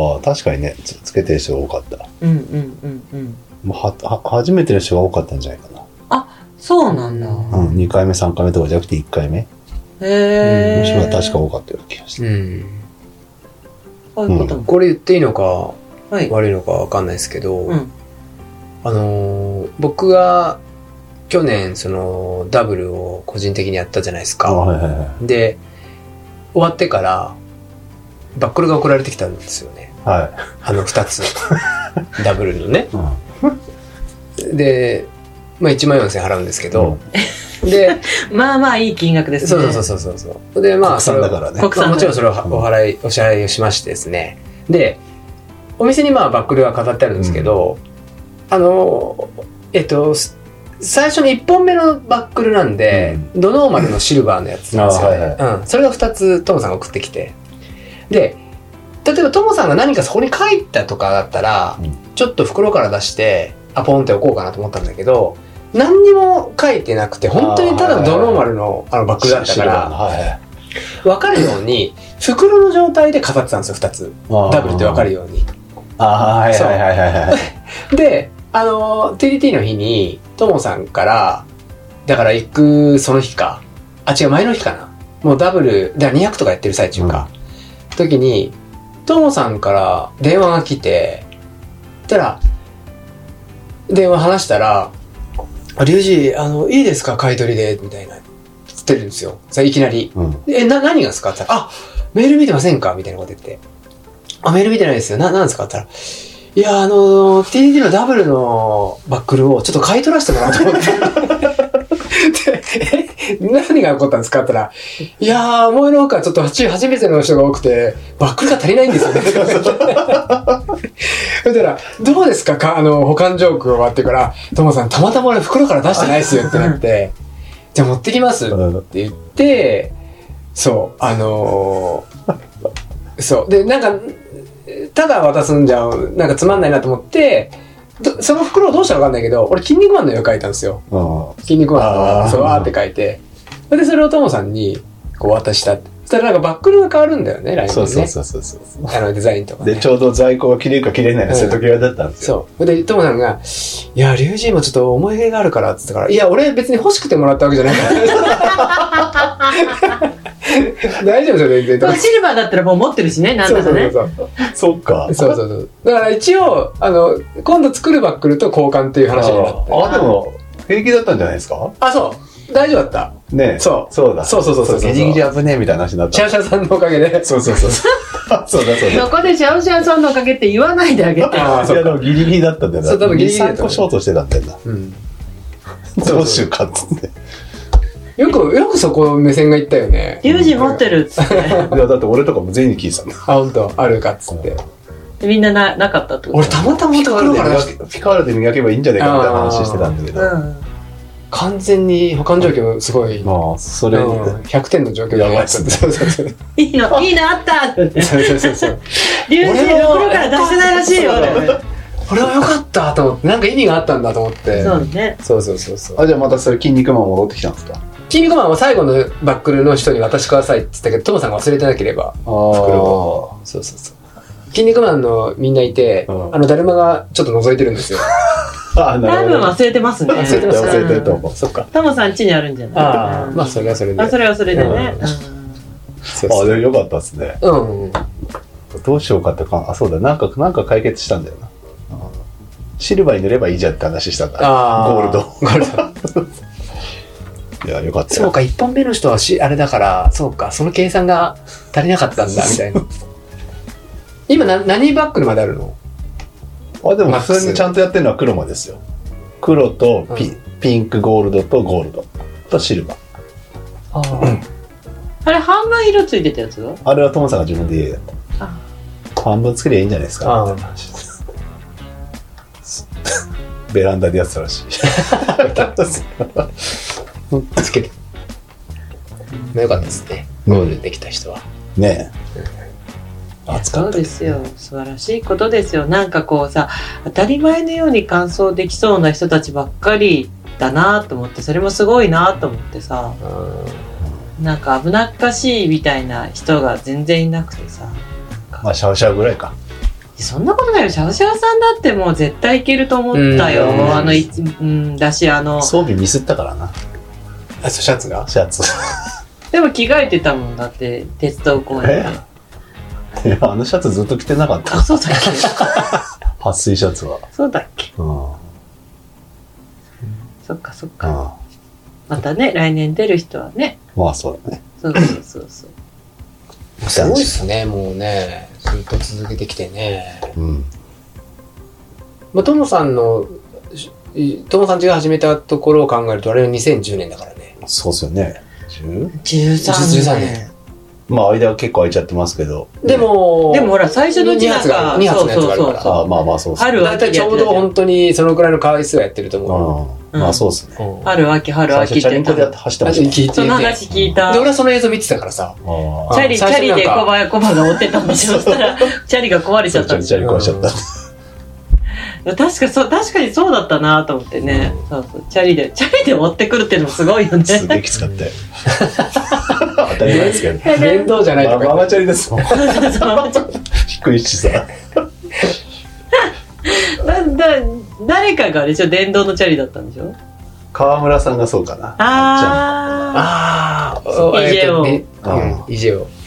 ああ、確かにね、つ, つけてる人が多かった。 うんうんうんうん。 もうはは初めての人が多かったんじゃないかな。 あ、そうなんだ。 うん、にかいめさんかいめとかじゃなくていっかいめ。 へえ。 の人が確か多かったような気がして。 うん。 そういうことも、 うん、これ言っていいのか、 はい、 悪いのかわかんないですけど、 うん、 あのー、僕が去年そのダブルを個人的にやったじゃないですか。 はいはいはい、 で終わってからバックルが送られてきたんですよね。 はい。 あのふたつダブルのね。 うん、 で、まあいちまんよんせんえん払うんですけど、うん、でまあまあいい金額ですね。 そうそうそうそうそう。でまあそれだからね。 まあ、もちろんそれをお払いお支払いをしましてですね。でお店にまあバックルが飾ってあるんですけど、うん、あのえっと最初のいっぽんめのバックルなんで、うん、ドノーマルのシルバーのやつなんですよね、はいはい、うん、それがふたつトモさんが送ってきて、で例えばトモさんが何かそこに書いたとかだったら、うん、ちょっと袋から出してアポンって置こうかなと思ったんだけど、何にも書いてなくて本当にただのドノーマルのあのバックルだったから、はいはい、分かるように袋の状態で飾ってたんですよ、ふたつダブルって分かるように。 ああ、はいはいはいはいはい。 であの ティーディーティー の日にトモさんからだから行くその日か、あ違う前の日かな、もうダブルだからにひゃくとかやってる最中か、うん、時にトモさんから電話が来て、たら電話話したら「リュウジあのいいですか買い取りで」みたいなつってるんですよ、いきなり。うん、えな何がですかって言ったら「あメール見てませんか?」みたいなこと言って「あメール見てないですよ、ななんですか?」って言ったら「いやあの ティーディーティー のダブルのバックルをちょっと買い取らせてもらおうと思ってでえ何が起こったんですかって言ったら「いやー思いのほかちょっと初めての人が多くてバックルが足りないんですよね」そしたら「どうですかかあの保管ジョーク終わってからトモさんたまたま俺袋から出してないですよ」ってなって「じゃあ持ってきます」って言ってそうあのー、そうでなんかただ渡すんじゃなんかつまんないなと思ってその袋をどうしたら分かんないけど俺筋肉マンの絵を描いたんですよ。筋肉マンのそうわーって描いて、でそれをトモさんにこう渡した。そしたらなんかバックルが変わるんだよね、来年ね。そうそうそうそうそう。あのデザインとか、ね、 でちょうど在庫が切れるか切れないの瀬戸際だったんですよ。 そう。でトモさんがいやリュウジもちょっと思い入れがあるからって言ったからいや俺別に欲しくてもらったわけじゃないから大丈夫ですよ全然。 シルバーだったらもう持ってるしね、なんだかね。 そうそうそうそう。そっか。 そうそうそう。だから一応あの今度作るバックルと交換っていう話になって。 ああでも平気だったんじゃないですか。 あそう大丈夫だった。 ねそうそうだ。 そうそうそうそう。 ギリギリ危ねえみたいな話になった。 シャオシャオさんのおかげで。 そうそうそう。そうだそうだ。 そこでシャオシャオさんのおかげって言わないであげて。 ああそう。いやでもギリギリだったんだよ。 そう多分ギリギリだった。 さんこショートしてたんだよな。うん。どうしようかっつって。 よく、よくそこ目線がいったよね。 リュウジ持ってるっつって。いや、 だって俺とかも全員に聞いてたんだ。 あ、ほんと、あるかっつって。 みんなな、なかったってこと。 俺たまたま袋から出して。 ピカールで磨けばいいんじゃないかみたいな話してたんだけど。うん、 完全に保管状況すごい。 まあ、それ、 うん、ひゃくてんの状況でやったんで。そうそうそう。 いいの、いいのあったって。 そうそうそうそう。 リュウジ袋から出してないらしいよ。 これは良かったと思って、なんか意味があったんだと思って。 そうね。 そうそうそうそう。 あ、じゃあまたそれ筋肉マン戻ってきたんですか。 筋肉マンは最後のバックルの人に渡してくださいって言ったけどトモさんが忘れてなければ袋を。そうそうそう。筋肉マンのみんないて、うん、あのだるまがちょっと覗いてるんですよ。 あ、なるほど。多分忘れてますね。 忘れてます。 忘れてると思う。 そっか。 トモさん家にあるんじゃない。 ああ、まあそれはそれで。 あ、それはそれでね。 あ、でもよかったですね。 うん。 どうしようかってか、あ、そうだ、なんかなんか解決したんだよな。シルバーに塗ればいいじゃんって話したんだ。 ああ。 ゴールド。ゴールド。 いや、よかったよ。 そうか、いっぽんめの人はしあれだから、そうか、その計算が足りなかったんだみたいな。今な何バックルまであるの？ あ、でも普通にちゃんとやってるのは黒までですよ。黒と ピ,、うん、ピンクゴールドとゴールドとシルバー。 ああ、うん、あれ半分色ついてたやつは？ あれはトモさんが自分でやった。あ、半分つけりゃいいんじゃないですか。あベランダでやってたらしい。 つけて。まあ、よかったですね。ゴールできた人は。 ねえ。 暑かったですよ。素晴らしいことですよ。なんかこうさ、当たり前のように完走できそうな人たちばっかりだなと思って、それもすごいなと思ってさ、なんか危なっかしいみたいな人が全然いなくてさ。 まあシャウシャウぐらいか。 そんなことないよ。シャウシャウさんだってもう絶対いけると思ったよ。あの、うん、だし、あの。 装備ミスったからな。 あ、シャツがシャツ。 でも着替えてたもんだって、鉄道公園で。いや、あのシャツずっと着てなかった。 あ、そうだっけ撥水シャツは。 そうだっけ、うん、そっかそっか。うん、またね、来年出る人はね。 まあそうだね。 そうそうそうそう。 すごいっすね、もうね。ずっと続けてきてね。うん。まあ、トモさんの、トモさんちが始めたところを考えると、あれはにせんじゅうねんだからね。 そうっすよね。 じゅうさんねん。 まあ間は結構空いちゃってますけど。 でも、 でもほら、最初のうちなんか、 に発のやつがあるから。 あ、まあまあそうっすね。 春だいたいちょうど本当にそのくらいの回数やってると思う。まあそうっすね。 春秋春秋って。 チャリンコで走ってました。 その話聞いた。 で、俺はその映像見てたからさ。 チャリ、チャリでコバ、コバが追ってたんでしょ。そしたら、チャリが壊れちゃったんですよ。チャリ壊しちゃった。 確かそう、確かにそうだったなと思ってね。そうそう。チャリで、チャリで追ってくるっていうのもすごいよね。 すげえきつかったよ。当たり前ですけど。 面倒じゃないとか。 ママチャリですもん。低いしさ。 だ、だ、誰かがあれでしょ、電動のチャリだったんでしょ。 川村さんがそうかな。 あああ。 イジェオ。 イジェオ。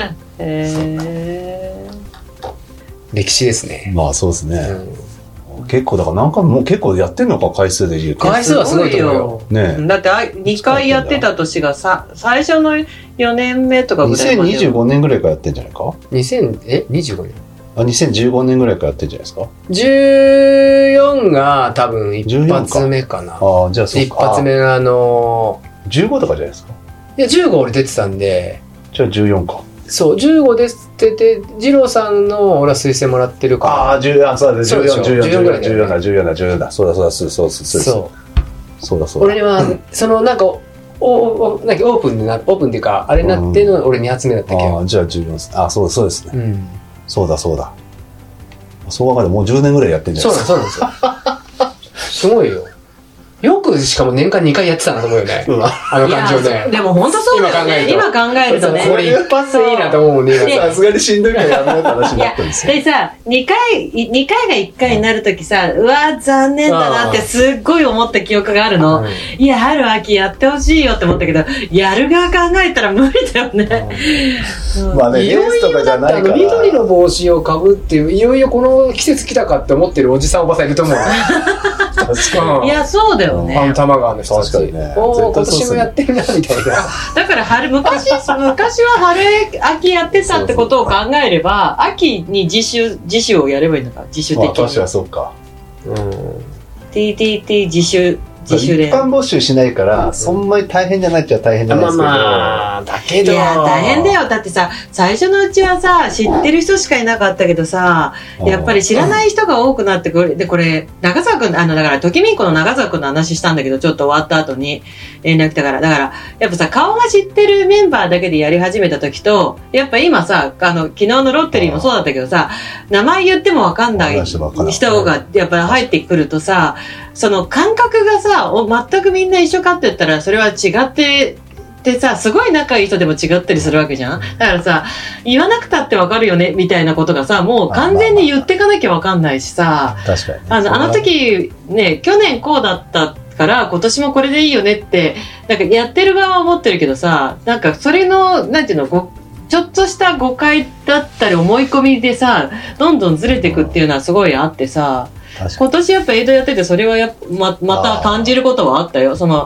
へー。 歴史ですね。 まあそうですね。結構だから何回も結構やってんのか、回数で言うと。 回数はすごいと思うよ。 ね。 だってにかいやってた年がさ、最初のよねんめとかぐらいまで。 にせんにじゅうごねんぐらいからやってんじゃないか。 にせんえにじゅうごねん。 あ、にせんじゅうごねんぐらいからやってんじゃないですか。 じゅうよんが多分一発目かな。 ああ、じゃあそうか。 一発目があのー、じゅうごとかじゃないですか。 いやじゅうご俺出てたんで。 じゃあじゅうよんか。 そう、じゅうご出てて、二郎さんの俺は推薦もらってるから。 ああ、じゅうよん、そうだ、じゅうよん、じゅうよん、じゅうよんだ、じゅうよんだ、じゅうよんだ、じゅうよんだ、そうだ、そうだ、そうだ、そうだ、そうだ、そうだ。 俺は、そのなんか、お、お、なんかオープンでな、オープンっていうか、あれになっての俺に発目だったけど。 ああ、じゃあじゅうよん、あ、そうそうですね。うん。そうだ、そうだ。そう分かる、もうじゅうねんぐらいやってんじゃないですか。 そうなんですよ。すごいよ。よくしかも年間にかいやってたなと思うよね。あの感情で。 でも本当そうだよね。今考えるとね。 これ一発でいいなと思うもんね。 さすがにしんどいからやめようって話になったんですよ。 でさ、にかい、にかいがいっかいになるときさ、うわ残念だなってすっごい思った記憶があるの。いや、春秋やってほしいよって思ったけど、やる側考えたら無理だよね。 まあね、レースとかじゃないから。 緑の帽子をかぶっていよいよこの季節来たかって思ってるおじさんおばさんいると思う。 確かに。いや、そうだよね。 あの玉川の人たち。 確かにね。 おー、今年もやってるな、みたいな。 だから春、昔、昔は春、秋やってたってことを考えれば、秋に自主、自主をやればいいのか、自主的に。 まあ、確かにそうか。 うん。 ティーティーティー 自主。自主練。 一般募集しないから、そんなに大変じゃないっちゃ大変じゃないですけど。 まあ、だけど。 いや、大変だよ。だってさ、最初のうちはさ、知ってる人しかいなかったけどさ、やっぱり知らない人が多くなってくる。で、これ、長澤くん、あの、だから、ときみんこの長澤くんの話したんだけど、ちょっと終わった後に連絡来たから。だから、やっぱさ、顔が知ってるメンバーだけでやり始めた時と、やっぱ今さ、あの、昨日のロッテリーもそうだったけどさ、名前言ってもわかんない人がやっぱり入ってくるとさ、その感覚がさ、全くみんな一緒かって言ったらそれは違ってでさ、すごい仲いい人でも違ったりするわけじゃん。だからさ、言わなくたってわかるよねみたいなことがさ、もう完全に言ってかなきゃわかんないしさ、 確かに、ね、 あのあの時ね、去年こうだったから今年もこれでいいよねってなんかやってる側は思ってるけどさ、なんかそれのなんていうの、ごちょっとした誤解だったり思い込みでさ、どんどんずれていくっていうのはすごいあってさ、今年やっぱ江戸やっててそれはやっ ま, また感じることはあったよ。その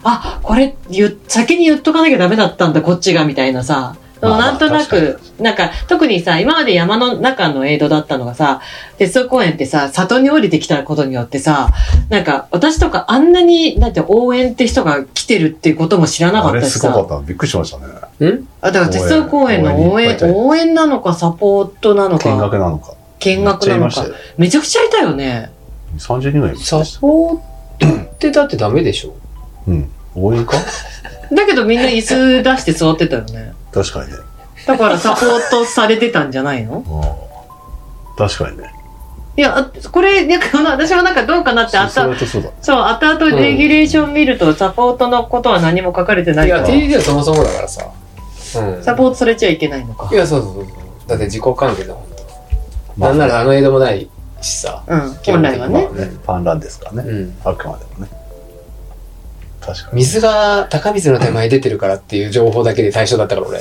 あ、これ言先に言っとかなきゃダメだったんだこっちがみたいなさ、まあ、なんとなくなんか特にさ今まで山の中の映像だったのがさ、鉄道公園ってさ里に降りてきたことによってさ、なんか私とかあんなになんて応援って人が来てるっていうことも知らなかったしさ。 あれすごかった、びっくりしましたね。 んあ、だから鉄道公園の応援応援なのかサポートなのか見学なのか見学なのかめちゃくちゃいたよね。 さんじゅうにんぐらいいました。 サポートってだってダメでしょ。 うん、応援かだけどみんな椅子出して座ってたよね。 確かにね。 だからサポートされてたんじゃないの？ ああ、確かにね。 いや、これ、なんか私もなんかどうかなってあった、そう、そう、後々レギュレーション見ると、うん、サポートのことは何も書かれてないから。 いや、ティーディー はそもそもだからさ、 うん。サポートされちゃいけないのか。 いや、そうそうそう。だって自己関係だ、ほんと。まあ、なんならあの映像もないしさ。 うん、本来はね。 まあね、ファンランですからね。うん、あくまでもね。確かに。 水が高水の手前出てるからっていう情報だけで対象だったから俺。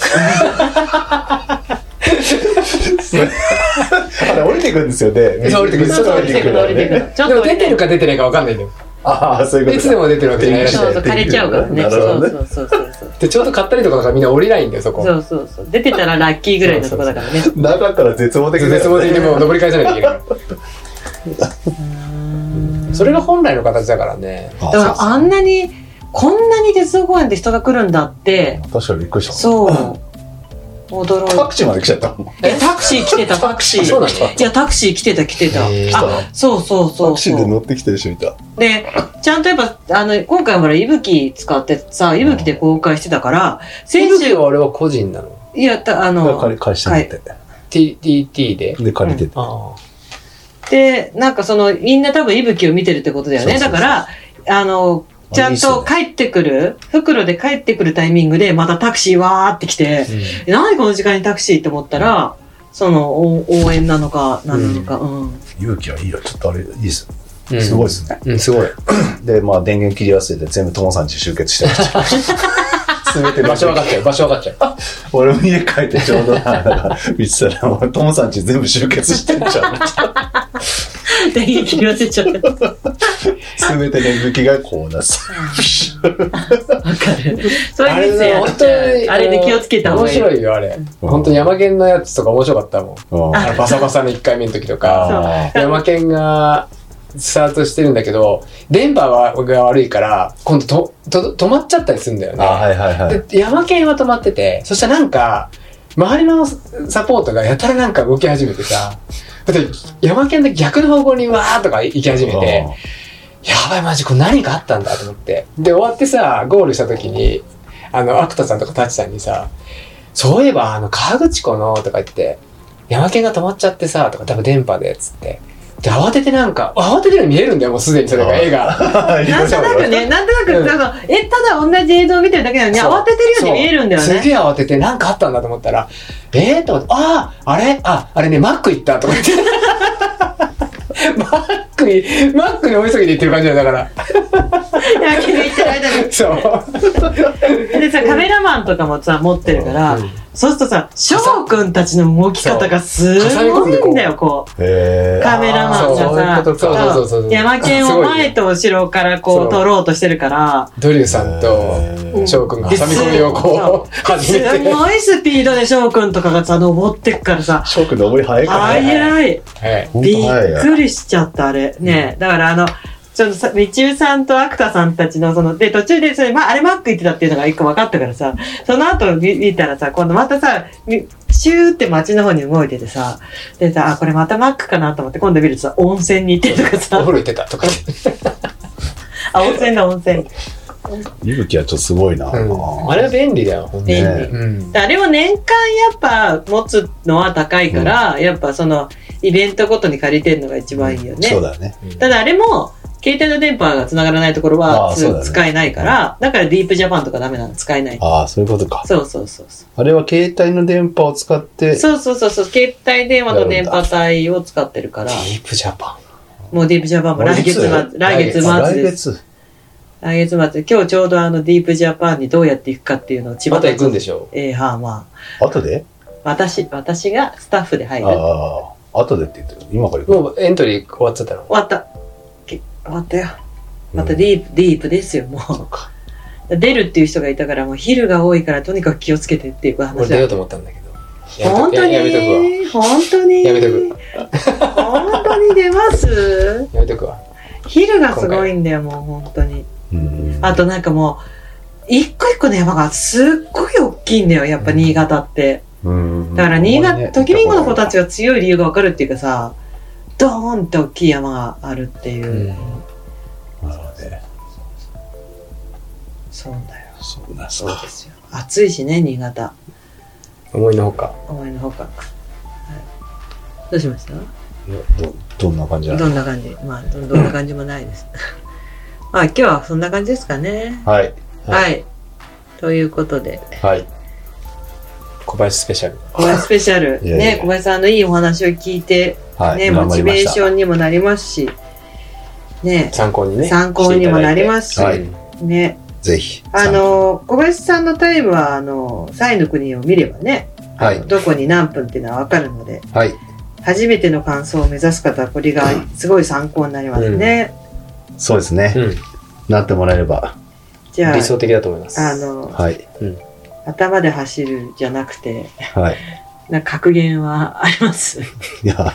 あれ降りてくるんですよね。 降りてくる。 ちょっと降りてくる。降りてくる。 でも出てるか出てないか分かんないんだよ。 ああ、そういうこと。 いつでも出てるわけじゃないらしい。 そうそう、枯れちゃうからね。そうそうそうそう。 で、ちょうど買ったりとかだからみんな降りないんだよ、そこ。 そうそうそう。出てたらラッキーぐらいのとこだからね。 中から絶望的に。 絶望的にもう登り返さないといけない。それが本来の形だからね。 だからあんなに、こんなに鉄道公園で人が来るんだって。 確かにびっくりした。 そう。驚いた。 タクシーまで来ちゃったもん。 え、タクシー来てた、タクシー。 そうなの？ いや、タクシー来てた、来てた。あ、そうそうそう。 タクシーで乗ってきてる人いた。 で、ちゃんとやっぱ、あの、今回はほら、いぶき使ってさ、いぶきで公開してたから、 先週はあれは個人なの？ いや、あの、 借り返してみて。 ティーティーティー で？ で、借りてて。 で、なんかその、みんな多分いぶきを見てるってことだよね。だから、あの、ちゃんと帰ってくる、袋で帰ってくるタイミングでまたタクシーわーって来て、うん、なんでこの時間にタクシーって思ったら、その応援なのか何なのか、うん。 勇気はいいよ、ちょっとあれいいですよ。すごいですね。 うん、すごい。 で、まあ電源切り忘れて全部友さんち集結してました。 全て場所分かっちゃう、場所分かっちゃう。 俺も家帰ってちょうどなんか見てたら、友さんち全部集結してんじゃん。 電源切り忘れちゃった。 すべての武器がこう出す。 わかる。それですよ。本当にあれで気をつけた方がいい。 面白いよあれ。本当に山県のやつとか面白かったもん。あのバサバサのいっかいめの時とか、山県がスタートしてるんだけど、電波が悪いから今度とと止まっちゃったりするんだよね。 はいはいはい。 で山県は止まってて、そしたらなんか周りのサポートがやたらなんか動き始めてさ。だって山県の逆の方向にわーっとか行き始めて、やばいマジこれ何かあったんだと思って、で終わってさゴールした時にあのアクタさんとかタチさんにさ、そういえばあの河口湖のとか言って山県が止まっちゃってさとか、多分電波でっつって、で慌ててなんか慌ててるように見えるんだよ、もうすでにそれが絵がなんとなくね、なんとなく、うん、えただ同じ映像を見てるだけなのに慌ててるように見えるんだよね。 すげえ慌ててなんかあったんだと思ったら、えーと思って、あああれああれねマック行ったとか言ってマックにマックに大急ぎで行ってる感じだから野球に行ってる間にそうでさカメラマンとかもさ持ってるから、うん、そうするとさ翔くんたちの動き方がすごいんだよ、こうカメラマンがさ山県を前と後ろからこう撮ろうとしてるから、 ドリューさんと翔くんが挟み込みをこう始めて、 すごいスピードで翔くんとかがさ登ってくからさ、 翔くん登り早いから早い、びっくりしちゃったあれね。だからあのちょっとさ、みちゅうさんとアクタさんたちのその、で、途中でそれ、まあ、あれマック行ってたっていうのが一個分かったからさ、その後見見たらさ、今度またさ、シューって街の方に動いててさ、でさ、あ、これまたマックかなと思って今度見るとさ、温泉に行ってとかさ。 お風呂行ってたとか。 あ、温泉だ、温泉。 いぶきはちょっとすごいな、うん、 あれは便利だよ、 便利、うん、あれを年間やっぱ持つのは高いから、うん、やっぱそのイベントごとに借りてるのが一番いいよね、うん、 そうだね。 ただあれも携帯の電波が繋がらないところは、ね、使えないから、だからディープジャパンとかダメなの、使えない。 ああ、そういうことか。 そうそうそうそう。 あれは携帯の電波を使って。 そうそうそうそう、携帯電話の電波帯を使ってるから。ディープジャパン。もうディープジャパンも来月末、来月末です。来月。来月末。今日ちょうどあのディープジャパンにどうやって行くかっていうのを千葉で行くんでしょう。 ええー、はあまあ。後で？ 私、私がスタッフで入る。 ああ、後でって言ってる。今から行く。もうエントリー終わっちゃったの？ 終わった。終わったよ。またディープ、ディープですよ、もう。 出るっていう人がいたから、もう昼が多いからとにかく気をつけてっていう話だ。 俺出ようと思ったんだけど。 本当にやめとくわ。本当にやめとく。 本当に出ますやめとくわ。 昼がすごいんだよ、もう本当に。あとなんかもう、一個一個の山がすっごい大きいんだよ、やっぱ新潟って。だから新潟、ときみんごの子たちが強い理由がわかるっていうかさ、ドーンって大きい山があるっていう。うん、なるほどね。そうだよ。 そうだそうですよ。暑いしね、新潟。 思いのほか。 思いのほか。はい、どうしました？ ど、どんな感じなの？ どんな感じ？まあ、ど、どんな感じもないです。まあ、今日はそんな感じですかね。 はい。 はい。はい、ということで。 はい。 小林スペシャル。 小林スペシャル。いやいやね、小林さんのいいお話を聞いて、はい、ね、モチベーションにもなりますし、ね、 参考にね。 参考にもなりますし、はい、ね。 ぜひ。 あの、小林さんのタイムは、あの、サイの国を見ればね、はい、どこに何分っていうのはわかるので、はい。初めての感想を目指す方は、これがすごい参考になりますね。 うん、そうですね、うん。なってもらえれば。 じゃあ、理想的だと思います。 あの、 はい。うん、 頭で走るじゃなくて、 はい。 なんか格言はあります？ いや、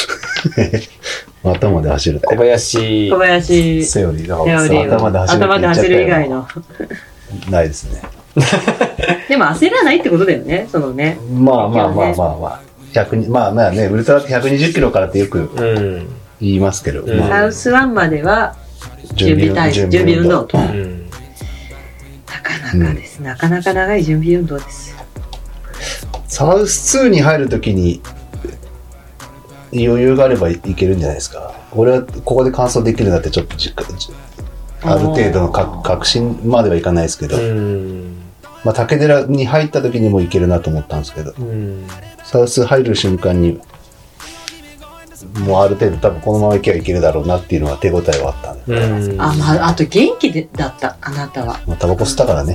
頭で走る。 小林。 小林。 セオリー。だから頭で走る。 頭で走る以外の。 ないですね。 でも焦らないってことだよね、そのね。 まあまあまあまあまあ。ひゃくまあまあね、ウルトラってひゃくにじゅっキロからってよく言いますけど。 うんまあ、サウスワンまでは準備体準備運動と。うん、なかなかです、うん。なかなか長い準備運動です。 サウスツーに入るときに余裕があればいけるんじゃないですか。俺はここで完走できるなってちょっとある程度の確信まではいかないですけど、まあ、竹寺に入った時にもいけるなと思ったんですけど、サウス入る瞬間にもうある程度多分このままいけばいけるだろうなっていうのは手応えはあったんで、 あ、まあ、あと元気でだったあなたは。 まあ、タバコ吸ったからね。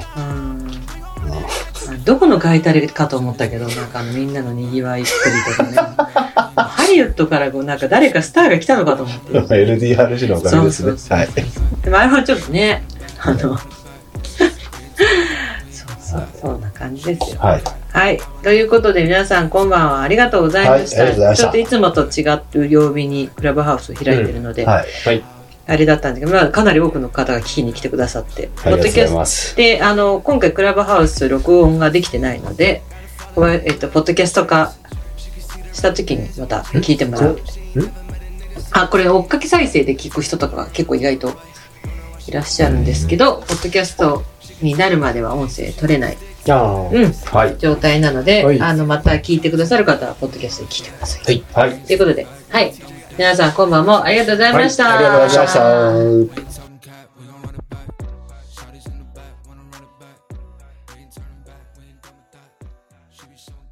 どこのガイタレかと思ったけど、なんかあのみんなのにぎわいっぷりとかね。ハリウッドからこうなんか誰かスターが来たのかと思って。 エルディーアールシー のおかげですね。そうそうそうそう、はい。 でもあれはちょっとね、あの、そうそう、そんな感じですよ。はい。はい。ということで皆さんこんばんは、ありがとうございました。はい、ありがとうございました。ちょっといつもと違う曜日にクラブハウスを開いてるので、うん、はい。はい、あれだったんですけど、まあ、かなり多くの方が聞きに来てくださって、 ありがとうございます。 で、あの、今回クラブハウス録音ができてないので、えっと、ポッドキャスト化した時にまた聞いてもらう。あ、これ追っかけ再生で聞く人とかが結構意外といらっしゃるんですけど、ポッドキャストになるまでは音声取れない、あ、うん、はい、状態なので、はい、あの、また聞いてくださる方は、ポッドキャストで聞いてください。はい。はい。ということで、はい。皆さん、こんばんもありがとうございました。はい、ありがとうございました。Should be so